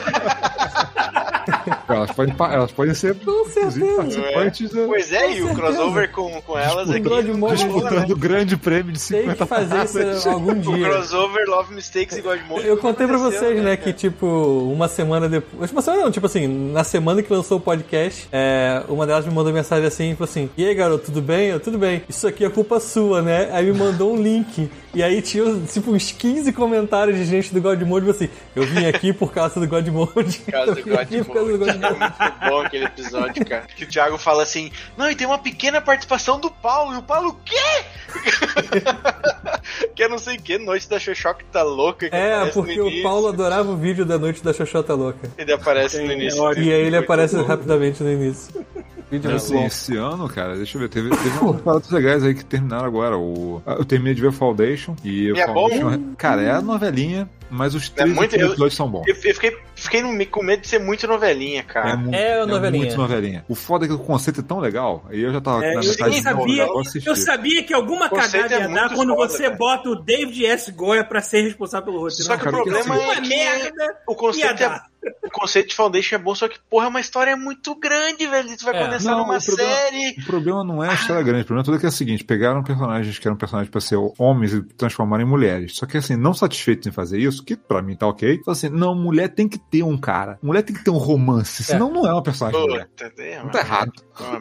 Elas podem, pa- elas podem ser, Com inclusive, certeza. participantes da- Pois é, e o certeza. crossover com, com elas aqui. God Mode disputando o grande prêmio de Tem que cinquenta fazer isso algum O dia. crossover Love Mistakes e God Mode. Eu contei pra aconteceu, vocês, né, cara? que tipo, uma semana depois. Uma semana não, tipo assim, na semana que lançou o podcast, é, uma delas me mandou mensagem assim, falou assim: e aí, garoto, tudo bem? Eu, tudo bem. Isso aqui é culpa sua, né? Aí me mandou um link. E aí tinha, tipo, uns quinze comentários de gente do God Mode, assim, eu vim aqui por causa do God Mode. Por causa Eu do vim God aqui por causa do God Mode. É Mode. muito bom aquele episódio, cara. Que o Thiago fala assim: não, e tem uma pequena participação do Paulo. E o Paulo, o quê? Que eu não sei o que, Noite da Xoxoca que tá louca. Que É, aparece porque no o início. Paulo adorava o vídeo da Noite da Xoxota Louca. Ele aparece no início. Olha, E aí ele Muito aparece bom. rapidamente no início. Vídeo muito Assim, bom. esse ano, cara, deixa eu ver, teve, teve umas paradas legais aí que terminaram agora. O, eu terminei de ver Foundation e o E é bom? Foundation, cara, é a novelinha, mas os três muito- últimos eu- episódios são bons. Eu eu fiquei, fiquei no- com medo de ser muito novelinha, cara. É, mu- É novelinha. muito novelinha. O foda é que o conceito é tão legal, aí eu já tava É, na eu, metade eu do novo, sabia, eu vou assistir. eu sabia que alguma O conceito cagada é ia dar muito quando foda, você cara. bota o David S. Goya pra ser responsável pelo roteiro. Só que cara, o problema porque, uma é que merda o conceito ia é, dar. o conceito de Foundation é bom, só que, porra, é uma história muito grande, velho. Tu vai É. condensar Não, numa o problema- série. O problema não é a história grande, o problema todo é que é o seguinte, pegaram personagens que eram personagens pra ser homens e transformaram em mulheres. Só que assim, não satisfeitos em fazer isso, isso, que pra mim tá ok. Falou assim, não, mulher tem que ter um cara. Mulher tem que ter um romance, senão não é uma personagem mulher. Não tá errado.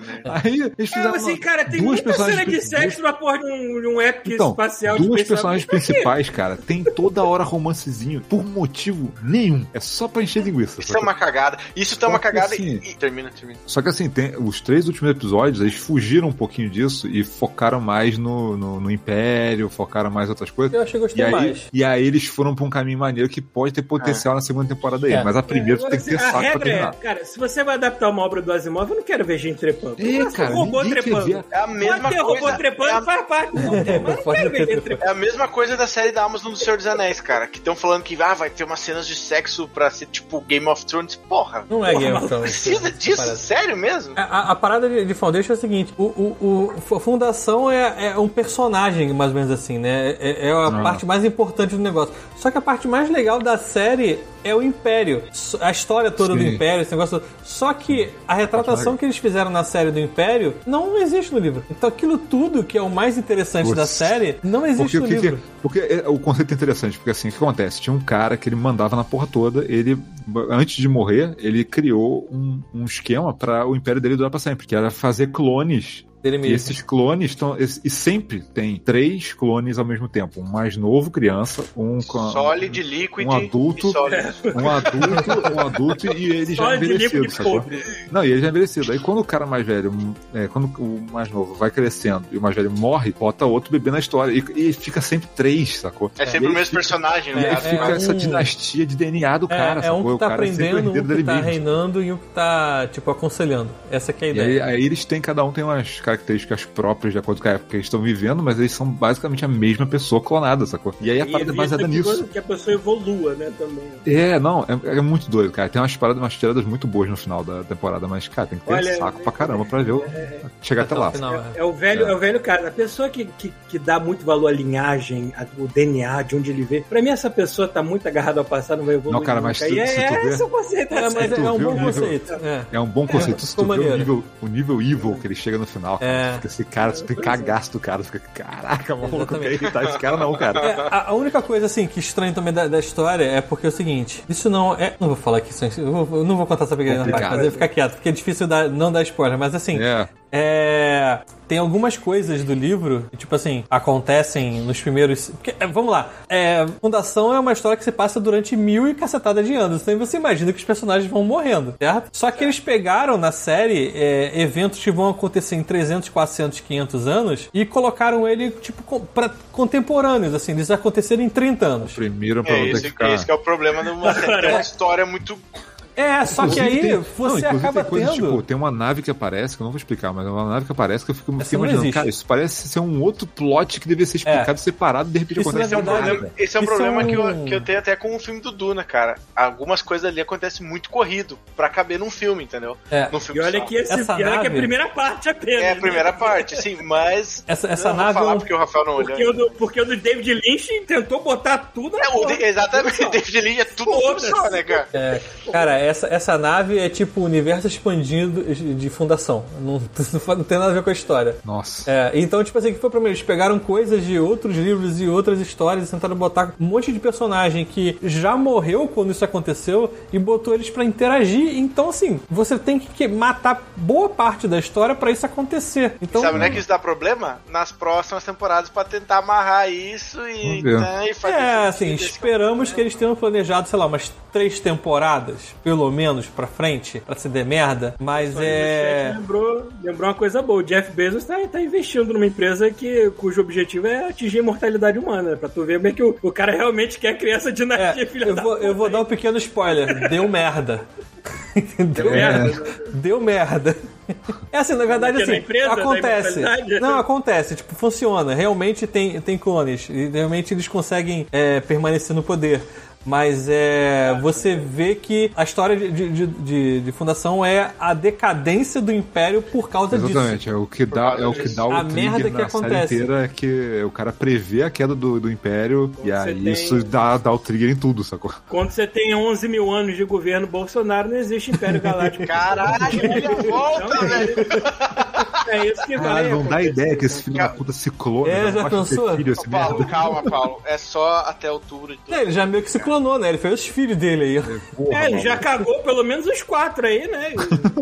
Aí eles fizeram É, assim, cara, tem duas muita cena personagens de sexo na porra de um, de um epic então, espacial. duas de personagens Por quê? principais, cara, tem toda hora romancezinho, por motivo nenhum. É só pra encher linguiça. Isso é uma cagada. Isso tá Só uma que cagada assim- e... e termina, termina. Só que assim, tem, os três últimos episódios, eles fugiram um pouquinho disso e focaram mais no, no, no Império, focaram mais em outras coisas. Eu achei que E gostei aí, mais. e aí eles foram pra um caminho maneiro que pode ter potencial na segunda temporada aí. É. Mas a primeira tu Agora, tem que ter assim, a saco pra regra é, terminar. cara, se você vai adaptar uma obra do Asimov, eu não quero ver gente trepando. É, Eu gosto de cara, robô ninguém quer trepando. ver. É a mesma Pode ter robô coisa. trepando, é a- faz parte do roteiro, mas eu não Pode quero ter ver gente trepando. trepando. É a mesma coisa da série da Amazon do Senhor dos Anéis, cara. Que estão falando que ah, vai ter umas cenas de sexo pra ser tipo Game of Thrones. Porra, Não é Porra, Game mas of Thrones. precisa disso? Parada. Sério mesmo? A, a- a parada de, de Foundation é a seguinte: o, o, o- a Fundação é, é um personagem, mais ou menos assim, né? É, é a Ah. parte mais importante do negócio. Só que a parte mais legal da série é o Império. So- A história toda do Sim. Império, esse negócio todo. Só que a retratação que eles fizeram na série do Império não existe no livro. Então aquilo tudo que é o mais interessante Putz. da série não existe Porque, o no que que- livro. porque é- o conceito é interessante, porque assim, o que acontece? Tinha um cara que ele mandava na porra toda, ele, antes de morrer, ele criou um, um esquema para o império dele durar pra sempre, que era fazer clones. Dele E mesmo. esses clones estão. E sempre tem três clones ao mesmo tempo. Um mais novo, criança, um com. Sólido, líquido um adulto, e sólido. Um adulto, um adulto e ele já Só de envelhecido, líquido e sacou? podre. Não, e ele já é envelhecido. Aí quando o cara mais velho, é, quando o mais novo vai crescendo e o mais velho morre, bota outro bebê na história. E, e fica sempre três, sacou? É sempre E o aí mesmo fica- personagem, E né? aí É, fica é essa um- dinastia de D N A do cara, É, é um sacou? que tá O cara é sempre aprendendo, um herdeiro que dele tá mesmo. reinando e um que tá, tipo, aconselhando. Essa que é a E ideia. aí, aí eles têm, cada um tem umas características próprias de acordo com a época que eles estão vivendo, mas eles são basicamente a mesma pessoa clonada, sacou? E aí a E parada é evita baseada que nisso. Que a pessoa evolua, né, também. É, não, é, é muito doido, cara. Tem umas paradas, umas tiradas muito boas no final da temporada, mas, cara, tem que ter Olha, saco pra caramba pra ver o... chegar até Até o lá. final, é. É o velho, É. é. o velho cara. A pessoa que, que, que dá muito valor à linhagem, a- o D N A, de onde ele veio. Pra mim, essa pessoa tá muito agarrada ao passado, não vai evoluir. Não, cara, mas nunca. se- E se é, tu é vê- esse o conceito. É, da mas série. tu é um viu bom o nível- conceito. É. É um bom conceito. Se tu ficou vê o maneiro. nível, o nível evil que ele chega no final, cara, É. tu fica assim, cara, tu tem cagaço do cara, tu fica, caraca, maluco, não quer Exatamente. irritar esse cara não, cara. É, a, a única coisa, assim, que estranha também da, da história é porque é o seguinte: isso não é. Não vou falar aqui, eu, vou- eu não vou contar essa pequena parte, Complicado. mas eu vou ficar quieto, porque é difícil dar- não dar spoiler, mas assim. É. É, tem algumas coisas do livro que, tipo assim, acontecem nos primeiros. Porque, é, vamos lá. É, Fundação é uma história que se passa durante mil e cacetada de anos. Então você imagina que os personagens vão morrendo, certo? Só que eles pegaram na série é, eventos que vão acontecer em trezentos, quatrocentos, quinhentos anos e colocaram ele, tipo, com, pra contemporâneos, assim, eles aconteceram em trinta anos. Primeiro pra É ter esse, que ficar... esse que é o problema de uma série. Tem uma história muito. É, só que Inclusive, aí tem- você não, inclusive acaba tem coisas, tendo. tipo, tem uma nave que aparece, que eu não vou explicar, mas é uma nave que aparece que eu fico, Essa fico não imaginando, existe. cara, isso parece ser um outro plot que deveria ser explicado separado e de repente Isso, acontece na Esse é um verdade, problema, esse é um Isso problema é um- que, eu, que eu tenho até com o filme do Duna, cara. Algumas coisas ali acontecem muito corrido pra caber num filme, entendeu? É. Num filme E olha só. que, esse, Essa e olha que nave- a primeira parte apenas. É a né? primeira parte, sim, mas. Essa, essa não nave. vou falar é um- porque o Rafael não olhou. Porque o, do, porque o do David Lynch tentou botar tudo na É, o porra. de- exatamente, o David Lynch é tudo um filme só, né, cara? É, cara, essa, essa nave é tipo o universo expandido de fundação. Não, não tem nada a ver com a história. Nossa. É, então, tipo assim, que foi pra mim, eles pegaram coisas de outros livros e outras histórias e tentaram botar um monte de personagem que já morreu quando isso aconteceu e botou eles pra interagir. Então, assim, você tem que matar boa parte da história pra isso acontecer. Então, Sabe, não é que isso dá problema? Nas próximas temporadas pra tentar amarrar isso e, Vamos ver. né, e fazer É, sentido assim, esse esperamos que eles tenham planejado, sei lá, umas três temporadas, pelo menos, pra frente, pra se der merda, mas é... Lembrou, lembrou uma coisa boa. O Jeff Bezos tá, tá investindo numa empresa que, cujo objetivo é atingir a imortalidade humana. Pra tu ver como é que o, o cara realmente quer criar essa dinastia, É, filha eu da vou, puta. eu vou dar um pequeno spoiler. Deu merda. Deu merda. Deu merda. É assim, na verdade, Porque na assim, empresa, da acontece. imortalidade? Não, acontece, tipo, funciona. Realmente tem, tem clones. E realmente eles conseguem é, permanecer no poder. Mas é, você vê que a história de, de, de, de fundação é a decadência do Império por causa Exatamente, disso. é o que dá, é o que dá o A merda trigger que na série acontece. inteira, é que o cara prevê a queda do, do Império e aí tem- isso dá, dá o trigger em tudo, sacou? Quando você tem onze mil anos de governo Bolsonaro, não existe Império Galáctico. Caralho, olha a volta, velho. É isso que vai. Caralho, não dá acontecer. ideia que esse filho da puta ciclou. É, né? já Não pode ter pensou? filho, esse Paulo, merda. calma, Paulo. É só até a altura de É, ele já meio que se clonou, né? Ele fez os filhos dele aí. ó. Porra, É, ele já maluco. cagou pelo menos os quatro aí, né?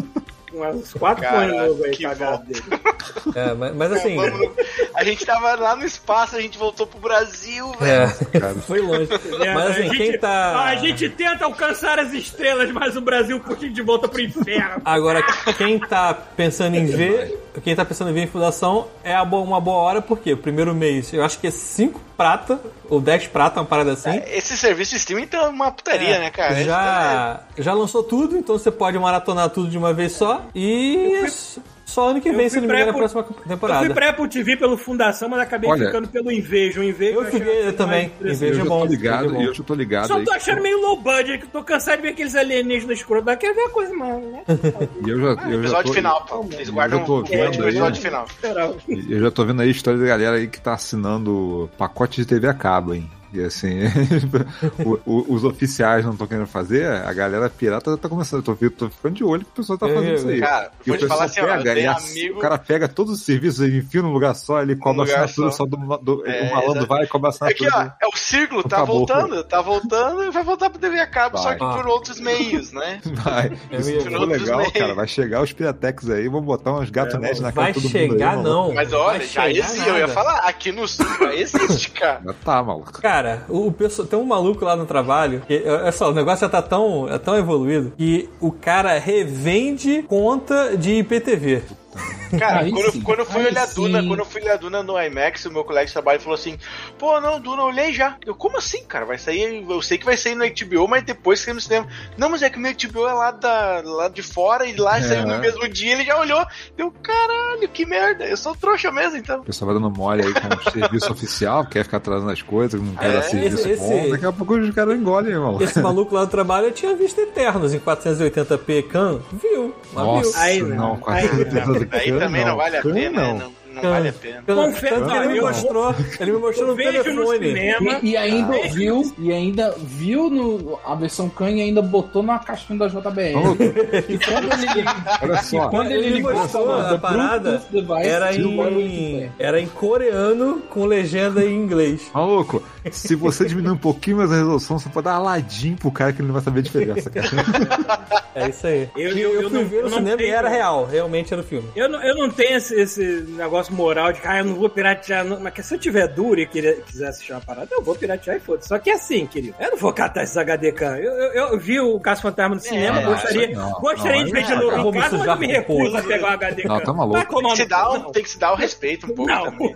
Uns quatro Cara, pões novo aí que cagado volta. dele. É, mas, mas assim. Vamos no- A gente tava lá no espaço, a gente voltou pro Brasil, velho. É, foi longe. É, Mas a assim, gente- quem tá. A gente tenta alcançar as estrelas, mas o Brasil puxa de volta pro inferno. Agora, quem tá pensando em ver, quem tá pensando em ver em fundação é a bo- uma boa hora, porque o primeiro mês eu acho que é cinco prata, ou dez prata, uma parada assim. Esse serviço de streaming tá uma putaria, É, né, cara? Esse Já, já lançou tudo, então você pode maratonar tudo de uma vez só. E só ano que vem, eu se fui não me engano, pra na próxima Eu fui temporada. pra Apple T V pelo Fundação, mas acabei Olha, ficando pelo Invejo. O Invejo Eu fiquei também. Invejo Eu é já bom. tô ligado, Invejo é bom. eu já tô ligado Só aí. tô achando meio low budget, que eu tô cansado de ver aqueles alienígenas escrotos. Mas quero ver a coisa mais, né? E eu já, eu já episódio tô, final, Paulo. Eles guardam eu tô um vendo monte do aí, episódio né? final. Geral. Eu já tô vendo aí a história da galera aí que tá assinando pacote de T V a cabo, hein? E assim, o- o- os oficiais não estão querendo fazer, a galera pirata já tá começando. Eu tô, vi- tô ficando de olho que o pessoal tá Eu- fazendo isso aí. Cara, E vou o te falar pessoal assim, ó, eu pega, tenho e ass- amigo- o cara pega todos os serviços e enfia num lugar só, ele cobra lugar assinatura só. só, do, do É, o malandro exato. vai e cobra Aqui, assinatura. ó, é o círculo, tá Acabou. voltando, tá voltando e vai voltar pro T V a cabo, só Vai. que por outros meios, né? Vai. É Isso mesmo. ficou legal, Outros cara. Vai chegar os Piratex aí, vão botar uns gato net na cara Vai de todo mundo chegar, aí, mano. não. Mas olha, Vai já chegar existe, eu ia nada. falar, aqui no sul já existe, cara. Já tá, maluco. Cara, o, o pessoal, tem um maluco lá no trabalho, que, olha só, o negócio já tá tão, é tão evoluído que o cara revende conta de I P T V. Cara, Aí quando, eu- sim, quando eu fui aí olhar a Duna, sim. quando eu fui olhar a Duna no IMAX, o meu colega de trabalho falou assim: pô, não, Duna, eu olhei já. Eu, como assim, cara? Vai sair, eu sei que vai sair no H B O, mas depois que no cinema. Não, mas é que o meu H B O é lá, da, lá de fora e lá É. saiu no mesmo dia, ele já olhou. Deu, caralho, que merda, eu sou trouxa mesmo, então. O pessoal vai dando mole aí com o serviço oficial, quer ficar atrasando as coisas, não quer É, dar serviço esse- bom. esse- Daqui a pouco os caras engolem, irmão. Esse maluco lá no trabalho eu tinha visto Eternos em quatrocentos e oitenta p Can, viu? Mas Nossa, viu. Aí não, não, com aí a certeza não. do Aí Khan, também não, vale a Khan, pena, né? não. Não, não vale a pena. Confesso, Tanto que ele me eu- mostrou, ele me mostrou no eu vejo no telefone. cinema. E, e ainda Ah, viu, e ainda viu no, a versão Khan e ainda botou na caixinha da J B L. Maluco, E quando ele, olha só. quando Ele ele me ligou mostrou falando, a parada, Bluetooth device, Era tira o barulho de em, pé. era em coreano com legenda em inglês. Maluco, se você diminuir um pouquinho mais a resolução, você pode dar aladinho pro cara que ele não vai saber a diferença, cara. É isso aí. Eu- Eu, eu- eu eu fui não- ver no eu não cinema e tenho- era real, realmente era o filme. Eu não, eu não tenho esse, esse negócio moral de que ah, eu não vou piratear. Não. Mas que se eu tiver duro e querer, quiser assistir uma parada, eu vou piratear e foda-se. Só que é assim, querido. Eu não vou catar esses H D K. Eu, eu, eu vi o Caso Fantasma no cinema, não, gostaria, isso aí não. gostaria Não, de ver de não, novo eu vou em me casa, mas sujar eu me com recuso porra. a pegar o H D K. Não, tá maluco. Vai Tem tomar que, se no dar, cu, um- não. tem que se dar o respeito um pouco Não. também.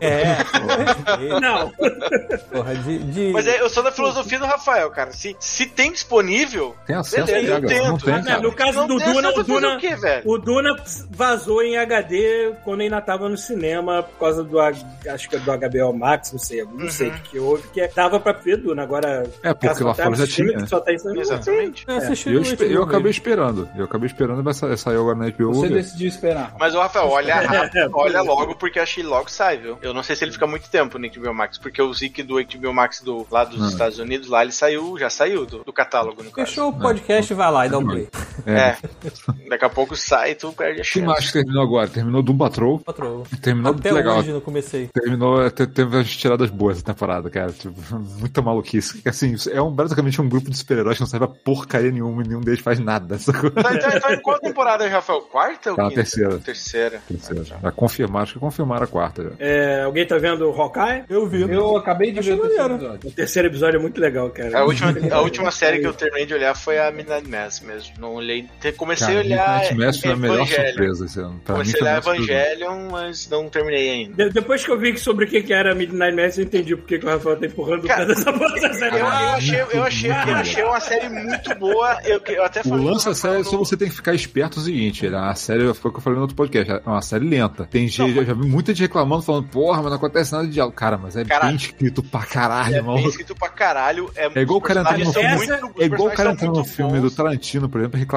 É, Não. porra, de, de- Mas é, eu sou da filosofia do Rafael, cara. Se, se tem disponível, Tem acesso, beleza, eu Thiago. Não tento. tem, Ah, cara. no caso Não do tem Duna, acesso o a fazer Duna, o quê, velho? o Duna vazou em H D quando ainda tava no cinema por causa do, H- acho que é do H B O Max, não sei, não sei o que, que houve, que dava pra ver Duna. Agora, É, porque Caso lá fora Fantasma, já filme tinha. que só tá em cinema. Exatamente. eu assisti Eu, no espe- H B O eu acabei mesmo. esperando. Eu acabei esperando, mas sa- saiu agora na H B O. Você viu? decidiu esperar. Mas, ô Rafael, olha, É, olha logo, porque eu achei logo sai, viu? Eu não sei se ele fica muito tempo no H B O Max, porque o Zik do H B O Max do, lá dos Não. Estados Unidos, lá ele saiu, já saiu do, do catálogo, no caso. Fechou o podcast, vai lá e dá um play. É. Daqui a pouco sai e tu perde a O que mais chance. que terminou agora? Terminou Doom Patrol. Patrol. Terminou Até legal. hoje não comecei. Terminou, te- teve umas tiradas boas essa temporada, cara. Tipo, muita maluquice. Assim, é um, basicamente um grupo de super-heróis que não serve a porcaria nenhuma e nenhum deles faz nada. Sacou? Tá, então, então, em qual temporada, Rafael? Quarta ou Tá na quinta? terceira. Terceira. Terceira. Já confirmaram, acho que confirmaram a quarta já. É, alguém tá vendo o Hawkeye? Eu vi. Eu acabei de Achei ver o terceiro maneiro. episódio. O terceiro episódio é muito legal, cara. A última, a última série que eu terminei de olhar foi a Midnight Mass mesmo. Não olhei. te- Comecei Cara, a olhar. Midnight Mass foi a melhor Evangelion. surpresa esse ano. Pra Comecei mim, a olhar foi a melhor surpresa. Evangelion, mas não terminei ainda. De- depois que eu vi sobre o que que era Midnight Mass, eu entendi porque que o Rafael tá empurrando Cara, o pé dessa porra da série. Eu, eu achei, eu, achei, eu achei uma série muito boa. Eu, eu até O falei. lance da pro série é Rafael só no- você tem que ficar esperto o seguinte, a série, foi o que eu falei no outro podcast, é uma série lenta. Tem gente, eu já vi muita gente reclamando, falando, porra, mas não acontece nada de diálogo. Cara, mas é Cara, bem escrito pra caralho, É irmão. bem escrito pra caralho. É, É igual o cara entrando no os personagens filme, são muito- é igual o os cara personagens entrando no são muito filme do bons. Tarantino, por exemplo, reclamando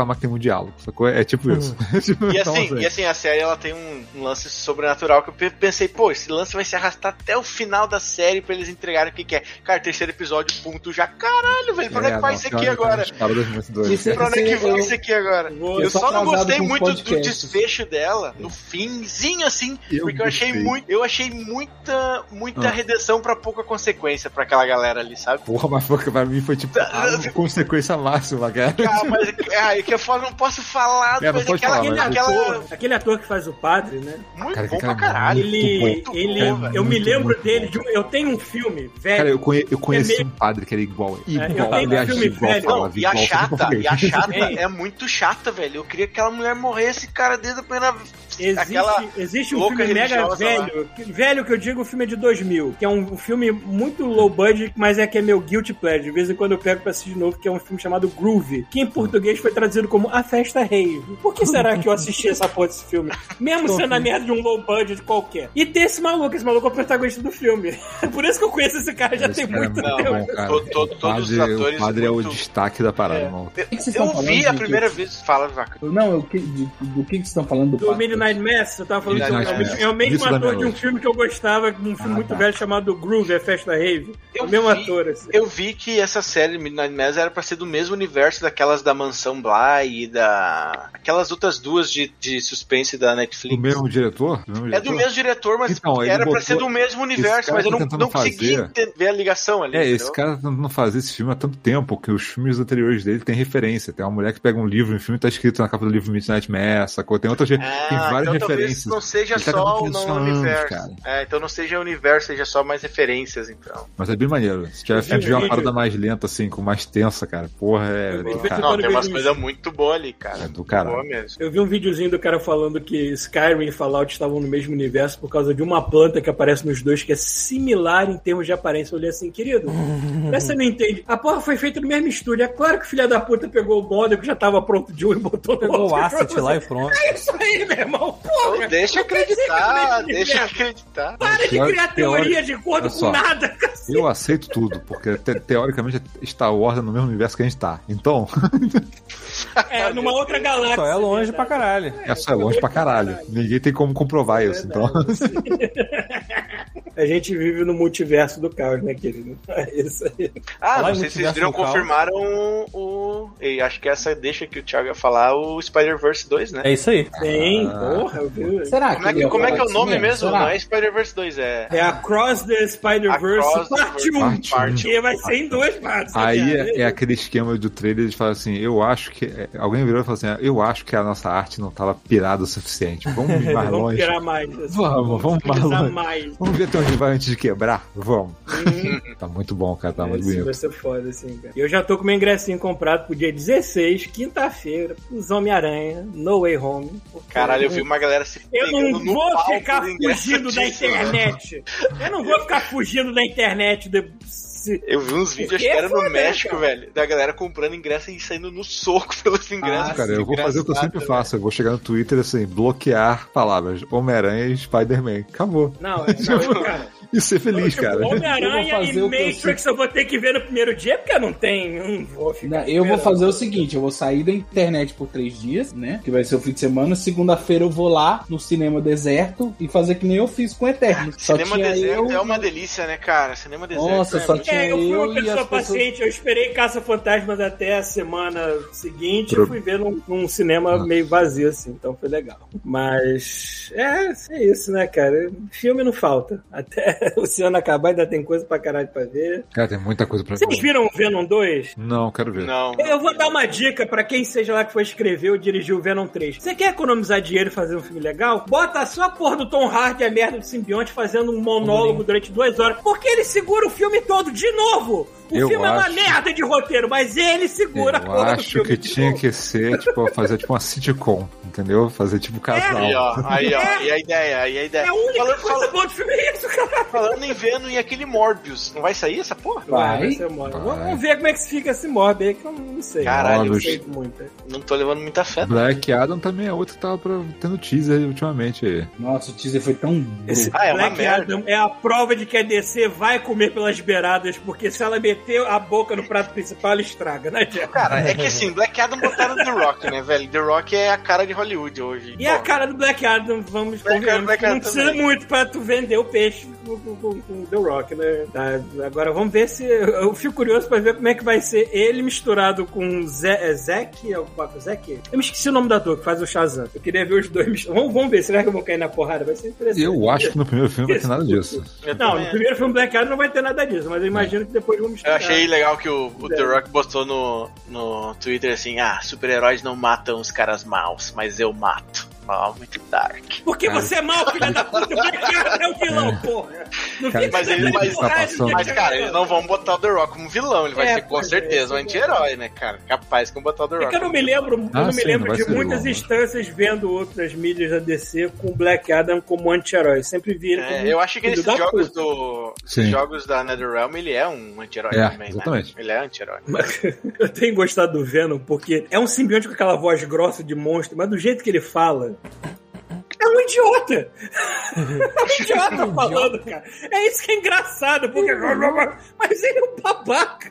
reclamar que tem um diálogo, sacou? É tipo isso. Tipo, E então, assim, e assim, a série ela tem um, um lance sobrenatural que eu pe- pensei, pô, esse lance vai se arrastar até o final da série pra eles entregarem o que que é. Cara, terceiro episódio, ponto, já, caralho, velho, pra onde é que vai não, isso cara, aqui agora? umas paradas muito doidas. Isso Pra onde é que vai eu- isso aqui agora? vou- Eu eu tô só não atrasado gostei com os muito do podcasts. desfecho dela, no finzinho assim, Eu porque eu achei gostei. muito, eu achei muita, muita Ah. redenção pra pouca consequência pra aquela galera ali, sabe? Porra, mas foi- pra mim foi tipo ah, uma consequência máxima, cara. Ah, mas é, que eu falo, não posso falar, É, não mas pode aquela, falar, mas- aquela Ator, aquele ator que faz o padre, né? muito Cara, bom aquele pra cara é caralho. Ele, muito ele, bom, velho. eu me Muito, lembro muito dele. bom. De um, eu tenho um filme velho. Cara, eu, conhe, eu conheci É meio- um padre que era igual. É, Igual, eu tenho ele um agia filme igual, velho. falava Não, e a igual, chata, só que e a chata Ei. é muito chata, velho. Eu queria que aquela mulher morresse, cara, desde a primeira vez. Existe, Aquela existe um louca filme mega religiosa velho, que- velho que eu digo, o filme é de dois mil, que é um, um filme muito low budget, mas é que é meu guilty pleasure. De vez em quando eu pego pra assistir de novo, que é um filme chamado Groove, que em português foi traduzido como A Festa Rave. Por que será que eu assisti essa porra desse filme? Mesmo sendo a merda de um low budget qualquer. E tem esse maluco, esse maluco é o protagonista do filme. Por isso que eu conheço esse cara já Esse tem cara é muito muito tempo. bom, cara. To- to- O todos os padre- atores O padre é o muito- destaque da parada, É. irmão. Eu, que vocês eu estão falando, vi a gente? primeira vez. Fala, Vaca. Não, eu, que- de- do que que vocês estão falando do Do Pacto? Midnight Mass, eu tava falando que Midnight é o- Mass. é o mesmo Isso da ator de um meia-noite. filme que eu gostava, um filme Ah, muito tá. velho chamado Groove, A Festa Rave. É Eu o mesmo vi- ator, assim. Eu vi que essa série Midnight Mass era pra ser do mesmo universo daquelas da Mansão Bly e da. Aquelas outras duas de, de suspense da Netflix. O mesmo diretor? Do mesmo É do diretor? mesmo diretor, mas Então, ele era pra botou- ser do mesmo universo, cara mas eu tá não, tentando não consegui fazer- ente- ver a ligação ali. É, entendeu? esse cara tá tentando fazer esse filme há tanto tempo que os filmes anteriores dele têm referência. Tem uma mulher que pega um livro, um filme tá escrito na capa do livro Midnight Mass, sacou? Tem outras, Ah, tem várias então talvez referências. não seja Ele tá só o tentando fazer não isso há anos, universo. cara. É, então não seja o universo, seja só mais referências, então. Mas é bem maneiro. Se tiver Eu vi afim de ver um uma vídeo- parada mais lenta, assim, com mais tensa, cara, porra, é Eu do vi- cara. Não, quando tem eu umas vejo coisas isso. muito boas ali, cara. É do caralho. Boa mesmo. Eu vi um videozinho do cara falando que Skyrim e Fallout estavam no mesmo universo por causa de uma planta que aparece nos dois que é similar em termos de aparência. Eu olhei assim, querido, parece que você não entende. A porra foi feita no mesmo estúdio. É claro que o filho da puta pegou o model que já tava pronto de um e botou no Pegou o outro. asset lá e pronto. É isso aí, meu irmão. Porra. Então deixa Não quer dizer que acreditar, é no mesmo deixa universo. acreditar. Para de Teori- criar teoria de acordo Olha com só. nada, cacete. Eu aceito tudo, porque te- teoricamente Star Wars é no mesmo universo que a gente tá. Então, É, numa outra galáxia. Só é longe pra caralho. é só é longe pra caralho. Ninguém tem como comprovar isso. Então, A gente vive no multiverso do caos, né, querido? É isso aí. Ah, Falar não em sei se vocês multiverso viram, no caos. confirmaram o. E acho que essa deixa que o Thiago ia falar, o Spider-Verse dois, né? É isso aí. Tem, Ah. porra, eu vi. Será Como é ele que, ia como é, que é o falar nome disso mesmo? Será? Não é Spider-Verse dois, é. É Across the Spider-Verse, Across the parte um. Parte um. Parte vai ser em duas partes. aí né? é, é aquele esquema do trailer de falar assim: eu acho que. é, alguém virou e falou assim: ah, eu acho que a nossa arte não tava pirada o suficiente. Vamos ir mais Vamos longe. tirar mais. assim, Vamos, vamos mais utilizar longe. mais. Vamos ver até onde vai antes de quebrar? Vamos. Hum, Tá muito bom, cara. Tá muito esse bonito. vai ser foda, assim, cara. Eu já tô com meu ingressinho comprado pro dia dezesseis, quinta-feira, os Homem-Aranha, No Way Home. porque Caralho, eu vi uma galera se Eu pegando não no vou palco ficar do ingresso fugindo da disso, né? internet. Eu não vou ficar fugindo da internet. De... se- Eu vi uns vídeos, acho Porque que é era no foda, México, cara. velho, da galera comprando ingresso e saindo no soco pelos ingressos. Ah, Cara, eu vou fazer o que eu sempre faço. Eu vou chegar no Twitter assim, bloquear palavras Homem-Aranha e Spider-Man. Acabou. Não, é, não, cara. E ser feliz, Tipo, cara. Eu Homem-Aranha vou e fazer o que eu Matrix eu vou ter que ver no primeiro dia, porque eu não tenho. Não vou ficar Não, eu vou esperando. fazer o seguinte, eu vou sair da internet por três dias, né? Que vai ser o fim de semana. Segunda-feira eu vou lá no cinema deserto e fazer que nem eu fiz com Eternos. Só Cinema tinha deserto eu- é uma delícia, né, cara? Cinema deserto. Nossa, é só muito- tinha É, eu fui uma eu e pessoa as pessoas- paciente, eu esperei Caça-Fantasmas até a semana seguinte Pro- e fui ver num, num cinema Ah. meio vazio, assim, então foi legal. Mas é, é isso, né, cara? Filme não falta. Até o ano acabar ainda tem coisa pra caralho pra ver. Cara, tem muita coisa pra Vocês ver. viram o Venom dois? Não, quero ver. Não. Eu vou dar uma dica pra quem seja lá que for escrever ou dirigir o Venom três. Você quer economizar dinheiro e fazer um filme legal? Bota só a porra do Tom Hardy e a merda do simbionte fazendo um monólogo durante duas horas. Porque ele segura o filme todo de novo. O Eu filme é uma acho- merda de roteiro, mas ele segura a Eu porra do acho filme que de tinha novo. que ser, tipo, fazer tipo uma sitcom, entendeu? Fazer tipo casal. Aí, ó, aí, ó, e a ideia, aí a ideia. É a única Falando, coisa falando, boa do filme é isso, cara. falando em Venom e aquele Morbius, não vai sair essa porra? Vai. vai ser Morbius. Vai. Vamos ver como é que fica esse Morb aí, que eu não sei. Caralho, eu não bicho. sei muito. Não tô levando muita fé. não. Black Adam também é outro que tava pra, tendo teaser ultimamente aí. Nossa, o teaser foi tão... Esse Ah, é uma Black merda. Adam é a prova de que a D C vai comer pelas beiradas, porque se ela meter meter a boca no prato principal, ele estraga, né, Jeff? Cara, é que assim, Black Adam botaram The Rock, né, velho? The Rock é a cara de Hollywood hoje. E Pô, a cara do Black Adam, vamos Black Adam, Black Não Adam precisa também. muito pra tu vender o peixe com, com, com The Rock, né? Tá, agora vamos ver se... Eu fico curioso pra ver como é que vai ser ele misturado com Zé, é Zack, é o Zack? Eu me esqueci o nome do ator que faz o Shazam. Eu queria ver os dois misturados. Vamos, vamos ver, será que eu vou cair na porrada? Vai ser interessante. Eu acho que no primeiro filme não vai ter nada disso. Eu Não, também- no primeiro filme Black Adam não vai ter nada disso, mas eu imagino que depois vamos Eu misturar. achei legal que o, o The Rock postou no, no Twitter assim, ah, super-heróis não matam os caras maus, mas eu mato. Ah, muito dark. Porque você é mau, filha da puta. O Black Adam é o vilão, porra. Não Cara, fica Mas, ele, dando mas, porrada, passando. mas, Jack cara, Ryan. eles não vão botar o The Rock como vilão, ele vai É, ser com pois é, certeza um é. anti-herói, né, cara? Capaz que vão botar o The É Rock. que eu não me lembro, eu Ah, não me sim, não lembro vai de ser muitas vilão, né? instâncias vendo outras mídias da D C com o Black Adam como anti-herói. Sempre vi ele como É, eu acho que filho nesses da jogos, puta. do, Sim. nesses jogos da NetherRealm ele é um anti-herói É, também, exatamente. né? Ele é anti-herói. Mas eu tenho gostado do Venom porque é um simbionte com aquela voz grossa de monstro, mas do jeito que ele fala. É um idiota! É um idiota falando, cara. É isso que é engraçado, porque. Mas ele é um babaca!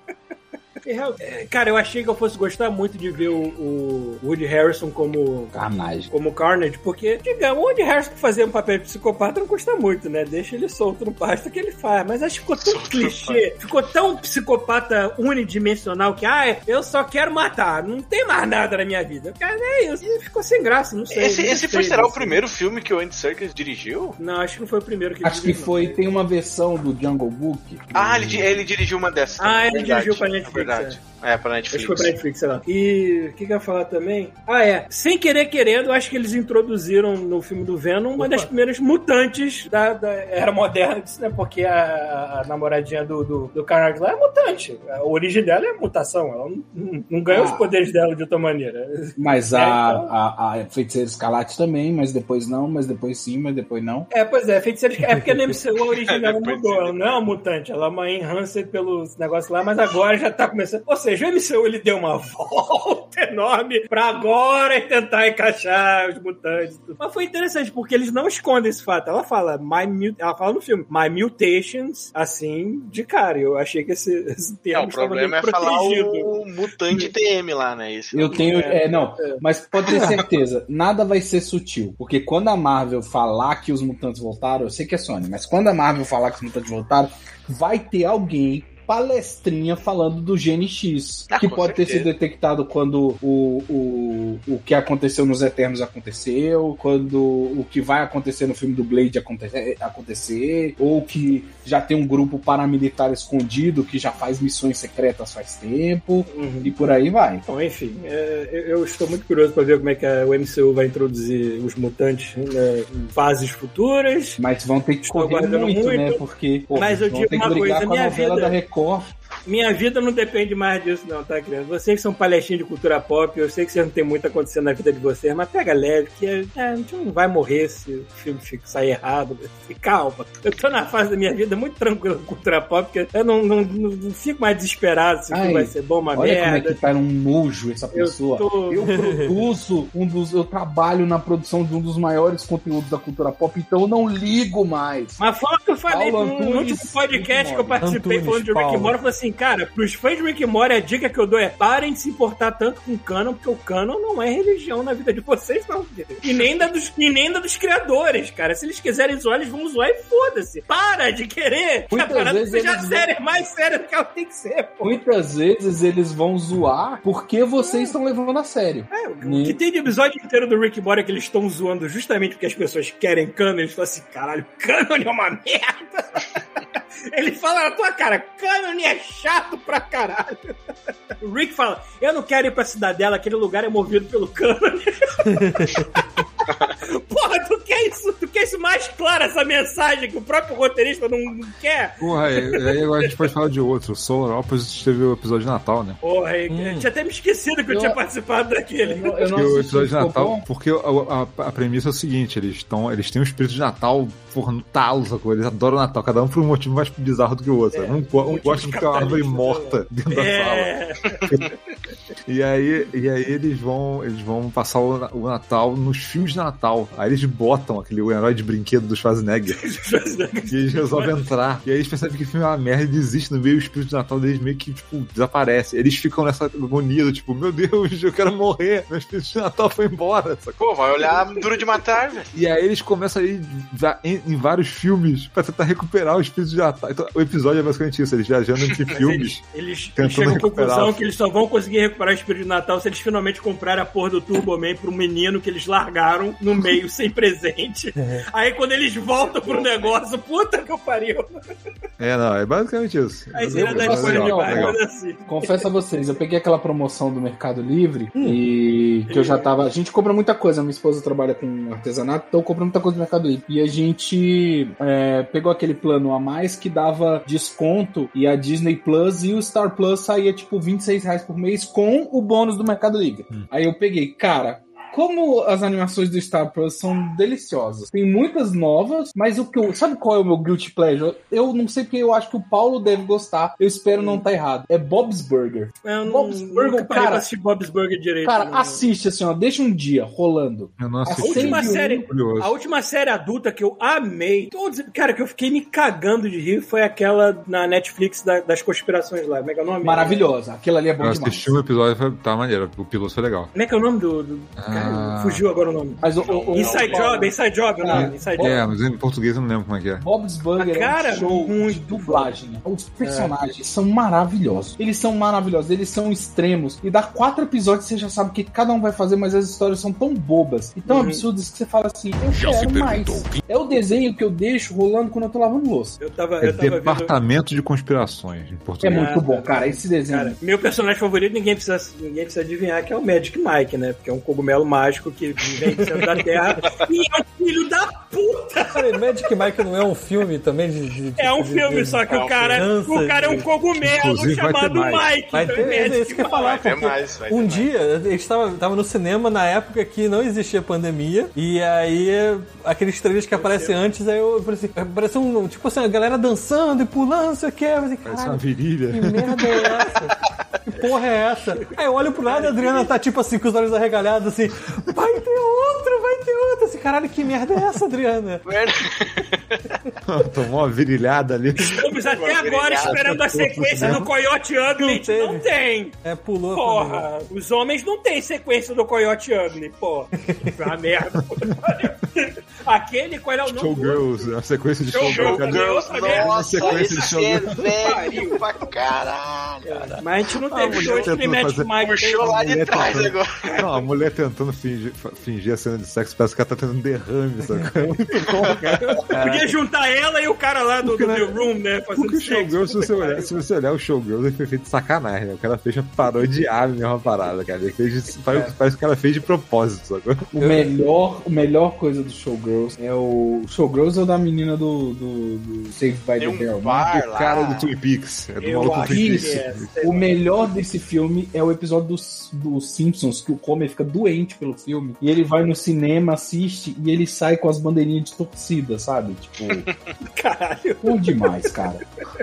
É, cara, eu achei que eu fosse gostar muito de ver o, o Woody Harrison como. Carnagem. Como Carnage, porque, digamos, o Woody Harrison fazer um papel de psicopata não custa muito, né? Deixa ele solto no pasto que ele faz. Mas acho que ficou tão Solto no clichê, ficou tão psicopata unidimensional que, ah, eu só quero matar, não tem mais nada na minha vida. Cara, é isso. E ficou sem graça, não sei. Esse, não esse sei, foi, será não o sei. primeiro filme que o Andy Serkis dirigiu? Não, acho que não foi o primeiro que Acho que dirigiu, foi, não. tem uma versão do Jungle Book. Ah, ele, di- ele dirigiu uma dessas. Ah, também, ele verdade, dirigiu pra Netflix, É verdade. É, pra Acho que Netflix. foi pra Netflix, sei lá. E o que, que eu ia falar também? Ah, é. Sem querer querendo, acho que eles introduziram no filme do Venom uma Opa. das primeiras mutantes da, da era moderna, né? Porque a, a namoradinha do, do, do Carnage lá é mutante. A origem dela é mutação. Ela não, não, não ganhou Ah. os poderes dela de outra maneira. Mas É, a, então. a, a Feiticeira Escarlate também, mas depois não, mas depois sim, mas depois não. É, pois é, feiticeira é porque no M C U a origem dela Depois mudou. sim, Ela não é uma mutante, ela é uma enhancer pelo negócio lá, mas agora já tá começando. Ou seja, o M C U ele deu uma volta enorme pra agora tentar encaixar os mutantes. e tudo. Mas foi interessante, porque eles não escondem esse fato. Ela fala, my mut... ela fala no filme, my mutations, assim, de cara. Eu achei que esse, esse Não, termo o estava problema é meio falar protegido. o mutante T M lá, né? Isso. Eu tenho. É, É, não, mas pode ter certeza, nada vai ser sutil. Porque quando a Marvel falar que os mutantes voltaram, eu sei que é Sony, mas quando a Marvel falar que os mutantes voltaram, vai ter alguém. Palestrinha falando do Gene X, Ah, que com pode ter certeza. sido detectado quando o, o, o que aconteceu nos Eternos aconteceu, quando o que vai acontecer no filme do Blade acontecer, acontecer ou que já tem um grupo paramilitar escondido que já faz missões secretas faz tempo, Uhum. e por aí vai. Bom, enfim, é, eu eu estou muito curioso para ver como é que a- o M C U vai introduzir os mutantes, né, em fases futuras. Mas vão ter que Estou correr aguardando muito, muito. né? Porque pô, Mas eu vão digo ter que uma brigar coisa, com a minha novela vida- da Record. Minha vida não depende mais disso, não, tá, criança? Vocês que são palestrinhos de cultura pop, eu sei que vocês não tem muito acontecendo na vida de vocês, mas pega leve, que é, é, a gente não vai morrer se o filme fica, sair errado. Calma. Eu tô na fase da minha vida muito tranquila com cultura pop, porque eu não, não, não, não fico mais desesperado se o filme Ai, vai ser bom, uma Olha como é merda. que tá um nojo essa Eu pessoa. tô- Eu produzo um dos. Eu trabalho na produção de um dos maiores conteúdos da cultura pop, então eu não ligo mais. Mas foi o que eu falei Paulo no, no Antunes, último podcast Rick que eu Mori. participei Antunes, falando de Rick e Paulo. Morty. Eu falei assim, cara, pros fãs de Rick e Morty, a dica que eu dou é parem de se importar tanto com o canon, porque o canon não é religião na vida de vocês, não. E nem da dos, e nem da dos criadores, cara. Se eles quiserem zoar, eles vão zoar e foda-se. Para de querer que a Muitas parada vezes seja eles vão- séria, mais séria do que ela tem que ser, pô. Muitas vezes eles vão zoar porque vocês estão levando a sério. É, o que tem de episódio inteiro do Rick e Morty é que eles estão zoando justamente porque as pessoas querem canon. Eles falam assim, caralho, canon é uma merda. Ele fala na tua cara, canon é chato pra caralho. O Rick fala, eu não quero ir pra Cidadela, aquele lugar é movido pelo canon. Porra, tu quer isso? Tu quer isso mais claro, essa mensagem que o próprio roteirista não, não quer? Porra, e- aí agora a gente pode falar de outro. O Solar Opposites teve o episódio de Natal, né? Porra, eu Hum. tinha até me esquecido que eu, Eu- tinha participado daquele. Eu não, eu não Porque o assisti, episódio de ficou Natal, bom? porque a, a- a premissa é o seguinte, eles estão, eles têm um espírito de Natal, porra, no talo, sacou? Eles adoram o Natal, cada um por um motivo mais bizarro do que o outro. É, um go- um motivo gosta de ter uma árvore capitalista, morta dentro da sala. É. E aí, e aí eles vão eles vão passar o, o Natal nos filmes de Natal. Aí eles botam aquele o herói de brinquedo do Schwarzenegger. E eles resolvem entrar. E aí eles percebem que o filme é uma merda e desistem no meio, o espírito de Natal deles meio que, tipo, desaparece. Eles ficam nessa agonia do tipo, meu Deus, eu quero morrer. Meu espírito de Natal foi embora. Sacou? Pô, vai olhar Duro de Matar, velho. E aí eles começam a ir em, em vários filmes pra tentar recuperar o espírito de Natal. Então, o episódio é basicamente isso, eles viajando entre filmes. Eles, eles chegam à conclusão que eles só vão conseguir recuperar o espírito de Natal se eles finalmente comprarem a porra do Turbo Man pro menino que eles largaram no meio sem presente. Aí quando eles voltam pro negócio, puta que eu pariu. É, não, é basicamente isso. Aí seria da escolha de bairro, assim. Confesso a vocês, eu peguei aquela promoção do Mercado Livre hum. e que eu já tava... A gente compra muita coisa, minha esposa trabalha com artesanato, então eu compro muita coisa no Mercado Livre. E a gente é, pegou aquele plano a mais que dava desconto e a Disney Plus e o Star Plus saía tipo vinte e seis reais por mês com o bônus do Mercado Livre. Hum. Aí eu peguei, cara... Como as animações do Star Plus são deliciosas. Tem muitas novas, mas o que eu... Sabe qual é o meu guilty pleasure? Eu não sei porque eu acho que o Paulo deve gostar. Eu espero não estar errado. É Bob's Burger. Eu não, Bob's Burger, cara, cara, assistir Bob's Burger direito. Cara, não, assiste assim, ó. Deixa um dia rolando. Eu não assisti. A última, série, curioso. a última série adulta que eu amei, todos, cara, que eu fiquei me cagando de rir, foi aquela na Netflix da, das conspirações lá. Como é que é o nome? Maravilhosa. Aquela ali é bom eu demais. Eu assisti um episódio, foi, tá maneiro. O piloto foi legal. Como é que é o nome do... do ah. Cara, fugiu agora o nome. Mas o, o, o Inside não, Job, Inside Job, ah, né? Inside É, Job. mas em português eu não lembro como é que é. Bob's Burger cara, é um show muito de dublagem. Os personagens é. são maravilhosos. Eles são maravilhosos, eles são extremos. E dá quatro episódios você já sabe o que cada um vai fazer, mas as histórias são tão bobas e tão uhum. absurdas que você fala assim, eu já quero mais. É o desenho que eu deixo rolando quando eu tô lavando louça. Eu tava, é eu tava Departamento vendo... de Conspirações, em português. É muito bom, cara. Esse desenho... Cara, meu personagem favorito, ninguém precisa, ninguém precisa adivinhar, que é o Magic Mike, né? Porque é um cogumelo mágico que vem do centro da Terra e é um filho da puta! Cara, Magic Mike não é um filme também de... de, de é um de, filme, de, só que é o cara, criança, o cara é um de... cogumelo Inclusive, chamado Mike. Vai ter, então é isso que eu ia falar, vai porque mais, vai um mais. dia eu estava, estava no cinema na época que não existia pandemia, e aí aqueles trailers que aparecem antes, aí eu falei assim, parecia um, tipo assim, a galera dançando e pulando, não sei o que, eu falei, parece uma virilha. Que merda é essa? Que porra é essa? Aí eu olho pro lado e a Adriana tá tipo assim, com os olhos arregalados, assim, vai ter outro, vai ter outro. Assim, caralho, que merda é essa, Adriana? Tomou uma virilhada ali. Estamos até agora esperando a sequência do Coyote Ugly. Não, não tem. É, pulou. Porra, também. Os homens não tem sequência do Coyote Ugly, porra. É uma merda. Aquele, qual é o nome? Showgirls, a sequência de Showgirls. Showgirls. Showgirls, nossa, sequência de Showgirls. É velho pra caralho. Cara. Mas a gente não teve show de Magic Mike. Puxou lá de trás tentando, agora. Não, a mulher tentando fingir, fingir a cena de sexo, parece que ela tá tendo um derrame, sabe? É muito bom, cara. Podia juntar ela e o cara lá do, do The Room, né? Fazendo porque o Showgirls, se você olhar, se você olhar o Showgirls, ele foi feito de sacanagem, né? O cara fez parodiar a mesma parada, cara. Ele fez de, parece, parece que ela fez de propósito, sabe? O melhor, o melhor coisa do Showgirls é o Showgirls ou da menina do, do, do Saved by Tem the Bell, um bar O cara do Twin Peaks. É do Eu maluco do acho Twin que Peaks. é. O melhor desse filme é o episódio dos, dos Simpsons, que o Homer fica doente pelo filme, e ele vai no cinema, assiste, e ele sai com as bandeirinhas de torcida, sabe? Tipo... Caralho. Bom demais, cara.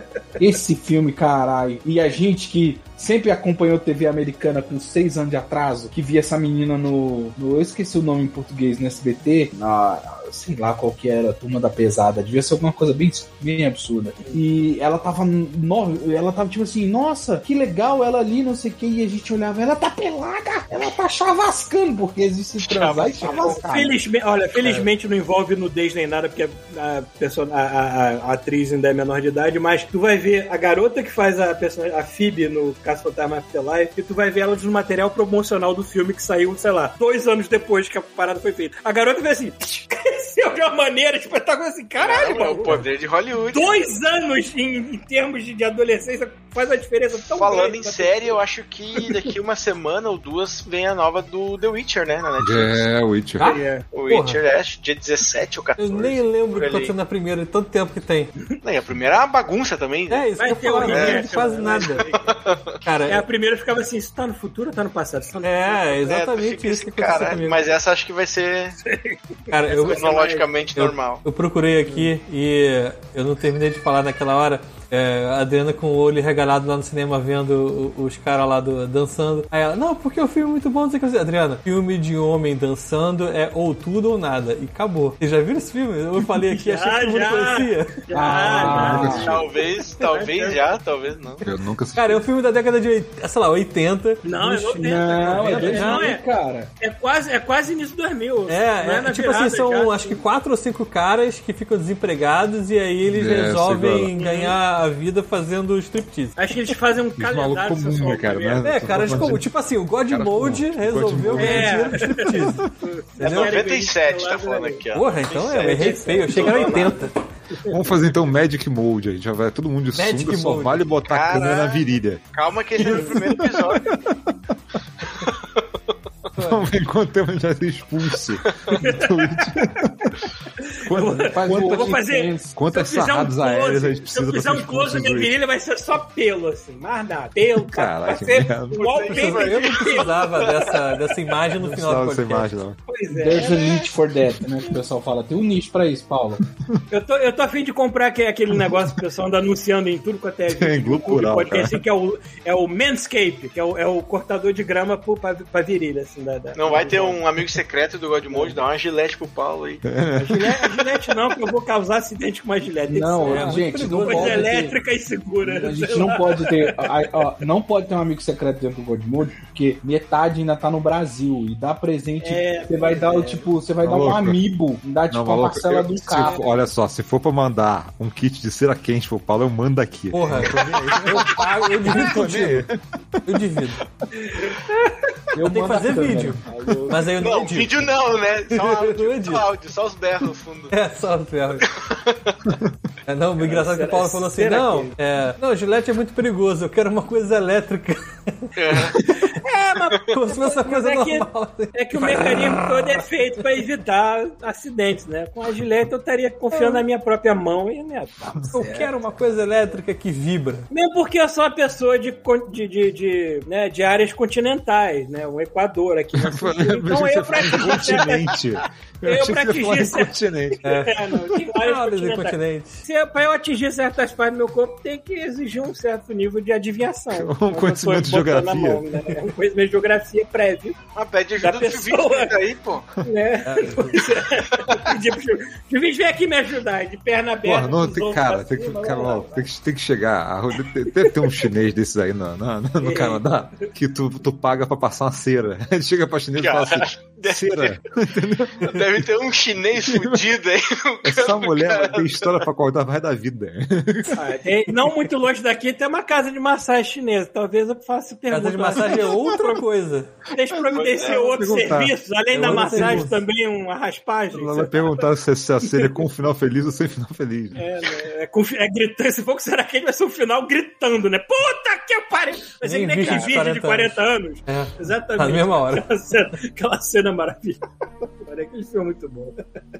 Esse filme, caralho. E a gente que sempre acompanhou T V americana com seis anos de atraso, que via essa menina no... no eu esqueci o nome em português, no S B T, na... sei lá qual que era, a Turma da Pesada, devia ser alguma coisa bem, bem absurda. E ela tava, no, ela tava tipo assim, nossa, que legal ela ali, não sei o que, e a gente olhava, ela tá pelada, ela tá chavascando, porque existe transar e chavascar. Felizmente, olha, felizmente não envolve nudez nem nada, porque a, pessoa, a, a, a atriz ainda é menor de idade, mas tu vai ver a garota que faz a, a Phoebe no Caça-Fantasma Afterlife, e tu vai ver ela no material promocional do filme que saiu, sei lá, dois anos depois que a parada foi feita. A garota vê assim... de uma maneira espetáculo assim, caralho, é o poder de Hollywood. Dois anos em, em termos de, de adolescência faz uma diferença tão Falando grande. Falando em série, eu acho que daqui uma semana ou duas vem a nova do The Witcher, né? Na Netflix. É, o Witcher. Ah, é. O Witcher é dia dezessete ou quatorze. Eu nem lembro o que aconteceu na primeira, de tanto tempo que tem. Não, e a primeira é uma bagunça também. Né? É, isso Vai que eu falo, não é, quase nada. Cara, é, a primeira ficava assim, isso tá no futuro ou tá no passado? Tá no é, exatamente é, isso que cara, aconteceu comigo. Mas essa acho que vai ser cara, eu, cronologicamente eu, normal. Eu procurei aqui e eu não terminei de falar naquela hora. É, a Adriana com o olho regalado gargalhado lá no cinema vendo o- os caras lá do- dançando. Aí ela, não, porque o filme é muito bom, não sei o que eu sei. Adriana, filme de homem dançando é ou tudo ou nada. E acabou. Vocês já viram esse filme? Eu falei aqui, achei que todo mundo já. conhecia. Já, Ah, já. Talvez, talvez já, talvez não. Eu nunca assisti. Cara, é um filme da década de oitenta, sei lá, oitenta. Não, é Dos- noventa. Não, é noventa, dois não, mil, é, cara. é quase, é quase início dois mil. Não É, na é tipo virada assim, são já. acho que quatro ou cinco caras que ficam desempregados e aí eles É, sei resolvem lá. ganhar a vida fazendo striptease. Acho que eles fazem um Os calendário malucos comuns, sexual né, cara? primeiro. Né? É, caras como, tipo assim, o God Cara Mode comum. resolveu God Mode. ganhar É. dinheiro com striptease. É Entendeu? noventa e sete, tá falando aqui, ó. Porra, então é, eu errei feio, eu achei que era oitenta. Vamos fazer então Magic Mode aí. Já vai todo mundo de Magic sunga, só Mode. vale botar a câmera na Caraca. virilha. Calma que esse é o primeiro episódio. Vamos ver quanto tempo a gente vai ser expulso do Twitch. Quanta- Faz Eu o vou fazer. OnlyFans. Quantas Se eu fizer um sarradas aéreas a close, gente se precisa eu pra fizer ser um close expulso na do Twitch? virilha, vai ser só pelo, assim, mais nada. Pelo, Caralho, vai que ser merda. um wallpaper Eu de não pelo. precisava dessa, dessa imagem no final do Não, essa podcast. imagem, não. Pois é. There's a niche for that, né? Que o pessoal fala. Tem um nicho pra isso, Paulo. Eu tô, eu tô afim de comprar aquele, aquele negócio que o pessoal anda anunciando em tudo quanto é Tem Globo Rural, podcast, cara. que é o, é o Manscape, que é o, é o cortador de grama pro, pra, pra virilha, assim, da, da- Não vai ter um amigo secreto do God Mode, dá uma gilete pro Paulo aí. A gilete, a gilete não, porque eu vou causar acidente com uma gilete. Tem que Não, ser é muito gente, não perigoso. pode coisa ter. elétrica e segura. A gente sei não lá. pode ter. a- ó, não pode ter um amigo secreto dentro do God Mode, porque metade ainda tá no Brasil. E dá presente. É, você vai dar o é. tipo. Você vai dar um Maluco. amiibo. Dá tipo Não, uma maluco, parcela eu- de um se carro. for- olha só, se for pra mandar um kit de cera quente pro Paulo, eu mando daqui. Porra, tô nem aí. Eu pago, eu divido contigo. Eu divido. Eu Tem que mando fazer a câmera. vídeo. Aí eu- Mas aí eu não, Não, edito. vídeo não, né? Só Eu áudio, edito. só áudio, só os berros no fundo. É, só ferro. É, não, o engraçado é que o Paulo falou assim, será não, que- é, não, Gillette é muito perigoso, eu quero uma coisa elétrica. É, mas Como se fosse uma coisa é que- normal. É que o mecanismo todo é feito pra evitar acidentes, né? Com a gilete eu estaria confiando na minha própria mão e, né? Tá Eu certo. quero uma coisa elétrica que vibra. Mesmo porque eu sou uma pessoa de, con- de, de, de, né, de áreas continentais, né? O Equador aqui na Argentina. Então eu pratico certas... continente. Eu, Eu achei que você ia pratiquei falar em certo- continente. É, não, tem Ah, áreas desde o continentais. continente. Se eu, pra eu atingir certas partes do meu corpo, tem que exigir um certo nível de adivinhação. Um Quando eu conhecimento tô de botando na geografia. mão, né? Um conhecimento de geografia prévio, Ah, pede ajuda Da do Chuvisco pessoa. aí, pô. né? Pois é. Pedir pro Ju- Juiz, vem aqui me ajudar, de perna aberta. Porra, não, com os tem, ombros cara, pra tem que, cima, cara, lá, ó, tem que, tem que chegar. a rua- Deve deve ter um chinês desses aí no, no, no- no É. Canadá que tu, tu paga pra passar uma cera. Ele chega pra chinês e fala assim: Deve cera. ter, deve ter um chinês fudido aí no Essa canto, mulher cara. vai ter história pra acordar vai da vida. Ah, tem- não muito longe daqui tem uma casa de massagem chinesa. Talvez eu faça pergunta. Casa de massagem é outra coisa. Deixa eu providenciar É, vou outros perguntar. serviços, além É da outra massagem, pergunta. também uma raspagem. Ela vai perguntar se, se a cera é com final feliz ou sem final feliz. É, né? é, com- é gritando. Se for com será que vai ser o final gritando, né? Puta que pariu! Vai ser que Nem nem aquele vídeo de vídeo de quarenta anos. É. Exatamente. Na mesma hora. Aquela cena, aquela cena maravilhosa. Olha, aquele filme é muito bom.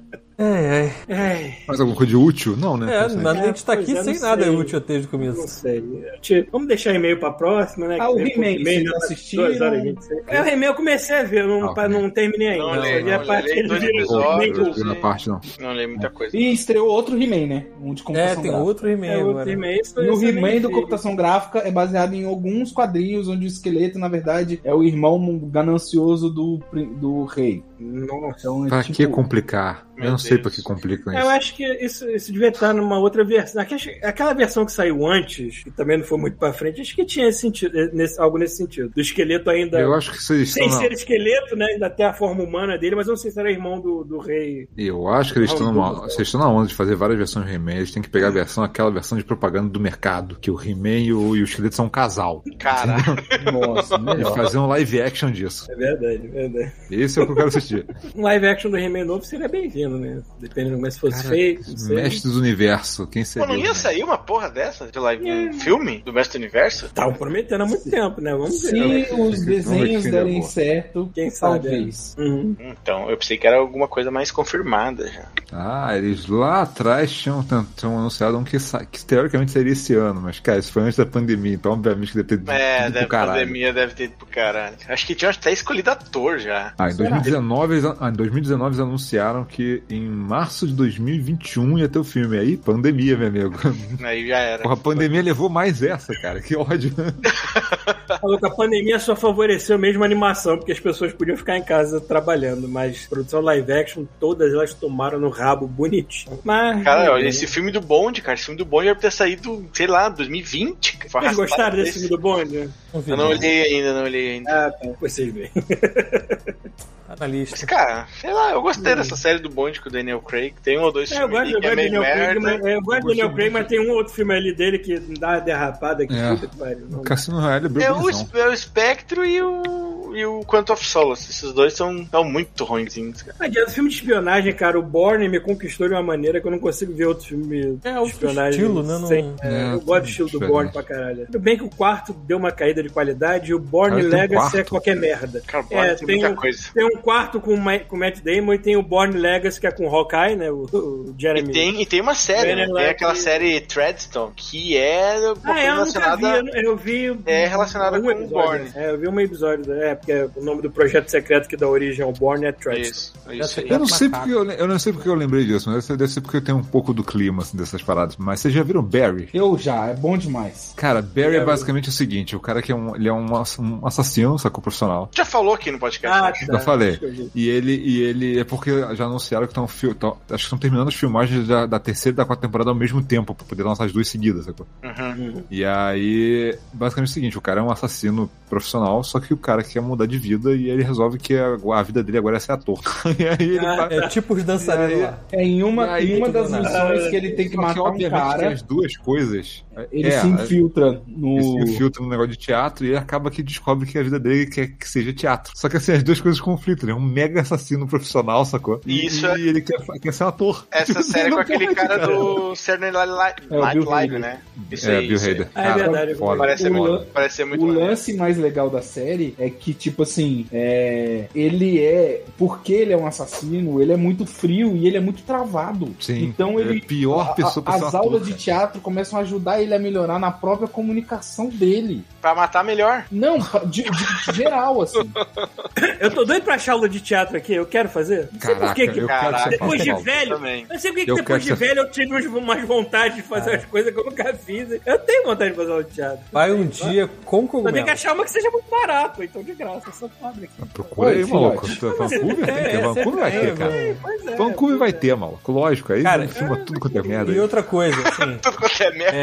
É, é. Ai, Mas alguma coisa de útil? Não, né? É, Não sei. mas a gente tá Pois aqui é, sem não nada sei. útil desde o começo. não sei. Te- Vamos deixar e-mail pra próxima, né? Ah, o Que He-Man, e-mail vocês já tá assistiram? duas horas e vinte e seis. É, o He-Man eu comecei a ver, não, Ah, pa- não terminei ainda. Não Só olhei, vi a não parte olhei que ele dois vira- episódios. nem Eu tudo. vi na parte, não. Não lembro muita coisa. E estreou outro He-Man, né? Um de É, computação tem gráfica. outro e-mail É, o agora. He-Man, isso- E o isso eu nem He-Man do vi. computação gráfica é baseado em alguns quadrinhos onde o esqueleto, na verdade, é o irmão ganancioso do, pri- do rei. Nossa. Então, é Pra tipo, que complicar? Meu Eu não sei Deus. pra que complicam Eu isso. acho que isso, isso devia estar numa outra versão. Aquela, aquela versão que saiu antes, que também não foi muito pra frente, acho que tinha esse sentido, nesse, algo nesse sentido. Do esqueleto ainda. Eu acho que vocês Sem estão. ser Na... esqueleto, né? Ainda tem a forma humana dele, mas eu não sei se era irmão do, do rei. Eu acho que eles estão numa... Não, Vocês estão na onda de fazer várias versões do He-Man. Eles têm que pegar a versão, aquela versão de propaganda do mercado. Que o He-Man e o, e o esqueleto são um casal. Caralho. nossa, E melhor. fazer um live action disso. É verdade, é verdade. Esse é o que eu quero assistir. Um live action do He-Man novo seria bem-vindo, né? Dependendo de como é se fosse Cara, feito. Não sei. Mestres do Universo. Quem Pô, seria? não o ia He-Man? sair uma porra dessa de live um filme do Mestre do Universo? Estavam prometendo há muito tempo, né? Vamos ver. Se os Vamos ver desenhos que derem ainda é certo, Quem sabe, talvez. Uhum. Então, eu pensei que era alguma coisa mais confirmada já. Ah, eles lá atrás tinham, tinham anunciado um que, que teoricamente seria esse ano, mas, cara, isso foi antes da pandemia, então obviamente que deve ter ido É, pro deve, caralho. pandemia deve ter ido pro caralho. Acho que tinha até escolhido ator já. Ah, em dois mil e dezenove, eles, ah, em dois mil e dezenove eles anunciaram que em março de dois mil e vinte e um ia ter o filme. Aí, pandemia, meu amigo. Aí já era. Porra, a pandemia levou mais essa, cara. Que ódio. Falou que a pandemia só favoreceu mesmo a animação, porque as pessoas podiam ficar em casa trabalhando, mas produção live action, todas elas tomaram no rabo bonitinho. Mas, cara, olha, esse filme do Bond, cara, esse filme do Bond era pra ter saído, sei lá, dois mil e vinte. Vocês gostaram desse filme do Bond? Eu não olhei ainda, não olhei ainda. Ah, tá, vocês veem. Analista. Mas, cara, sei lá, eu gostei dessa série do Bond com o Daniel Craig. Tem um ou dois É, eu filmes gosto, ali eu que é gosto do meio Daniel Craig, merda. mas, eu gosto do Daniel Craig, mas tem um outro filme ali dele que dá uma derrapada aqui. É. Puta que pariu. O Cassino Royale é É o, brilhantão. é o Spectre e o, e o Quantum of Solace. Esses dois são, são muito ruinzinhos, cara. Não adianta, filme de espionagem, cara, o Bourne me conquistou de uma maneira que eu não consigo ver outro filme É, de outro espionagem. estilo, né? Não- sem- é, É, eu gosto do estilo do diferente. Bourne pra caralho. Tudo bem que o quarto deu uma caída de qualidade e o Bourne Cara, tem um Legacy é quarto? qualquer merda. Cara, Bourne É, tem tem muita um- coisa. Tem um quarto com o Ma- com o Matt Damon e tem o Bourne Legacy que é com o Hawkeye, né? O, o Jeremy. E tem, e tem uma série, né? Daniel Tem Craig. aquela série Treadstone, que é uma Ah, é, eu nunca vi, relacionada... eu, eu vi... É relacionada um com o episódio. Bourne. É, eu vi um episódio, é, porque o nome do projeto secreto que dá origem ao Bourne é Treadstone. Isso, isso aí. Eu não, sei Macaco. porque eu, eu não sei porque eu lembrei disso, mas deve ser porque eu tenho um pouco do clima assim, dessas paradas. Mas vocês já viram Barry? Eu já, é bom demais. Cara, Barry Já é vi. basicamente o seguinte: o cara que é um, ele é um, ass- um assassino, sacou, profissional. Já falou aqui no podcast. Ah, né? tá. Já falei. Acho que eu vi. E ele, e ele é porque já anunciaram que estão acho que estão terminando as filmagens da, da terceira e da quarta temporada ao mesmo tempo, pra poder lançar as duas seguidas, sacou? Uhum. E aí, basicamente é o seguinte: o cara é um assassino profissional, só que o cara quer mudar de vida e ele resolve que a, a vida dele agora é ser ator. E aí ele Ah, vai. É tipo os dançarinos E aí- lá. É em uma, E aí, em uma das tudo missões que ele tem que Só matar um obviamente, tem cara, as duas coisas. ele é, se infiltra no... Ele se infiltra no negócio de teatro e ele acaba que descobre que a vida dele quer que seja teatro. Só que assim, as duas coisas conflitam. Ele é um mega assassino profissional, sacou? E isso é- E ele quer, quer ser um ator. Essa série Não com aquele pode, cara do Saturday Night É, o Night Bill Live, Hader. né? Isso É, aí, Bill isso aí. Hader. Ah, é verdade, foda. Parece ser O muito, lan- parece ser muito O maneiro. lance mais legal da série é que, tipo assim, é, ele é. Porque ele é um assassino, ele é muito frio e ele é muito travado. Sim, Então é ele. a pior pessoa pra a, ser um As ator, aulas de cara. teatro começam a ajudar ele a melhorar na própria comunicação dele. Pra matar melhor. Não, pra- de, de geral, assim. Eu tô doido pra achar aula de teatro aqui, eu quero fazer. Não sei Caraca, por que que... eu quero Caraca, ser Depois de Paulo. velho, também. eu não sei por que que Eu depois de quero ser- velho eu tive umas- umas vontades de fazer as coisas que eu nunca fiz. Eu tenho vontade de fazer aula de teatro. Vai um dia com Só tem cogumelo. que achar uma que seja muito barato, então de graça, eu sou pobre aqui. Procura aí, Oi, maluco. filhote. Vancouver tem que ter. Vancouver vai ter, cara. Pois é. Vancouver vai ter, maluco. Lógico. Aí Cara, filma tudo quanto é merda. E aí. outra coisa, assim, Tudo quanto é merda.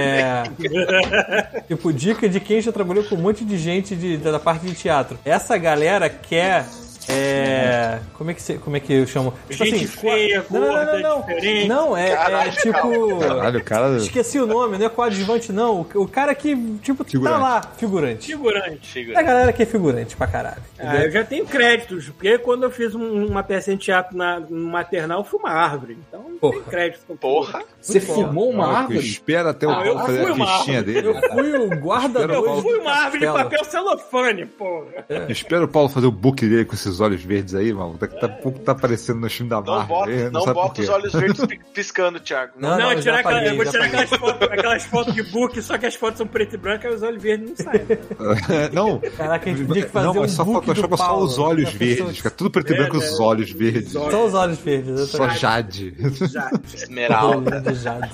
é. Tipo, dica de quem já trabalhou com um monte de gente de, da parte de teatro. Essa galera quer. É. Como é que, se, como é que eu chamo? Gente feia, não, não, não, gorda, não, diferente. não, é, é Caralho, tipo. Caralho, o cara. Esqueci o nome, não é coadjuvante, não. O, o cara que, tipo, Figurante. tá lá, figurante. Figurante. Chega. A galera que é figurante pra caralho. Ah, eu já tenho créditos, porque quando eu fiz um- uma peça em teatro na, no maternal, eu fui uma árvore. Então não Porra. tem crédito. com Porra. Você bom. filmou uma Maluco, árvore? espera até o Ah, eu Paulo fazer fui a uma fichinha árvore. dele. Eu fui o guardador. Eu fui uma árvore de Castelo. papel celofane, porra. Espera o Paulo fazer o book dele com esses olhos verdes aí, maluco. Tá, tá, pouco tá aparecendo no filme da Não Marvel. bota, aí, não sabe por bota quê. os olhos verdes pi- piscando, Thiago. Não, Não, não, eu, já tirar aquela- apaguei, eu vou já tirar apaguei. aquelas fotos, aquelas fotos de book, só que as fotos são preto e branco e os olhos verdes não saem. Não. Caraca, a gente tinha que fazer Não, mas um só book Photoshop do só Paulo. os olhos A pessoa- verdes. Fica tudo preto e É, branco é. os olhos verdes. Só os olhos verdes. Só exatamente. Jade. Já. Esmeralda. Bolinho de jade.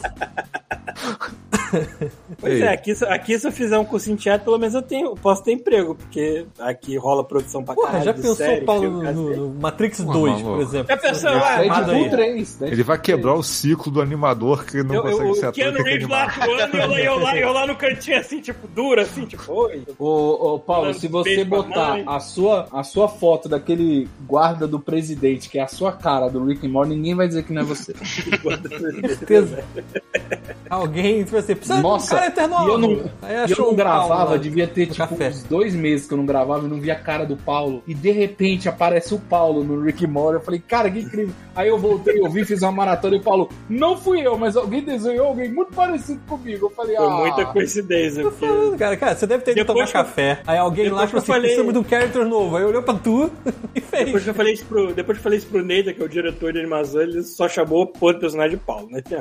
Pois Ei. é, aqui, se- aqui se eu fizer um cursinho de teatro, pelo menos eu tenho, eu posso ter emprego, porque aqui rola produção pra Porra, caralho. já de pensou série, o Paulo filme, no, cacete. no Matrix Pô, dois, maluco. por exemplo? Já pensou, Já ah, armado Deadpool aí. três. Deadpool Ele vai quebrar o três. ciclo do animador que não Eu, eu, consegue ser o ator. Keanu tem que Reeves lá animar. atuando e eu, lá- eu, lá, eu lá no cantinho assim, tipo, duro, assim, tipo, oi. Ô, ô, Paulo, Dando se você beijo pra botar mãe. a sua, a sua foto daquele guarda do presidente, que é a sua cara do Rick and Morty, ninguém vai dizer que não é você. Certeza. Alguém, tipo assim, precisa, Nossa, o cara é Twitter novo. E eu não, Aí e eu achou não um Paulo gravava, lá devia ter no tipo café. uns dois meses que eu não gravava e não via a cara do Paulo. E de repente aparece o Paulo no Rick and Morty. Eu falei, cara, que incrível. Aí eu voltei, eu vi, fiz uma maratona e o Paulo, não fui eu, mas alguém desenhou alguém muito parecido comigo. Eu falei, Foi ah. muita coincidência. Tô falando, cara, cara, você deve ter ido Depois tomar que eu- café. Aí alguém lá depois que falou eu assim, falei- precisamos de um character novo. Aí olhou pra tu e fez. Depois que eu falei isso pro, depois que eu falei isso pro Neida, que é o diretor de animação, ele só chamou o porra do personagem de Paulo, né?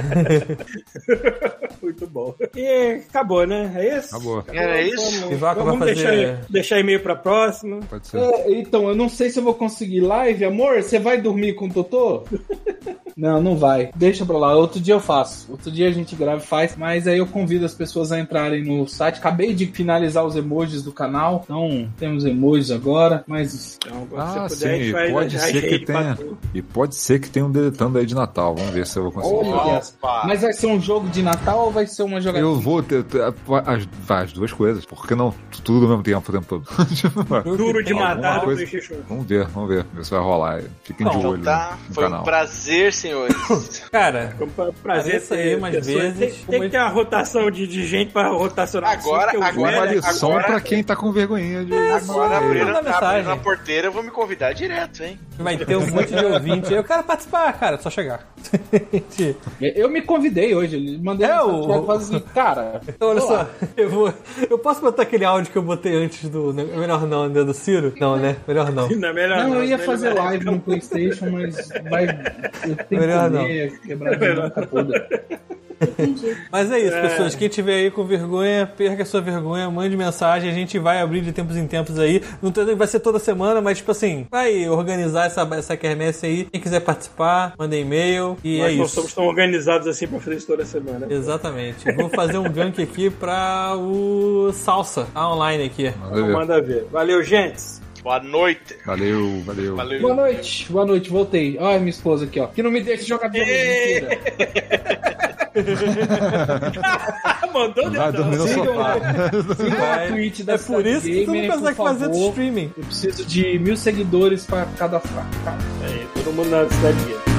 Muito bom. E acabou, né? É isso? Acabou. Era isso? Vamos, Vivaco vamos vai deixar, fazer- deixar e-mail pra próxima. Pode ser. É, então, eu não sei se eu vou conseguir live, amor. Você vai dormir com o Totô? Não, não vai. Deixa pra lá. Outro dia eu faço. Outro dia a gente grava e faz. Mas aí eu convido as pessoas a entrarem no site. Acabei de finalizar os emojis do canal. Então, temos emojis agora. Mas Então, quando Ah, você puder, a gente sim, vai pode dar ser que jeito pra tenha. tu. E pode ser que tenha um deletando aí de Natal. Vamos ver se eu vou conseguir. olha. Opa. Mas vai ser um jogo de Natal ou vai ser uma jogatina? Eu vou ter, ter as, as duas coisas. Por que não tudo ao mesmo tempo, o tempo todo? Tipo, Duro de Tem matar alguma do coisa. PlayStation. Vamos ver, vamos ver. Ver se vai rolar. Fiquem de Bom, olho Então tá, no foi canal. um prazer, senhores. Cara, Foi um prazer Apareça aí ter mais pessoas. vezes. Tem, tem que ter uma rotação de, de gente pra rotacionar. Agora- assim, porque o agora- Uma velho- lição agora- pra quem tá com vergonhinha de. Agora abriram, manda mensagem. abriram a porteira, eu vou me convidar direto, hein? vai ter um monte de ouvinte aí. Eu quero participar, cara, é só chegar. Eu me convidei hoje. ele- Mandei É, mensagem o- pra ele, falei assim, cara. Então, olha tô só, lá. eu vou. Eu posso botar aquele áudio que eu botei antes do. É melhor não, né? Do Ciro? Não, né? Melhor não. Não, é melhor Não, não, eu ia senão fazer ele vai- live no PlayStation, mas vai. Eu tenho que Melhor não. comer, quebrar a boca toda. Mas é isso, É. pessoas. Quem tiver aí com vergonha, perca a sua vergonha, mande mensagem. A gente vai abrir de tempos em tempos aí. Não tô dizendo que vai ser toda semana, mas tipo assim, vai organizar essa, essa quermesse aí. Quem quiser participar, manda e-mail. E Nós é não isso. somos tão organizados assim pra fazer isso toda semana. Exatamente. Vou fazer um gank aqui pra o Salsa, tá online aqui. Manda Então ver. manda ver. Valeu, gente. Boa noite. Valeu, valeu. Valeu. Boa noite, boa noite, voltei. Olha minha esposa aqui, ó. Que não me deixa jogar videogame, mentira. Mandou Vai dormir no dentro. sofá. Sigam a Twitch da É por isso que tu não Gamer, consegue por fazer de favor. streaming. Eu preciso de mil seguidores pra cadastrar. Tá? Aí, todo mundo na cidade.